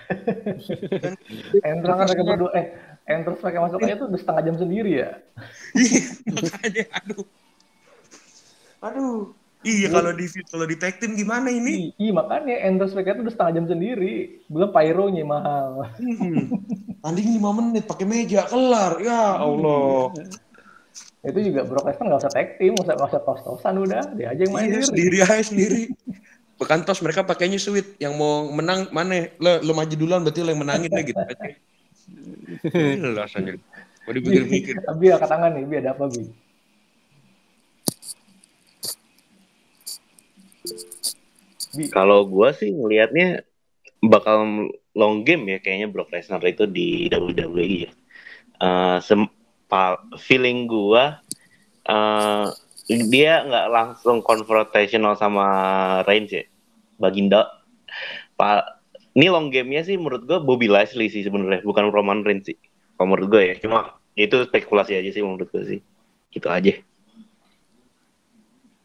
Enter kan mereka berdua, eh, enter pakai masuknya tuh udah setengah jam sendiri ya? Iya, makanya, aduh. Aduh. Iya, kalau di kalau di tag team gimana ini? Iya, makanya enter pakai itu udah setengah jam sendiri. Belum pyro-nya mahal. Hmm. Tanding lima menit pakai meja kelar. Ya Allah. Itu juga Brock Lesnar nggak usah tag team, nggak usah nggak usah tos-tosan, udah dia aja yang main iya, sendiri aja sendiri. Bukan tos, mereka pakainya sweet. Yang mau menang mana? Lo, lo maju duluan berarti lo yang menangin deh gitu aja. Jelas aja. Mau dipikir-pikir. Bi angkat tangan nih, Bi ada apa Bi? Bi. Kalau gue sih ngelihatnya bakal long game ya kayaknya Brock Lesnar itu di W W E ya. Uh, sem- feeling gue uh, dia nggak langsung confrontational sama Reigns ya, Baginda. Pak, ini long game-nya sih menurut gue Bobby Lashley sih sebenarnya, bukan Roman Reigns sih. Kalau menurut gue ya, cuma itu spekulasi aja sih menurut gue sih. Gitu aja.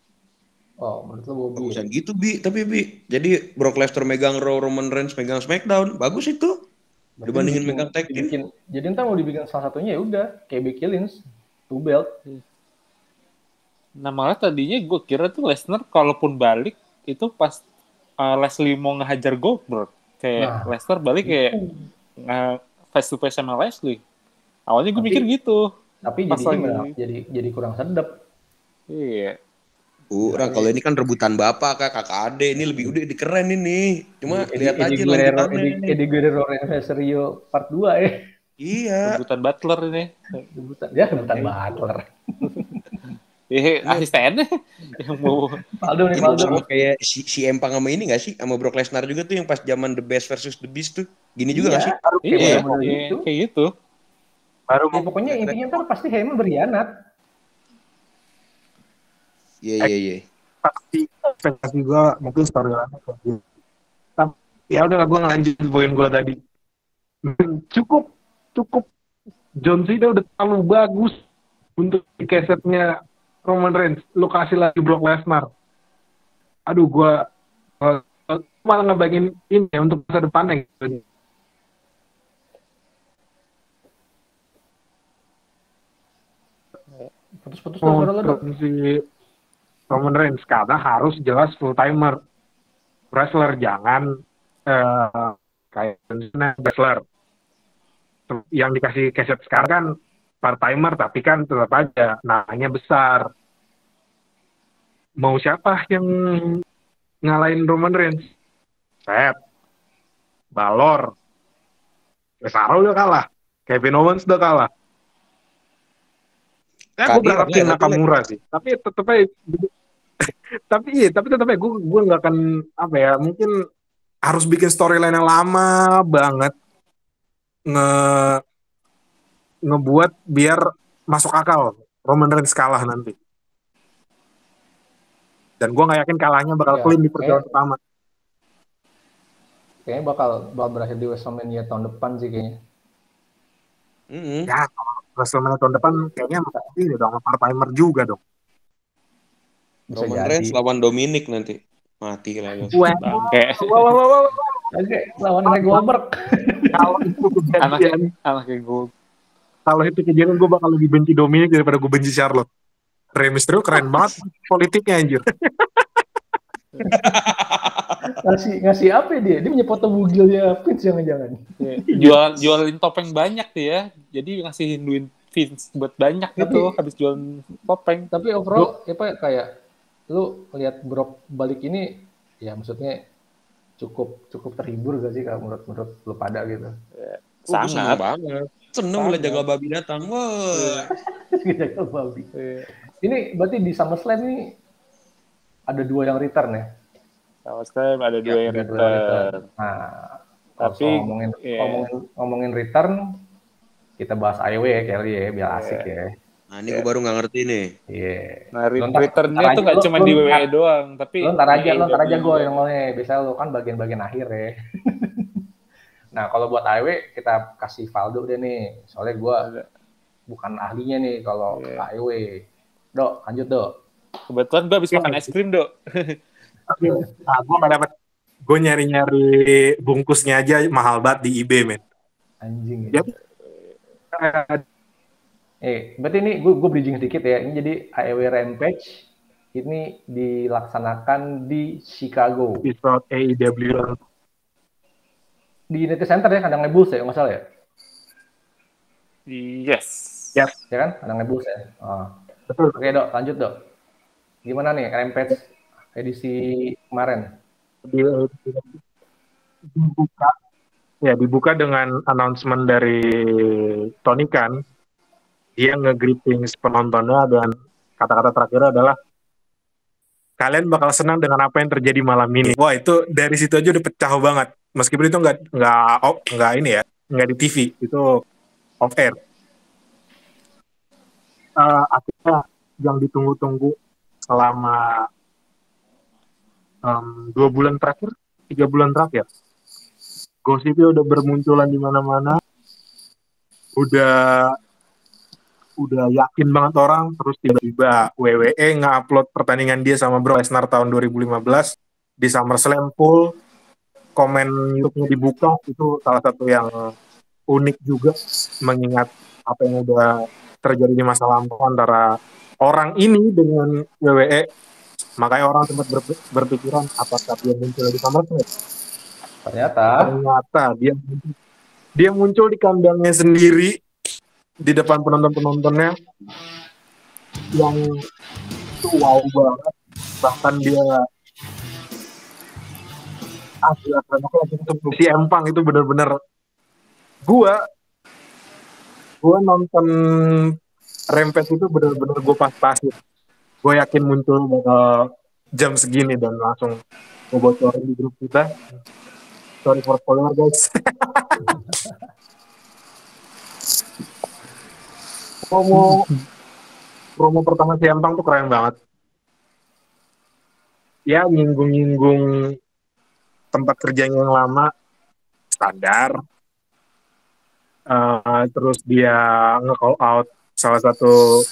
Oh, menurut lo Bobby. Bagusan ya? Gitu, Bi. Tapi, Bi, jadi Brock Lesnar megang Raw, Roman Reigns megang SmackDown. Bagus itu. Berarti dibandingin dibikin, megang tag team. Jadi ntar mau dibikin salah satunya ya udah kayak Becky Lynch, two belt. Nah, malah tadinya gue kira tuh Lesnar kalaupun balik itu pas uh, Leslie mau ngehajar Goldberg. Kayak nah, Lesnar balik kayak uh, face to face sama Leslie. Awalnya gue mikir gitu. Tapi jadi, lagi... jadi jadi kurang sedap. Iya. Kurang, kalau ini kan rebutan bapak kak, kakak ade, ini lebih udah keren ini. Cuma Edi, lihat Edi aja lanjutannya. Eddie Guerrero Serio part dua ya. Iya. Rebutan Butler ini. Rebutan, ya rebutan Butler. Iya, asistennya yang mau Faldo nih, Faldo. Sama kayak si, si Empang sama ini gak sih? Sama Brock Lesnar juga tuh yang pas zaman The Best versus The Beast tuh. Gini juga iya, gak sih? Iya, iya, iya gitu. Kayak gitu. Baru ya, pokoknya intinya ntar pasti Heyman berkhianat. Iya, iya, iya. Pasti ekspektasi gue mungkin storyline-nya kayak gitu. Ya udah gue ngelanjut poin gue tadi. Cukup, cukup. John Cena udah terlalu bagus untuk di kesetnya Roman Reigns. Lu kasih lagi Brock Lesnar. Aduh, gue uh, malah ngebayangin ini ya untuk masa depannya gitu. Putus-putus oh, dong, si Roman Reigns karena harus jelas full timer wrestler, jangan uh, kayak wrestler yang dikasih keset sekarang kan part timer tapi kan tetap aja namanya besar. Mau siapa yang ngalahin Roman Reigns? Seth, Balor, Cesaro udah kalah, Kevin Owens udah kalah. Ya gue berharap ya, Nakamura sih, tapi tetep aja, tapi iya, tapi tetep aja gue gue nggak akan apa ya, mungkin harus bikin storyline yang lama banget nge ngebuat biar masuk akal Roman Reigns kalah nanti. Dan gue nggak yakin kalahnya bakal ya, clean di perjalanan pertama. Kayaknya bakal bakal berakhir di WrestleMania tahun depan sih kayaknya. Mm-hmm. Ya, WrestleMania tahun depan kayaknya ini dong, part-timer juga dong. Bisa Roman Reigns lawan Dominic nanti. Mati lah. Oke. Oke, lawan Ray Goldberg. Kalau itu kejadian, anaknya gue. Kalau itu kejadian gue bakal lebih benci Dominic daripada gue benci Charlotte. Rey Mysterio keren banget politiknya anjir. ngasih ngasih apa ya dia? Dia punya foto bugilnya Vince jangan-jangan. Ya, jual jualin topeng banyak tuh ya. Jadi ngasihin duit Vince buat banyak tapi, gitu habis jual topeng. Tapi overall ya Pak, kayak lu lihat Brock balik ini ya maksudnya cukup cukup terhibur gak sih kalau menurut menurut lu pada gitu? Ya, oh, sangat banget. Seneng lihat jagal babi datang. Wah. Jagal babi. Ya. Ini berarti di SummerSlam ini ada dua yang return ya? SummerSlam ada dua ya, yang return. return. Nah, tapi ngomongin, yeah. ngomongin ngomongin return, kita bahas A E W ya kali ya, biar asik yeah. ya. Nah ini yeah. gue baru nggak ngerti nih. Iya. Yeah. Nah returnnya tuh nggak cuma di W W E doang, tapi lo ntar aja, lo ntar aja gue yang ngomongnya. Biasanya lo kan bagian-bagian akhir ya. Nah kalau buat A E W kita kasih Faldo deh nih, soalnya gue bukan ahlinya nih kalau yeah. A E W. Dok, lanjut Dok. Kebetulan gue habis makan es krim Dok. Nah, gue nggak dapet. Gue nyari-nyari bungkusnya aja mahal banget di eBay men. Anjing. Ya. Eh, berarti ini gue gue bridging sedikit ya. Ini jadi A E W Rampage ini dilaksanakan di Chicago. Episode A E W. Di United Center ya, kandangnya Bulls ya, nggak salah ya? Yes. Yes. Ya kan, kandangnya Bulls ya. Oh. Betul. Oke Dok, lanjut Dok. Gimana nih Rampage edisi kemarin? Dibuka, ya dibuka dengan announcement dari Tony Khan. Dia nge-greeting penontonnya dan kata-kata terakhir adalah kalian bakal senang dengan apa yang terjadi malam ini. Wah itu dari situ aja udah pecah banget. Meskipun itu nggak nggak oh, nggak ini ya, nggak di T V, itu off air. Uh, akhirnya yang ditunggu-tunggu selama um, dua bulan terakhir, tiga bulan terakhir, gosipnya udah bermunculan di mana-mana, udah udah yakin banget orang, terus tiba-tiba W W E nge-upload pertandingan dia sama Brock Lesnar tahun dua ribu lima belas di SummerSlam full, komen YouTube-nya dibuka, itu salah satu yang unik juga mengingat apa yang udah terjadi di masa lampau antara orang ini dengan W W E. Makanya orang sempat ber- berpikiran apakah dia muncul di SummerSlam. Ternyata Ternyata dia dia muncul di kandangnya sendiri di depan penonton-penontonnya yang itu wow banget. Bahkan dia asli aku lagi ketemu si Empang itu benar-benar gua gua nonton Rampage itu benar-benar gua pas-pasin. Gue yakin muncul bakal jam segini dan langsung gue bocorin di grup kita. Sorry for spoiler guys. promo promo pertama si Empang tuh keren banget. Ya nyinggung-nyinggung tempat kerjanya yang lama, standar. Uh, terus dia nge-call out salah satu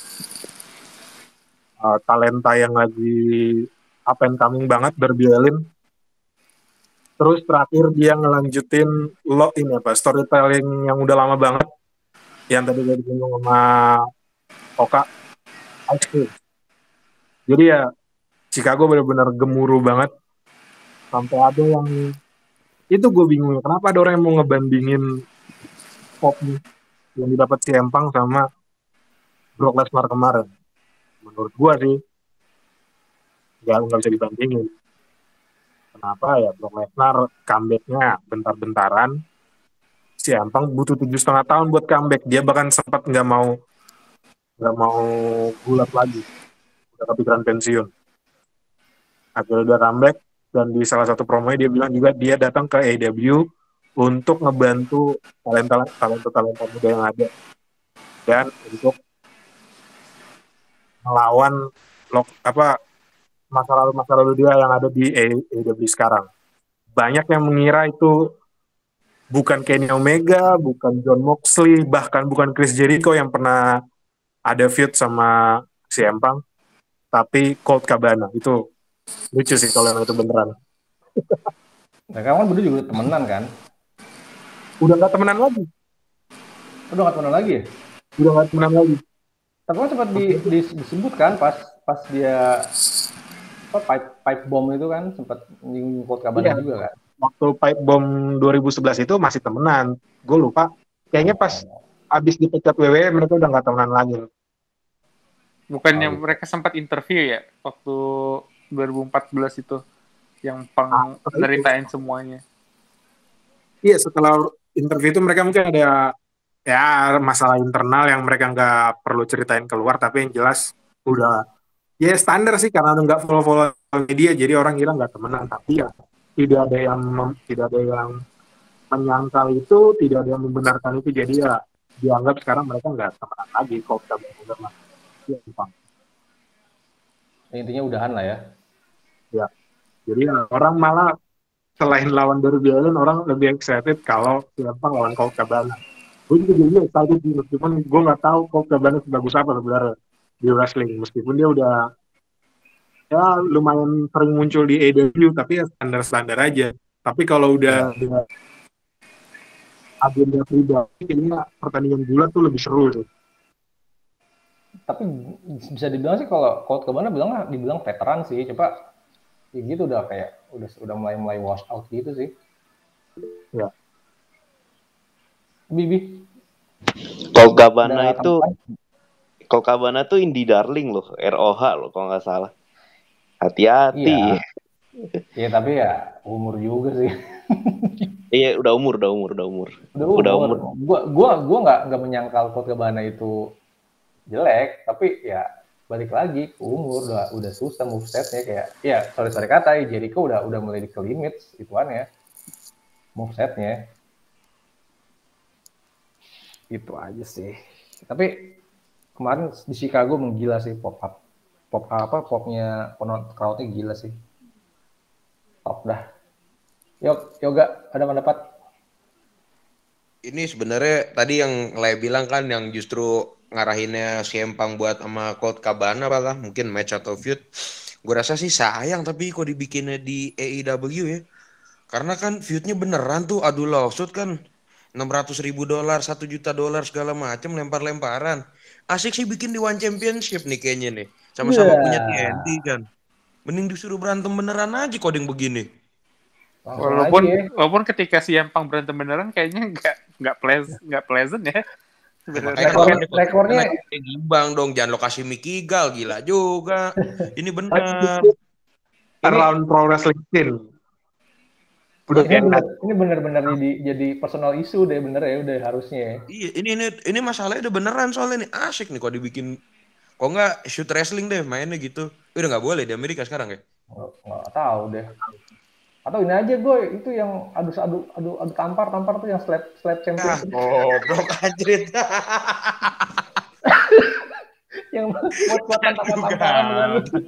uh, talenta yang lagi up and coming banget, Darby Allin. Terus terakhir dia ngelanjutin lo ini apa storytelling yang udah lama banget yang tadi gue disinggung sama Oka, Ice Cream. Jadi ya Chicago benar-benar gemuruh banget sampai ada yang itu gue bingung kenapa ada orang yang mau ngebandingin pop yang didapat si Empang sama Brock Lesnar kemarin. Menurut gue sih nggak nggak bisa dibandingin. Kenapa ya Brock Lesnar comeback-nya bentar-bentaran, si Empang butuh tujuh setengah tahun buat comeback. Dia bahkan sempat nggak mau nggak mau gulat lagi, udah kepikiran pensiun. Akhirnya udah comeback dan di salah satu promonya dia bilang juga dia datang ke A E W untuk ngebantu talenta talenta talenta muda yang ada dan untuk melawan lok, apa masa lalu masa lalu dia yang ada di A E W sekarang. Banyak yang mengira itu bukan Kenny Omega, bukan Jon Moxley, bahkan bukan Chris Jericho yang pernah ada feud sama si Empang, tapi Colt Cabana. Itu lucu sih kalau yang itu beneran. Mereka kan berdua juga temenan kan? Udah nggak temenan lagi. Udah nggak temenan lagi ya? Udah nggak temenan lagi. Tapi kan sempat di, di, disebut kan pas pas dia apa pipe pipe bomb itu kan sempat nyinggung Colt Cabana iya, juga kan. Waktu pipe bomb dua ribu sebelas itu masih temenan. Gue lupa. Kayaknya pas abis dipecat W W E mereka udah nggak temenan lagi. Bukannya oh, mereka sempat interview ya waktu dua ribu empat belas itu yang pang ah, ceritain semuanya. Iya, setelah interview itu mereka mungkin ada ya masalah internal yang mereka nggak perlu ceritain keluar, tapi yang jelas udah ya standar sih karena nggak follow-follow media jadi orang kira nggak temenan, tapi ya tidak ada yang mem- tidak ada yang menyangkal itu, tidak ada yang membenarkan itu, jadi ya dianggap sekarang mereka nggak temenan lagi kalau kita benar ya, intinya udahan lah ya. Ya, jadi ya, orang malah selain lawan Darby Allin orang lebih excited kalau siapa lawan Colt Cabana. Gue juga jadi excited sih, meskipun gue nggak tahu Colt Cabana sebagus apa sebenarnya di wrestling, meskipun dia udah ya lumayan sering muncul di A E W, tapi ya standar-standar aja. Tapi kalau udah ya. agenda pribadi, kayaknya pertandingan bulat tuh lebih seru tuh. Tapi bisa dibilang sih kalau Colt Cabana bilang dibilang veteran sih, coba ya gitu udah kayak udah udah mulai mulai wash out gitu sih. Ya. Bibi. Colt Cabana itu Colt Cabana tuh indie darling loh, R O H loh kalau nggak salah. Hati-hati. Iya. Iya tapi ya umur juga sih. Iya udah umur, udah umur, udah umur. Udah umur. Udah umur. Gua gua gua nggak nggak menyangkal Colt Cabana itu jelek, tapi ya balik lagi ke umur udah udah susah movesetnya kayak ya sorry sorry kata Jericho udah udah mulai di ke limit ituannya movesetnya itu aja sih. Tapi kemarin di Chicago menggila sih pop up pop apa popnya penonton crowdnya gila sih top dah. Yuk Yoga ada pendapat? Ini sebenarnya tadi yang Lea bilang kan yang justru ngarahinnya si Empang buat sama Colt Cabana lah, mungkin match atau feud. Gue rasa sih sayang tapi kok dibikinnya di A E W ya. Karena kan feudnya beneran tuh adu lawsuit kan enam ratus ribu dolar, satu juta dolar segala macem lempar-lemparan. Asik sih bikin di One Championship nih kayaknya nih. Sama-sama punya T N T Iya. kan. Mending disuruh berantem beneran aja coding begini. Langsung Walaupun aja. walaupun ketika si Empang berantem beneran kayaknya nggak nggak pleasant nggak pleasant ya. Ya, Sebenarnya. makanya Rekor- makanya kok- rekornya- makanya kayak gimbang dong, jangan lo kasih Mickey Gal, gila juga. Ini benar. Around pro wrestling scene. Udah Ini kayak bener, ini bener-bener jadi jadi personal issue deh, bener ya, udah harusnya. Iya, ini ini ini masalahnya udah beneran soalnya nih asik nih kok dibikin. Kok nggak shoot wrestling deh mainnya gitu. Udah nggak boleh di Amerika sekarang ya. Nggak, nggak tahu deh. Atau ini aja gue itu yang adu adu adu adu tampar tampar tuh yang slap slap Ah, champion goblok anjrit. yang buat kuatan tampar tamparan gitu.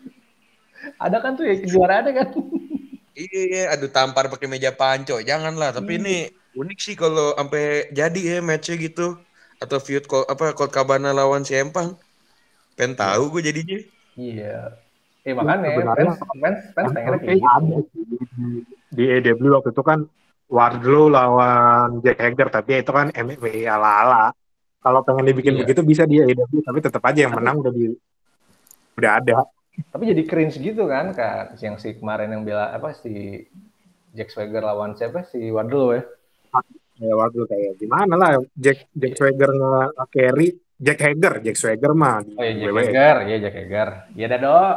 Ada kan tuh ya kejuaraan kan. Iya, aduh tampar pakai meja panco, janganlah. Tapi ini unik sih kalau sampai jadi ya matchnya gitu. Atau feud Col- apa Colt Cabana lawan si Empang. Pengen tahu gue jadinya. Iya. Eh makanya sebenarnya fans fans fans pengennya M M A kayak gitu. ada sih di, di A E W waktu itu kan Wardlow lawan Jack Hager, tapi itu kan M M A ala-ala. Kalau pengen dibikin Iya. begitu bisa di A E W, tapi tetap aja yang menang udah di udah ada. Tapi jadi cringe gitu kan, kan yang si kemarin yang bela apa si Jack Swagger lawan siapa si Wardlow ya. Ya Wardlow kayak gimana lah Jack Jack Swagger nge-carry Jack Hager, Jack Swagger mah di Oh iya Jack W W E. Hager, iya Jack Hager. Iya dah dok.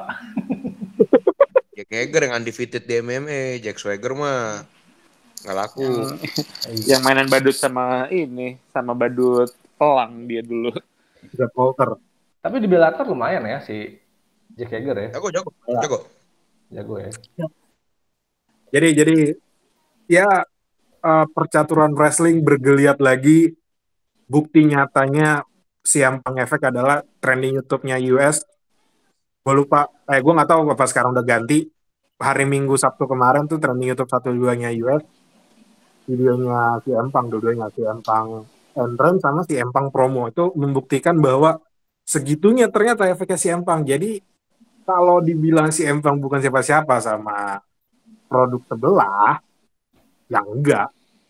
Jack Hager yang undefeated di M M A, Jack Swagger mah nggak laku. Yang mainan badut sama ini sama badut pelang dia dulu. Jack Walter. Tapi di Bellator lumayan ya si Jack Hager ya. Jago, jago, jago. Jago ya. Jadi jadi ya uh, percaturan wrestling bergeliat lagi. Bukti nyatanya si Empang Efek adalah trending YouTube-nya U S. Gue lupa, eh gue nggak tahu apa sekarang udah ganti. Hari Minggu Sabtu kemarin tuh trending YouTube satu duanya U S. Videonya si Empang, dua-duanya si Empang entrance sama si Empang promo itu membuktikan bahwa segitunya ternyata efeknya si Empang. Jadi kalau dibilang si Empang bukan siapa-siapa sama produk sebelah, ya enggak.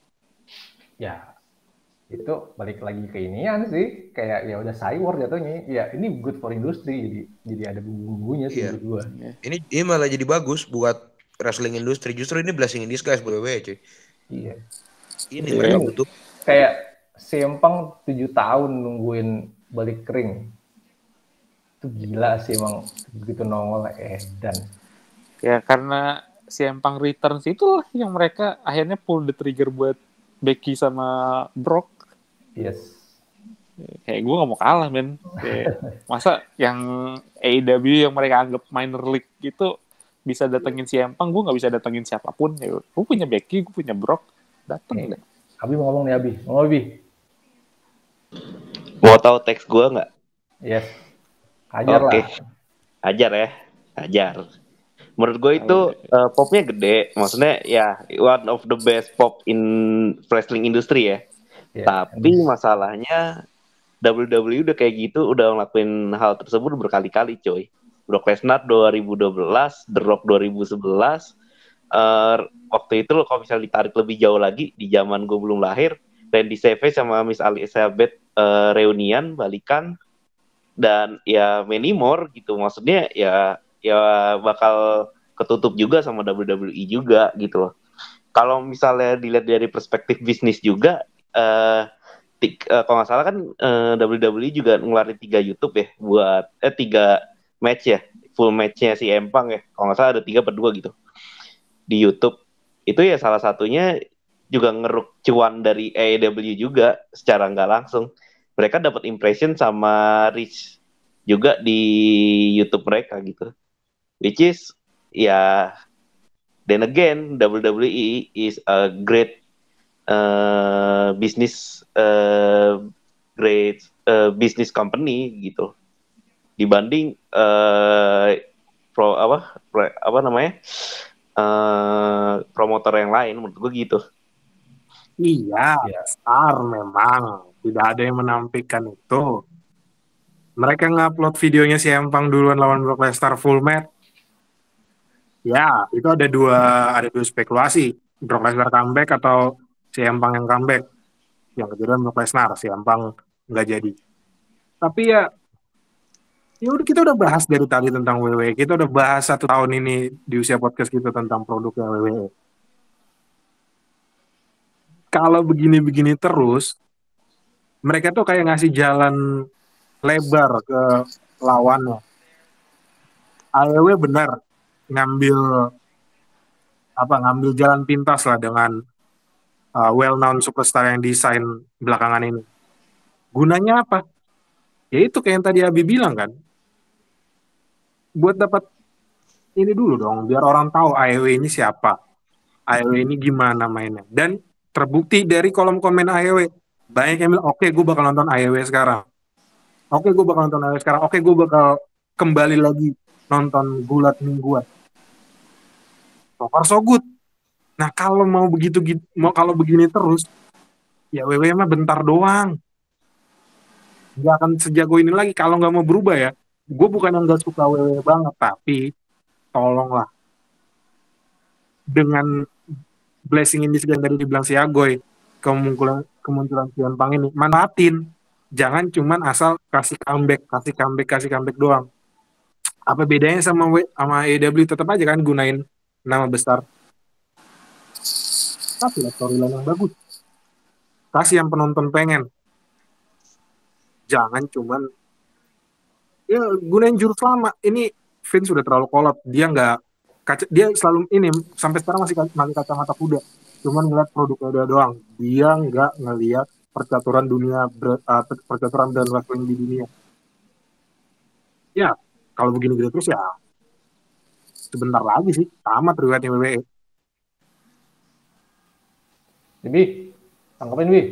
Ya itu balik lagi ke inian sih, kayak ya udah cyber jatuhnya. Ya ini good for industry, jadi jadi ada bumbu-bumbunya sih Iya. menurut gua. Ini ini malah jadi bagus buat wrestling industri. Justru ini blessing in disguise buat W W E cuy. Iya. Ini Iya. mereka butuh. Kayak si Empang tujuh tahun nungguin balik ring. Itu gila sih emang begitu nongol edan. Ya karena si Empang Returns itu yang mereka akhirnya pull the trigger buat Becky sama Brock. Yes. Kayak gue gak mau kalah men. Kayak, masa yang A E W yang mereka anggap minor league gitu bisa datengin si Empang, gue gak bisa datengin siapapun. Ya, gue punya Becky, gue punya Brock, dateng Nih, deh. Abi mau ngomong nih Abi, ngomong Abi. Mau tahu teks gue nggak? Yes. Hajar Oke. lah. Hajar ya, hajar. Menurut gue itu uh, popnya gede, maksudnya ya one of the best pop in wrestling industry ya. Ya, Tapi masalahnya W W E udah kayak gitu, udah ngelakuin hal tersebut berkali-kali coy. Brock Lesnar dua ribu dua belas, The Rock dua ribu sebelas. Uh, waktu itu kalau misalnya ditarik lebih jauh lagi, di zaman gue belum lahir, Randy Savage sama Miss Elizabeth uh, reunian, balikan. Dan ya many more gitu, maksudnya ya ya bakal ketutup juga sama W W E juga gitu loh. Kalau misalnya dilihat dari perspektif bisnis juga, uh, tik, uh, kalau nggak salah kan uh, W W E juga ngeluarin tiga YouTube ya buat eh tiga match ya, full matchnya si Empang ya. Kalau nggak salah ada tiga berdua gitu di YouTube. Itu ya salah satunya juga ngeruk cuan dari A E W juga secara nggak langsung. Mereka dapat impression sama reach juga di YouTube mereka gitu. Which is ya then again W W E is a great uh, business uh, great uh, business company gitu. Dibanding uh, pro apa pro, apa namanya? Uh, promotor yang lain menurut gue gitu. Iya, Ya. besar memang. Tidak ada yang menampilkan itu. Mereka ngupload videonya si Empang duluan lawan Brock Lesnar full match. Ya, itu ada dua ada dua spekulasi. Brock Lesnar comeback atau si Empang yang comeback. Yang kejadian Brock Lesnar, si Empang nggak jadi. Tapi ya, ya udah kita udah bahas dari tadi tentang W W E. Kita udah bahas satu tahun ini di usia podcast kita tentang produknya W W E. Kalau begini-begini terus, mereka tuh kayak ngasih jalan lebar ke lawannya. A E W benar ngambil apa ngambil jalan pintas lah dengan uh, well-known superstar yang desain belakangan ini. Gunanya apa? Ya itu kayak yang tadi Abi bilang kan. Buat dapat ini dulu dong, biar orang tahu A E W ini siapa. A E W ini gimana mainnya. Dan terbukti dari kolom komen A E W. Banyak yang bilang, oke okay, gue bakal nonton A E W sekarang. Oke okay, gue bakal nonton A E W sekarang. Oke okay, gue bakal kembali lagi nonton gulat mingguan. So far so good. Nah kalau mau begitu, mau kalau begini terus, ya W W E mah bentar doang. Gak akan sejago ini lagi kalau nggak mau berubah ya. Gue bukan yang nggak suka W W E banget, tapi tolonglah dengan blessing ini sedang dari dibilang si Agoy, kemunculan kemunculan si Empang ini, manfaatin. Jangan cuman asal kasih comeback, kasih comeback, kasih comeback doang. Apa bedanya sama w, sama A E W? Tetap aja kan gunain nama besar. Kasih storyline yang bagus. Kasih yang penonton pengen. Jangan cuman ya gunain jurus lama. Ini Vince sudah terlalu kolot. Dia nggak kaca, dia selalu ini sampai sekarang masih masih kacamata kuda. Cuman ngeliat produknya doang. Dia nggak ngeliat percaturan dunia uh, percaturan dan wrestling di dunia. Ya kalau begini-begini terus ya sebentar lagi sih tamat riwayatnya W W E. Jadi tangkapin Bi.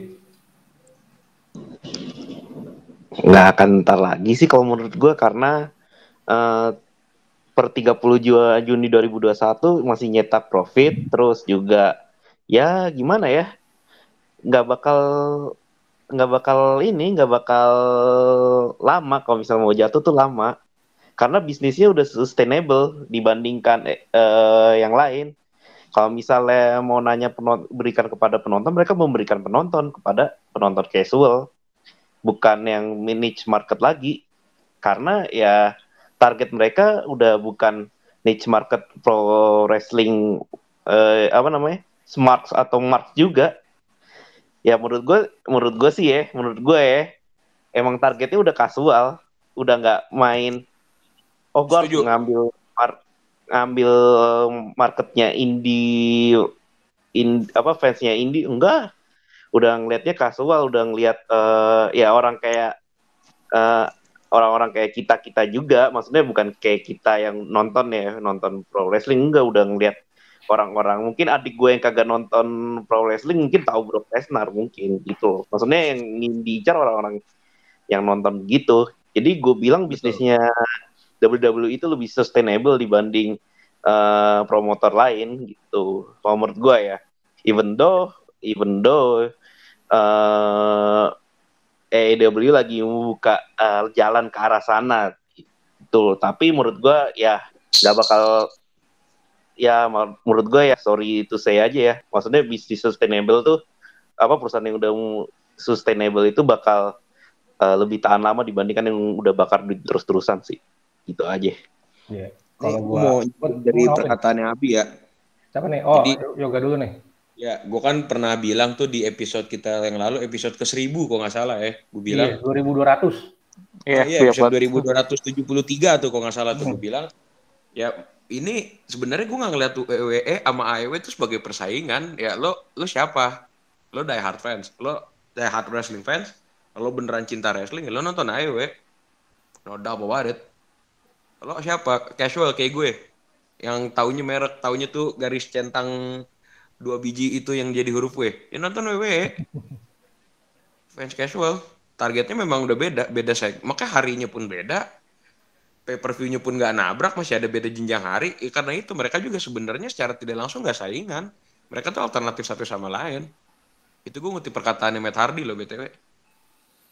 Nggak akan ntar lagi sih kalau menurut gue karena uh, per tiga puluh Juni dua ribu dua puluh satu masih nyetak profit, terus juga ya gimana ya, nggak bakal nggak bakal ini nggak bakal lama kalau misalnya mau jatuh tuh lama karena bisnisnya udah sustainable dibandingkan eh, yang lain. Kalau misalnya mau nanya penonton, berikan kepada penonton, mereka memberikan penonton kepada penonton casual, bukan yang niche market lagi. Karena ya target mereka udah bukan niche market pro wrestling eh, apa namanya smart atau mark juga. Ya menurut gue, menurut gue sih ya, menurut gue ya, emang targetnya udah casual, udah nggak main. Oh gue harus ngambil mar- ngambil marketnya indie, in apa fansnya indie, enggak. Udah ngelihatnya casual, udah ngelihat uh, ya orang kayak uh, orang-orang kayak kita kita juga, maksudnya bukan kayak kita yang nonton ya nonton pro wrestling, enggak, udah ngelihat orang-orang, mungkin adik gue yang kagak nonton pro wrestling mungkin tahu Brock Lesnar mungkin gitu, maksudnya yang ingin diincar orang-orang yang nonton gitu. Jadi gue bilang bisnisnya W W E itu lebih sustainable dibanding uh, promotor lain gitu, kalau menurut gue ya, even though even though uh, A E W lagi membuka uh, jalan ke arah sana gitu. Tapi menurut gue ya nggak bakal, ya menurut gue ya sorry to say aja ya, maksudnya bisnis sustainable tuh apa, perusahaan yang udah sustainable itu bakal uh, lebih tahan lama dibandingkan yang udah bakar duit terus-terusan sih, gitu aja. Iya. Kalau gua mau dari perkataannya Abi ya. Siapa nih? Oh, Jadi, Yoga dulu nih. Ya, gue kan pernah bilang tuh di episode kita yang lalu, episode ke seribu kok nggak salah ya. Gue bilang. Iya, dua ribu dua ratus. Iya, oh, iya episode dua ribu dua ratus tujuh puluh tiga tuh kok nggak salah tuh. Hmm. Gue bilang, ya ini sebenarnya gue nggak ngeliat tuh W W E sama A E W itu sebagai persaingan. Ya lo, lo siapa? Lo die hard fans. Lo die hard wrestling fans. Lo beneran cinta wrestling, ya lo nonton A E W. No doubt about it. Lo siapa? Casual kayak gue. Yang taunya merek, taunya tuh garis centang dua biji itu yang jadi huruf W. Ya nonton W W E. Fans casual. Targetnya memang udah beda. Beda saya. Makanya harinya pun beda. Pay-per-view-nya pun gak nabrak. Masih ada beda jenjang hari. Ya, karena itu mereka juga sebenarnya secara tidak langsung gak saingan. Mereka tuh alternatif satu sama lain. Itu gue ngutip perkataannya Matt Hardy loh B T W.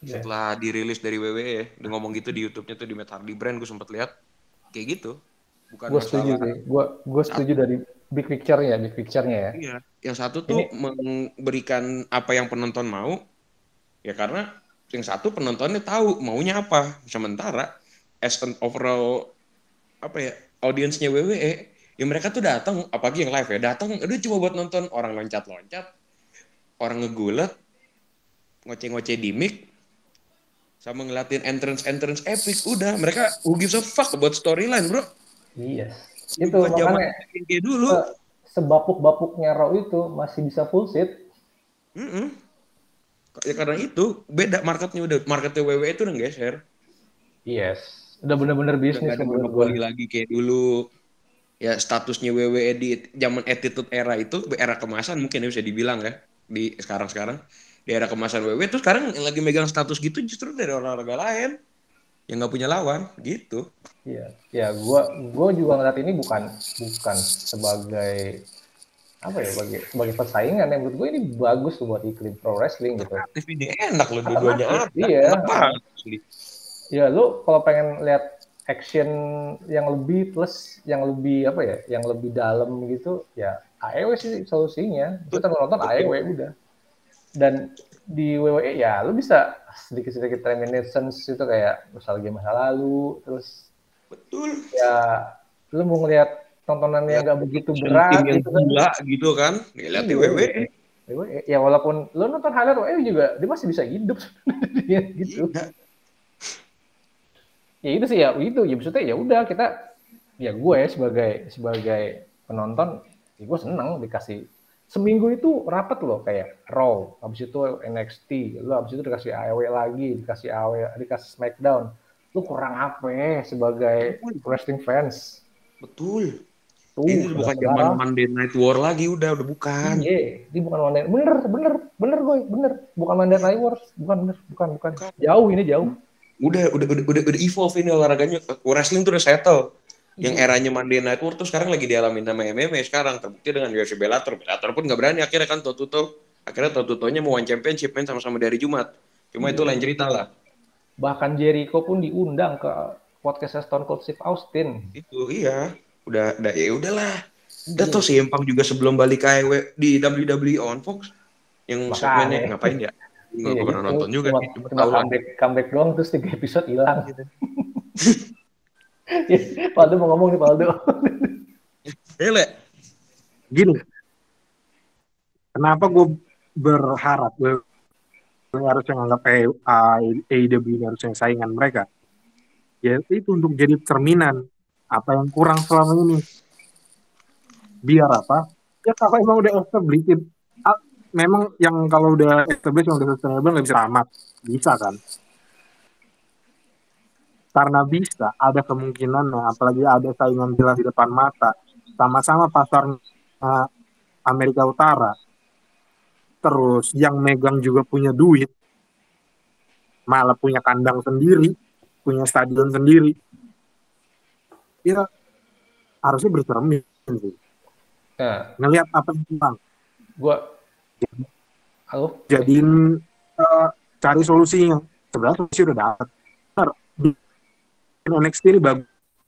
Setelah dirilis dari W W E, dia ngomong gitu di YouTube-nya tuh di Matt Hardy Brand, gue sempet lihat kayak gitu. Bukan Gue setuju masalah. sih. Gue gue setuju dari big picture-nya, big picture-nya ya. Iya. Yang satu tuh Ini memberikan apa yang penonton mau, ya karena yang satu penontonnya tahu maunya apa. Sementara as an overall apa ya audiensnya W W E, ya mereka tuh datang, apalagi yang live ya, datang, udah cuma buat nonton orang loncat-loncat, orang ngegulat, ngoceh-ngoceh di mic, sama ngeliatin entrance-entrance epic. Udah, mereka who gives a fuck about storyline, bro. iya. Ini Itu bukan zaman makanya kayak dulu. se- sebapuk-bapuknya Raw itu masih bisa full seat. Mm-mm. Ya karena itu beda marketnya, udah marketnya W W E itu udah geser. Yes. Udah bener-bener Udah bisnis nggak ada menurut gue. monopoli lagi kayak dulu. Ya statusnya W W E di zaman Attitude Era itu, era kemasan mungkin ya bisa dibilang ya, di sekarang-sekarang di era kemasan W W E tuh sekarang yang lagi megang status gitu justru dari olahraga lain yang nggak punya lawan gitu. Iya, ya gue gue juga ngeliat ini bukan bukan sebagai apa ya, sebagai sebagai persaingan ya. Menurut gue ini bagus tuh buat iklim pro wrestling gitu. Alternatif ini enak loh, dua-duanya ada. Iya. Enak banget. Ya lu kalau pengen lihat action yang lebih plus yang lebih apa ya, yang lebih dalam gitu, ya A E W sih solusinya. Kita nonton A E W udah. Dan di W W E ya lu bisa sedikit-sedikit reminiscence itu kayak nostalgia masa lalu, terus betul ya lu mau ngeliat tontonan yang nggak begitu berat tim yang gitu kan, gila gitu kan, ya lihat di W W E. W W E ya walaupun lu nonton highlight W W E juga dia masih bisa hidup sebenarnya gitu. Iya. Ya itu sih ya itu ya maksudnya ya udah kita ya gue sebagai sebagai penonton ya gue seneng dikasih seminggu itu rapet loh, kayak Raw, habis itu N X T, lu habis itu dikasih A E W lagi, dikasih A E W, dikasih SmackDown. Lu kurang apa ya sebagai wrestling fans? Betul. Tuh, ini bukan zaman Monday Night War lagi, udah udah bukan. Iya, ini bukan Monday. Bener, bener, bener gue, bener. Bukan Monday Night War, bukan, bener, bukan, bukan. Jauh ini jauh. Udah, udah, udah, udah, udah evolve ini olahraganya. Wrestling tuh udah settle. Yang eranya Monday Night War tuh sekarang lagi dialamin sama M M A sekarang. Terbukti dengan U F C Bellator. Bellator pun nggak berani akhirnya kan Toto. Akhirnya Toto-nya mau One Championship main sama-sama dari Jumat. Cuma itu lain cerita lah. Bahkan Jericho pun diundang ke podcastnya Stone Cold Steve Austin. Itu iya. Udah, udah ya udahlah. Udah tuh si Empang juga sebelum balik ke A E W di W W E on Fox. Yang segmennya ngapain ya? Nggak iya, pernah gitu. nonton juga. Cuma, Cuma cuma comeback, comeback doang terus tiga episode hilang. Paldo mau ngomong nih Paldo. Hele. Gini, kenapa gue berharap gue harusnya nganggap A E W ini harusnya saingan mereka? Ya itu untuk jadi cerminan apa yang kurang selama ini. Biar apa? Ya kalau emang udah established, memang yang kalau udah established, yang udah sustainable nggak bisa tamat, bisa kan? Karena bisa, ada kemungkinan, apalagi ada saingan jelas di depan mata, sama-sama pasar uh, Amerika Utara, terus yang megang juga punya duit, malah punya kandang sendiri, punya stadion sendiri, ya harusnya bercermin sih. Nah, ngelihat apa yang kurang. Gua, halo. Jadiin uh, cari solusinya. Sebenarnya solusi udah dapat. N X T ini bagus.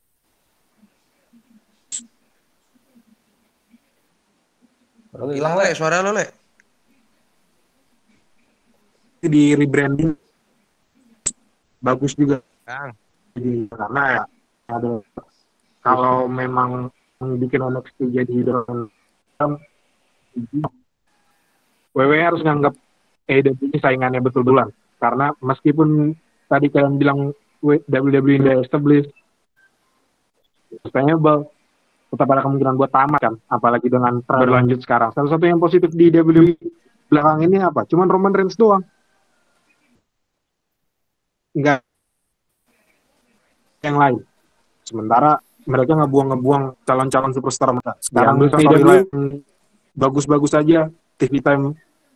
Hilang le, suara lo le. Di rebranding bagus juga. Kang. Jadi karena ya ada kalau memang bikin N X T jadi dengan W W E harus nganggap A E W ini saingannya betul-betulan. Karena meskipun tadi kalian bilang W W E ini established, sustainable, tetap ada kemungkinan buat tamat kan, apalagi dengan berlanjut sekarang. Salah satu yang positif di W W E belakang ini apa? Cuman Roman Reigns doang. Enggak yang lain. Sementara mereka ngebuang-ngebuang calon-calon superstar mereka. Sekarang storyline bagus-bagus aja, T V time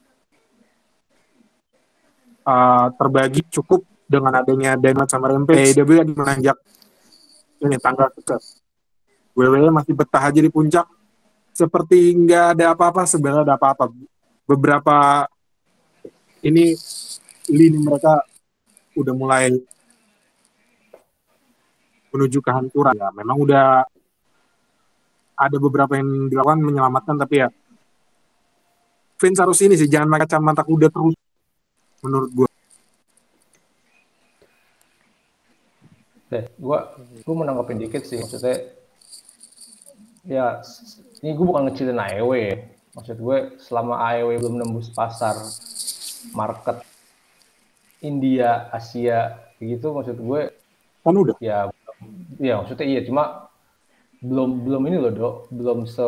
uh, terbagi cukup dengan adanya Dynamite sama Rampage. A E W lagi menanjak ini tangga sukses. W W E masih betah aja di puncak, seperti nggak ada apa-apa. Sebenarnya ada apa-apa. Beberapa ini lini mereka udah mulai menuju kehancuran. Ya, memang udah ada beberapa yang dilakukan menyelamatkan, tapi ya Vince harus ini sih, jangan pakai kacamata kuda terus, menurut gue. Deh, gue gue mau nanggepin dikit sih, maksudnya ya ini gue bukan ngecilin A E W ya. Maksud gue selama A E W belum nembus pasar market India, Asia gitu, maksud gue Kan udah. Ya, ya maksudnya iya, cuma belum belum ini loh dok, belum se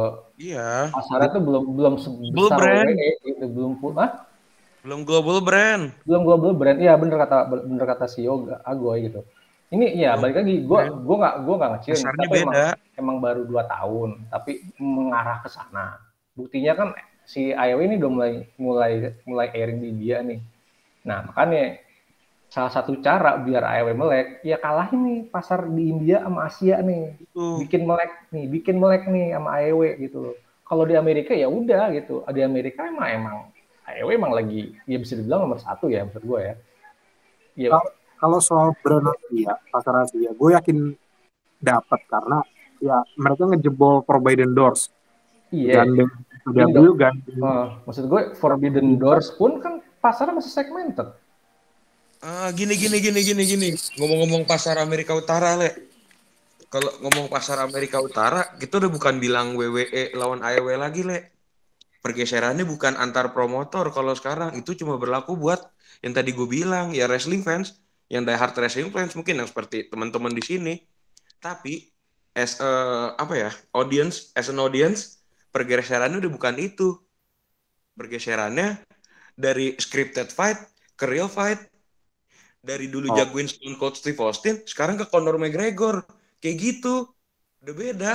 Iya. pasarnya tuh belum belum sebesar W W E gitu, belum ah? Belum global brand. Belum global brand, iya bener kata bener kata C E O Agoy gitu. Ini ya Oh, balik lagi, gue gue nggak gue nggak ngecilin, pasarnya tapi beda. emang, emang baru dua tahun, tapi mengarah ke sana. Buktinya kan si A E W ini udah mulai mulai mulai airing di India nih. Nah makanya salah satu cara biar A E W melek, ya kalahin nih pasar di India sama Asia nih. Itu. Bikin melek nih, bikin melek nih sama A E W gitu loh. Kalau di Amerika ya udah gitu. Di Amerika emang emang A E W emang lagi, ya bisa dibilang nomor satu ya menurut gue ya. Ya. Kalau, kalau soal brand Asia, pasar Asia, gue yakin dapat karena ya mereka ngejebol Forbidden Doors. Iya. Gandeng W, gandeng. Uh, maksud gue Forbidden Doors pun kan pasarnya masih segmented. Ah, gini gini gini gini gini. Ngomong-ngomong pasar Amerika Utara, Le. Kalau ngomong pasar Amerika Utara, kita udah bukan bilang W W E lawan A E W lagi, Le. Pergeserannya bukan antar promotor kalau sekarang, itu cuma berlaku buat yang tadi gue bilang, ya wrestling fans, yang die hard wrestling fans mungkin yang seperti teman-teman di sini. Tapi as a, apa ya, audience, as an audience, pergeserannya udah bukan itu. Pergeserannya dari scripted fight ke real fight. Dari dulu oh. jagoin Stone Cold Steve Austin, sekarang ke Conor McGregor. Kayak gitu. Udah beda.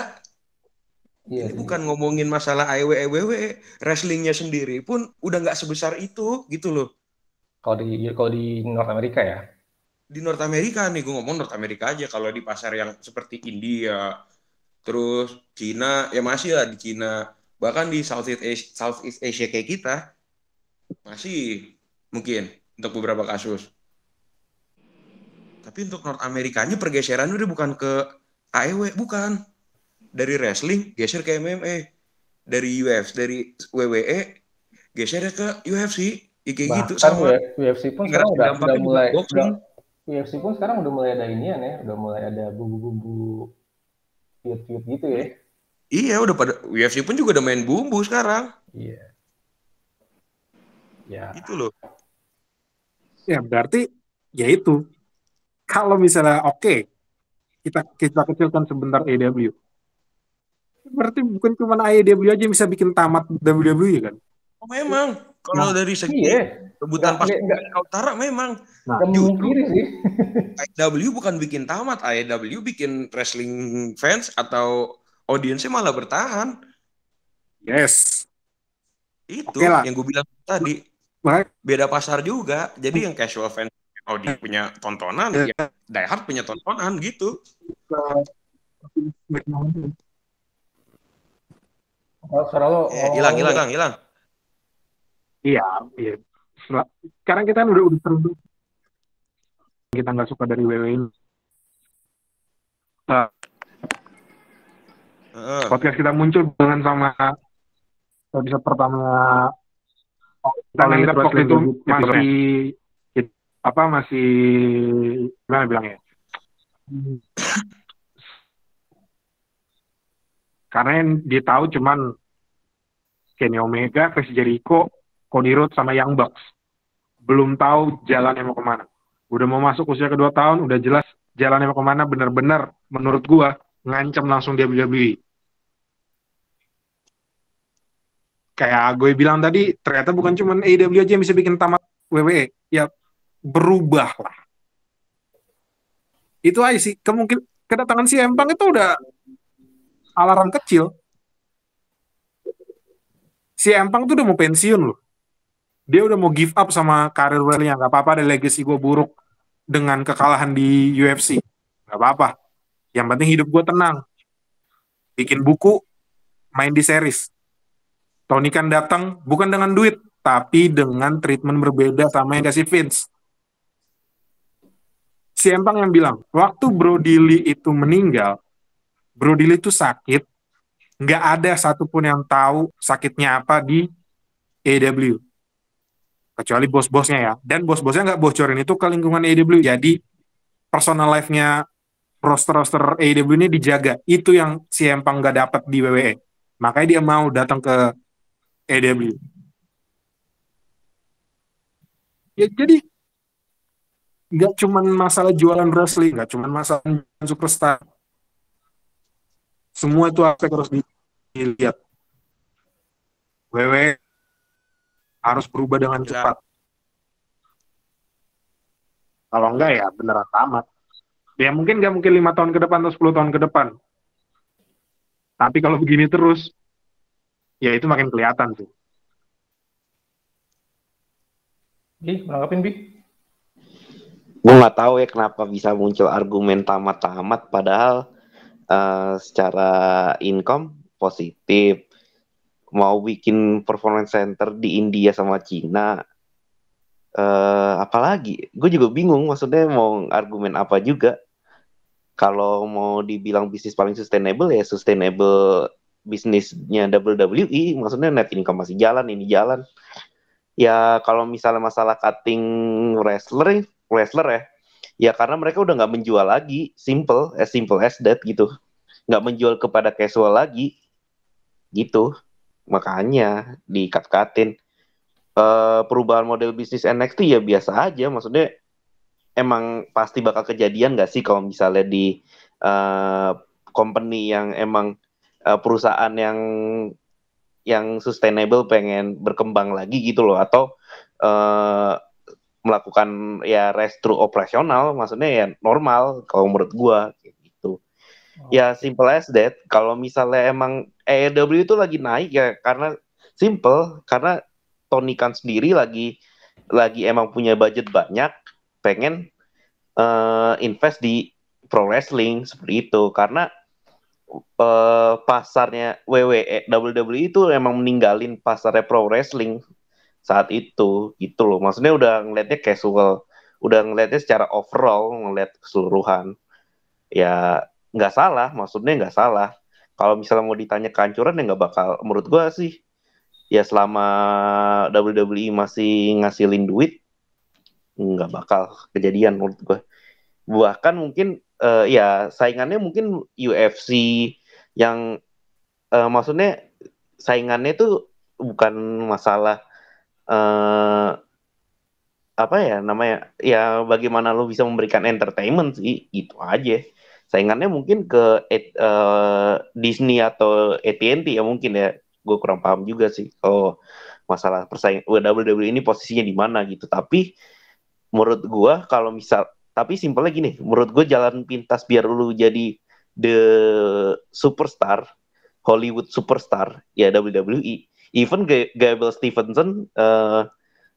Iya, ini iya. Bukan ngomongin masalah A E W, A E W, wrestlingnya sendiri pun udah nggak sebesar itu, gitu loh. Kalau di kalau di North America ya? Di North America nih, gue ngomong North America aja. Kalau di pasar yang seperti India, terus Cina, ya masih lah di Cina. Bahkan di Southeast Asia, Southeast Asia kayak kita, masih mungkin untuk beberapa kasus. Tapi untuk North Amerikanya pergeseran udah bukan ke A E W, bukan. Dari wrestling geser ke M M A. Dari U F C, dari W W E geser ke U F C. Ya kayak bahkan gitu sama. U F C pun sekarang udah, udah mulai udah, U F C pun sekarang udah mulai ada inian ya, udah mulai ada bumbu-bumbu feud-feud gitu ya. Iya, udah pada U F C pun juga udah main bumbu sekarang. Iya. Ya. Itu loh. Ya berarti ya itu. Kalau misalnya oke, okay, kita kita kecilkan sebentar A E W. Berarti bukan cuma A E W aja yang bisa bikin tamat W W E kan? Oh, memang. Kalau nah, dari segi iya. rebutan pasar Amerika Utara memang. Nah, justru sih. A E W bukan bikin tamat, A E W bikin wrestling fans atau audiensnya malah bertahan. Yes. Itu okay yang gue bilang tadi. Beda pasar juga. Jadi yang casual fans audiens punya tontonan, ya die hard punya tontonan gitu. Oh, suara lo hilang, hilang, hilang, hilang. Iya, iya. Sekarang kita kan udah udah terus kita nggak suka dari W W E ini. Uh, uh. Podcast kita muncul dengan sama episode pertama. Kita nganggap waktu itu masih apa masih gimana bilangnya? Karena yang dia tahu cuman Kenny Omega, Chris Jericho, Cody Rhodes sama Young Bucks. Belum tahu jalannya mau kemana. Udah mau masuk usia kedua tahun, udah jelas jalannya mau kemana, bener-bener menurut gua ngancam langsung W W E. Kayak gue bilang tadi, ternyata bukan cuma A E W aja yang bisa bikin tamat W W E. Ya berubah lah. Itu aja sih. Kemungkinan kedatangan si Empang itu udah alarm kecil. Si Empang tuh udah mau pensiun loh. Dia udah mau give up sama karir wrestlingnya. Gak apa-apa ada legacy gue buruk dengan kekalahan di U F C. Gak apa-apa. Yang penting hidup gue tenang. Bikin buku, main di series. Tony Khan datang bukan dengan duit, tapi dengan treatment berbeda sama yang kasih Vince. si Empang yang bilang, waktu Brody Lee itu meninggal, Brody Lee itu sakit, nggak ada satupun yang tahu sakitnya apa di A E W. Kecuali bos-bosnya ya. Dan bos-bosnya nggak bocorin itu ke lingkungan A E W. Jadi personal life-nya roster-roster A E W ini dijaga. Itu yang si Empang nggak dapat di W W E. Makanya dia mau datang ke A E W. Ya jadi nggak cuma masalah jualan wrestling, nggak cuma masalah jualan superstar. Semua itu aspek harus dilihat. W W E harus berubah dengan Gila. cepat. Kalau enggak ya beneran tamat. Ya mungkin nggak mungkin lima tahun ke depan atau sepuluh tahun ke depan. Tapi kalau begini terus, ya itu makin kelihatan sih. Bi, menanggapin Bi? Gue nggak tahu ya kenapa bisa muncul argumen tamat-tamat, padahal uh, secara income positif. Mau bikin performance center di India sama Cina, uh, apalagi? Gue juga bingung, maksudnya mau argumen apa juga. Kalau mau dibilang bisnis paling sustainable ya sustainable bisnisnya W W E, maksudnya net income masih jalan, ini jalan. Ya kalau misalnya masalah cutting wrestler, wrestler ya, ya karena mereka udah nggak menjual lagi, simple, as simple as that gitu, nggak menjual kepada casual lagi, gitu, makanya dikat-katin. Uh, perubahan model bisnis N X T ya biasa aja, maksudnya emang pasti bakal kejadian nggak sih kalau misalnya di uh, company yang emang uh, perusahaan yang yang sustainable pengen berkembang lagi gitu loh, atau uh, melakukan ya restru operasional, maksudnya ya normal kalau menurut gua gitu. Oh. Ya simple as that. Kalau misalnya emang A E W itu lagi naik ya karena simple, karena Tony Khan sendiri lagi lagi emang punya budget banyak, pengen uh, invest di pro wrestling seperti itu, karena uh, pasarnya W W E, W W E itu emang meninggalin pasarnya pro wrestling saat itu gitu loh. Maksudnya udah ngeliatnya casual, udah ngeliatnya secara overall, ngeliat keseluruhan. Ya nggak salah, maksudnya nggak salah. Kalau misalnya mau ditanya kehancuran ya nggak bakal, menurut gue sih ya selama W W E masih ngasilin duit nggak bakal kejadian menurut gue. Bahkan mungkin uh, ya saingannya mungkin U F C yang uh, maksudnya saingannya itu bukan masalah uh, apa ya namanya, ya bagaimana lo bisa memberikan entertainment sih, gitu aja. Saingannya mungkin ke uh, Disney atau A T and T ya mungkin ya, gue kurang paham juga sih kalau masalah persaingan W W E ini posisinya di mana gitu. Tapi menurut gue kalau misal, tapi simpelnya gini, menurut gue jalan pintas biar lu jadi the superstar, Hollywood superstar ya W W E. Even G- Gable Stevenson, uh,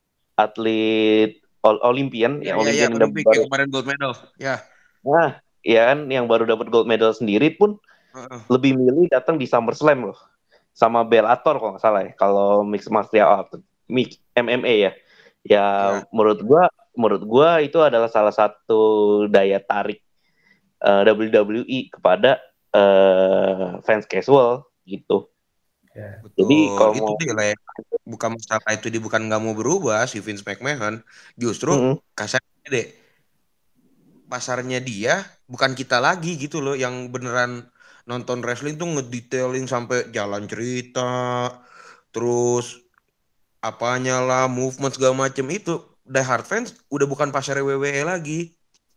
atlet Olympian, ya, ya, ya, Olympian ya, yang Olimpik baru, yang kemarin gold medal, ya. Nah, ya kan yang baru dapat gold medal sendiri pun uh-uh. lebih milih datang di SummerSlam loh, sama Bellator kalau nggak salah ya, kalau mixed martial art, mix M M A ya. Ya, ya. menurut gua, menurut gua itu adalah salah satu daya tarik uh, W W E kepada uh, fans casual gitu. Ya. Betul. Jadi kalau itu mau... dia lah ya. Bukan masalah itu dia bukan nggak mau berubah si Vince McMahon, justru mm-hmm. kasarnya deh pasarnya dia bukan kita lagi gitu loh, yang beneran nonton wrestling tuh ngedetailin sampai jalan cerita, terus apanya lah, movement segala macem. Itu die hard fans udah bukan pasarnya W W E lagi,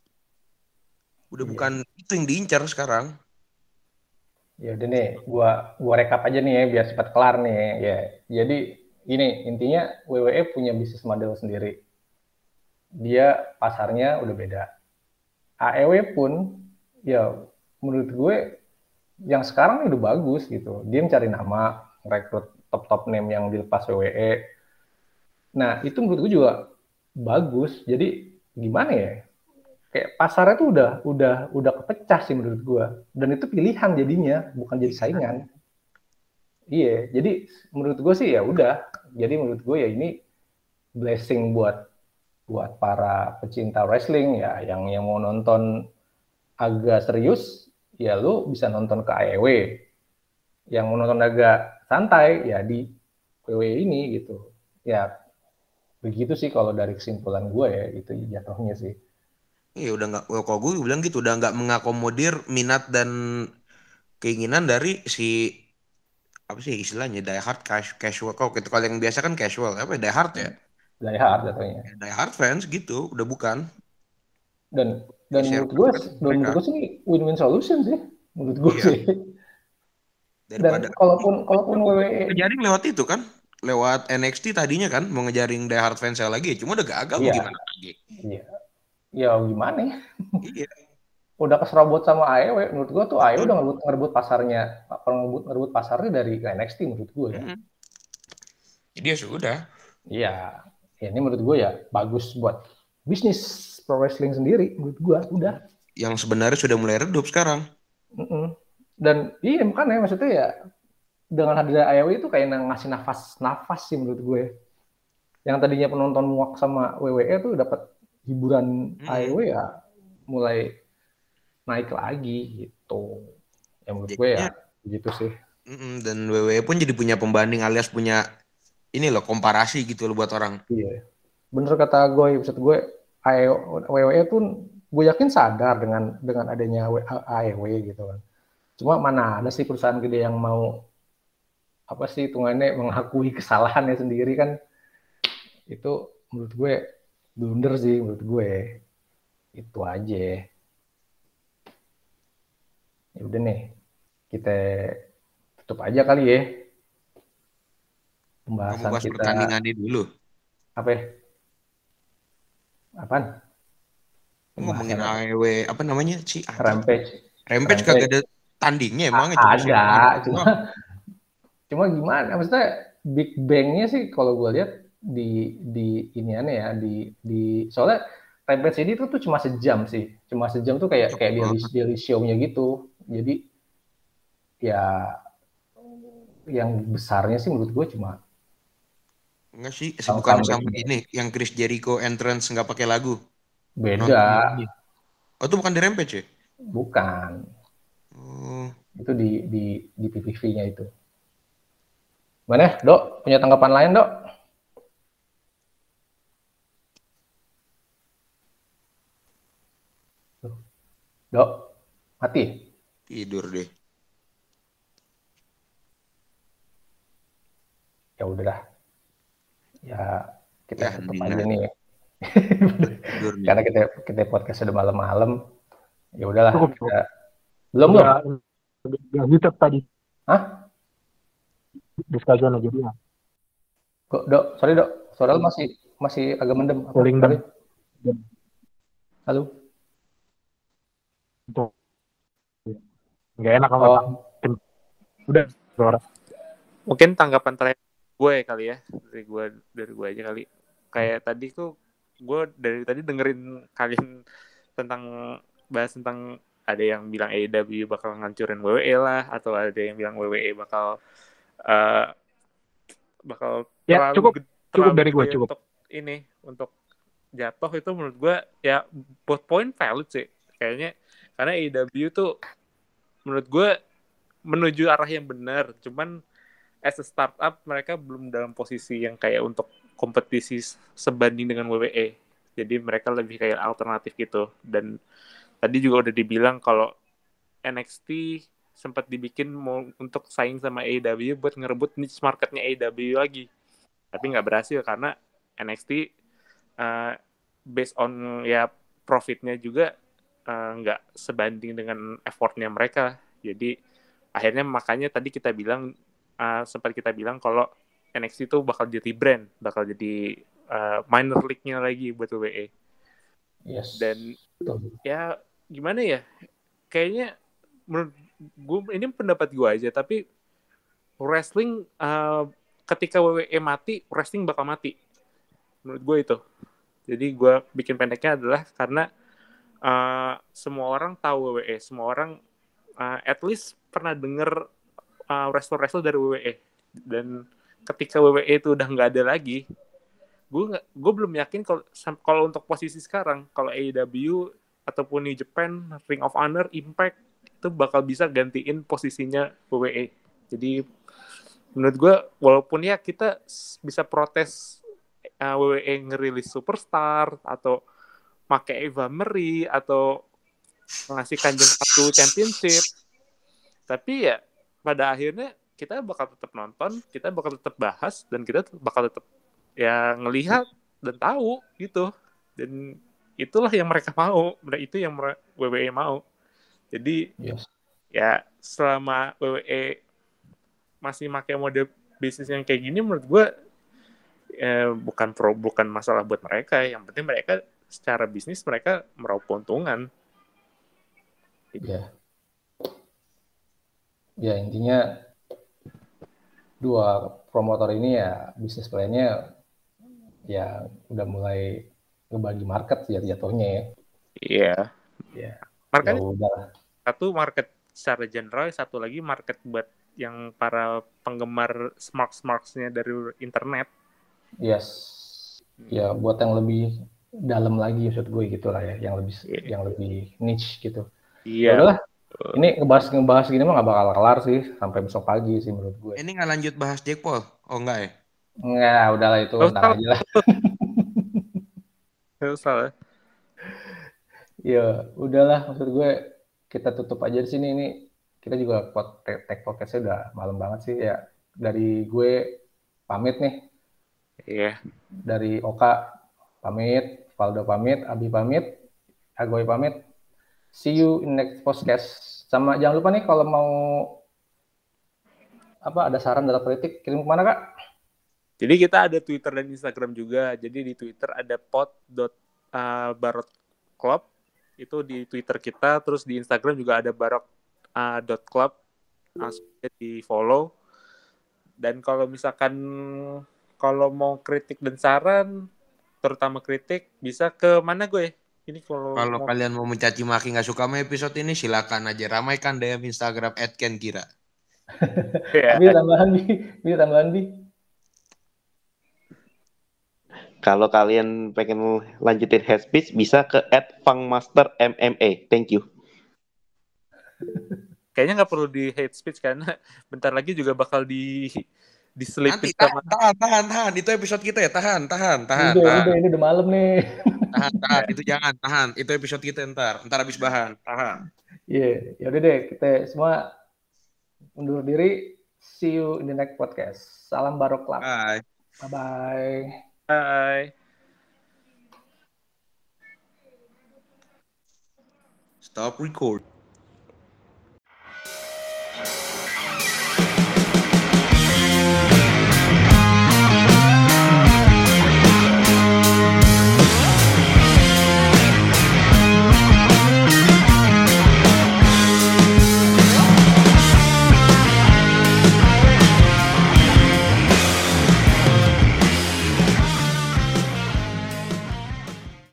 udah yeah. bukan itu yang diincar sekarang. Ya udah nih, gua gua rekap aja nih ya biar cepat kelar nih ya. Jadi gini, intinya W W E punya bisnis model sendiri. Dia pasarnya udah beda. A E W pun ya menurut gue yang sekarang udah bagus gitu. Dia mencari nama, rekrut top-top name yang dilepas W W E. Nah, itu menurut gue juga bagus. Jadi gimana ya? Kayak pasarnya tuh udah udah udah kepecah sih menurut gue, dan itu pilihan jadinya, bukan jadi saingan. Iya, jadi menurut gue sih ya udah, jadi menurut gue ya ini blessing buat buat para pecinta wrestling ya, yang yang mau nonton agak serius ya lu bisa nonton ke A E W, yang mau nonton agak santai ya di W W E ini gitu ya. Begitu sih kalau dari kesimpulan gue ya, itu jatuhnya sih. Iya udah nggak, kalau gue bilang gitu udah nggak mengakomodir minat dan keinginan dari si apa sih istilahnya die hard casual. Kalau gitu kalau yang biasa kan casual apa ya, die hard ya. Die hard jatuhnya. Ya, die hard fans gitu udah bukan. Dan dan Share menurut gue, dan mereka. menurut gue sih win-win solution sih menurut gue Iya. sih. Daripada Dan kalaupun kalaupun W W E ngejaring lewat itu kan, lewat N X T tadinya kan mau ngejaring die hard fans lagi, cuma udah gagal mau iya, gimana lagi. iya. Ya gimana ya? Iya. Udah keserobot sama A E W, menurut gue tuh A E W udah ngerebut, ngerebut pasarnya, ngerebut, ngerebut pasarnya dari N X T menurut gue ya. Hmm. Jadi ya sudah. Iya, ya, ini menurut gue ya bagus buat bisnis pro wrestling sendiri menurut gue udah. Yang sebenarnya sudah mulai redup sekarang. Mm-mm. Dan iya makanya maksudnya ya dengan hadirnya A E W itu kayak ngasih nafas-nafas sih menurut gue. Yang tadinya penonton muak sama W W E tuh dapat hiburan hmm. A E W ya mulai naik lagi gitu. Ya menurut gue ya gitu sih. Dan W W E pun jadi punya pembanding alias punya ini loh komparasi gitu loh buat orang. Iya. Bener kata gue, maksud gue W W E pun gue yakin sadar dengan dengan adanya A E W gitu kan. Cuma mana ada sih perusahaan gede yang mau apa sih hitungannya mengakui kesalahannya sendiri kan, itu menurut gue blunder sih menurut gue. Itu aja. Ya udah nih, kita tutup aja kali ya pembahasan Kamu bahas kita. Pertandingannya dulu. Apa ya? Apaan? Ngomongin A E W apa namanya sih? Rampage. Rampage kagak ada tandingnya emang itu. Ada, cuma cuma gimana? Maksudnya Big Bang-nya sih kalau gue lihat di di iniannya ya di di soalnya Rampage ini tuh, tuh cuma sejam sih, cuma sejam tuh kayak kayak daily, daily show-nya gitu. Jadi ya yang besarnya sih menurut gue cuma enggak sih, bukan sama ini yang Chris Jericho entrance nggak pakai lagu. Beda. Oh itu bukan di Rampage ya? Bukan. Oh. Itu di di di P P V-nya itu. Mana, Dok? Punya tanggapan lain, Dok? Dok, mati? Tidur deh. Ya udah dah. Ya kita ya, tutup aja nih. Karena kita kita podcast udah malam-malam. Ya udahlah. Cukup, kita... Belum belum. Ya, YouTube tadi. Hah? Diskusian aja dia. Kok, Dok, sorry Dok. Suara lu masih masih agak mendem. Apa? Halo. Tuh. Nggak enak sama oh. Udah suara. Mungkin tanggapan terakhir gue kali ya dari gue dari gue aja kali. Kayak tadi tuh gue dari tadi dengerin kalian tentang bahas tentang ada yang bilang A E W bakal ngancurin W W E lah, atau ada yang bilang W W E bakal uh, bakal ya, terlalu cukup terlalu cukup dari gue cukup untuk ini untuk jatuh. Itu menurut gue ya both point valid sih kayaknya, karena A E W tuh menurut gue menuju arah yang benar, cuman as a startup mereka belum dalam posisi yang kayak untuk kompetisi sebanding dengan W W E. Jadi mereka lebih kayak alternatif gitu. Dan tadi juga udah dibilang kalau N X T sempat dibikin mau untuk saing sama A E W buat ngerebut niche marketnya A E W lagi. Tapi nggak berhasil karena N X T uh, based on ya profitnya juga uh, nggak sebanding dengan effortnya mereka. Jadi akhirnya makanya tadi kita bilang uh, sempat kita bilang kalau N X T itu bakal jadi brand, bakal jadi uh, minor league-nya lagi buat W W E. Yes. Dan ya gimana ya? Kayaknya menurut gue ini pendapat gue aja, tapi wrestling uh, ketika W W E mati, wrestling bakal mati. Menurut gue itu. Jadi gue bikin pendeknya adalah karena uh, semua orang tahu W W E, semua orang uh, at least pernah denger uh, wrestler-wrestler dari W W E. Dan ketika W W E itu udah nggak ada lagi, gue nggak gue belum yakin kalau kalau untuk posisi sekarang kalau A E W ataupun New Japan, Ring of Honor, Impact itu bakal bisa gantiin posisinya W W E. Jadi menurut gue walaupun ya kita bisa protes uh, W W E ngerilis superstar atau make Eva Marie atau ngasih Kanjeng satu championship, tapi ya pada akhirnya kita bakal tetap nonton, kita bakal tetap bahas, dan kita bakal tetap ya ngelihat dan tahu gitu. Dan itulah yang mereka mau, itu yang W W E mau. Jadi yes. ya selama W W E masih pakai mode bisnis yang kayak gini, menurut gue eh, bukan pro, bukan masalah buat mereka. Yang penting mereka secara bisnis mereka meraup keuntungan. Ya, ya intinya dua promotor ini ya bisnis plan-nya ya udah mulai ngebagi market ya jatuhnya ya. Iya. Ya. Market ya udah. Satu market secara general, satu lagi market buat yang para penggemar smart-smarts-nya dari internet. Yes. Ya buat yang lebih dalam lagi maksud gue gitu lah ya, yang lebih yeah. yang lebih niche gitu. Iya. Udahlah. Ini ngebahas ngebahas gini mah nggak bakal kelar sih sampai besok pagi sih menurut gue. Ini nggak lanjut bahas Jake Paul? Oh enggak ya? Enggak, udahlah itu oh, ntar aja lah. Salah. Ya, udahlah maksud gue kita tutup aja di sini. Ini kita juga tag podcastnya udah malam banget sih ya. Dari gue pamit nih. Iya. Yeah. Dari Oka pamit, Valdo pamit, Abi pamit, Agoy pamit. See you in next podcast. Sama jangan lupa nih kalau mau apa ada saran dalam kritik kirim kemana Kak? Jadi kita ada Twitter dan Instagram juga. Jadi di Twitter ada pod.barot.club. Itu di Twitter kita. Terus di Instagram juga ada barok.club. Langsung aja di follow. Dan kalau misalkan kalau mau kritik dan saran, terutama kritik, bisa ke mana gue? Ini kalau kalau mau... kalian mau mencaci maki nggak suka sama episode ini, silakan aja ramaikan D M Instagram at ken kira. Bi tambahan Bi, Bi tambahan Bi. Kalau kalian pengen lanjutin head speech bisa ke at fangmaster M M A. Thank you. Kayaknya nggak perlu di hate speech karena bentar lagi juga bakal di diselipin sama. Tahan, tahan, tahan. Itu episode kita ya. Tahan, tahan, tahan. Udah, tahan. udah ini udah malam nih. Tahan, tahan. Itu jangan, tahan. Itu episode kita ntar. Ntar habis bahan. Tahan. Iya, yeah. Ya udah deh. Kita semua undur diri. See you in the next podcast. Salam Barok Club. Bye. Bye-bye. Bye. Stop record.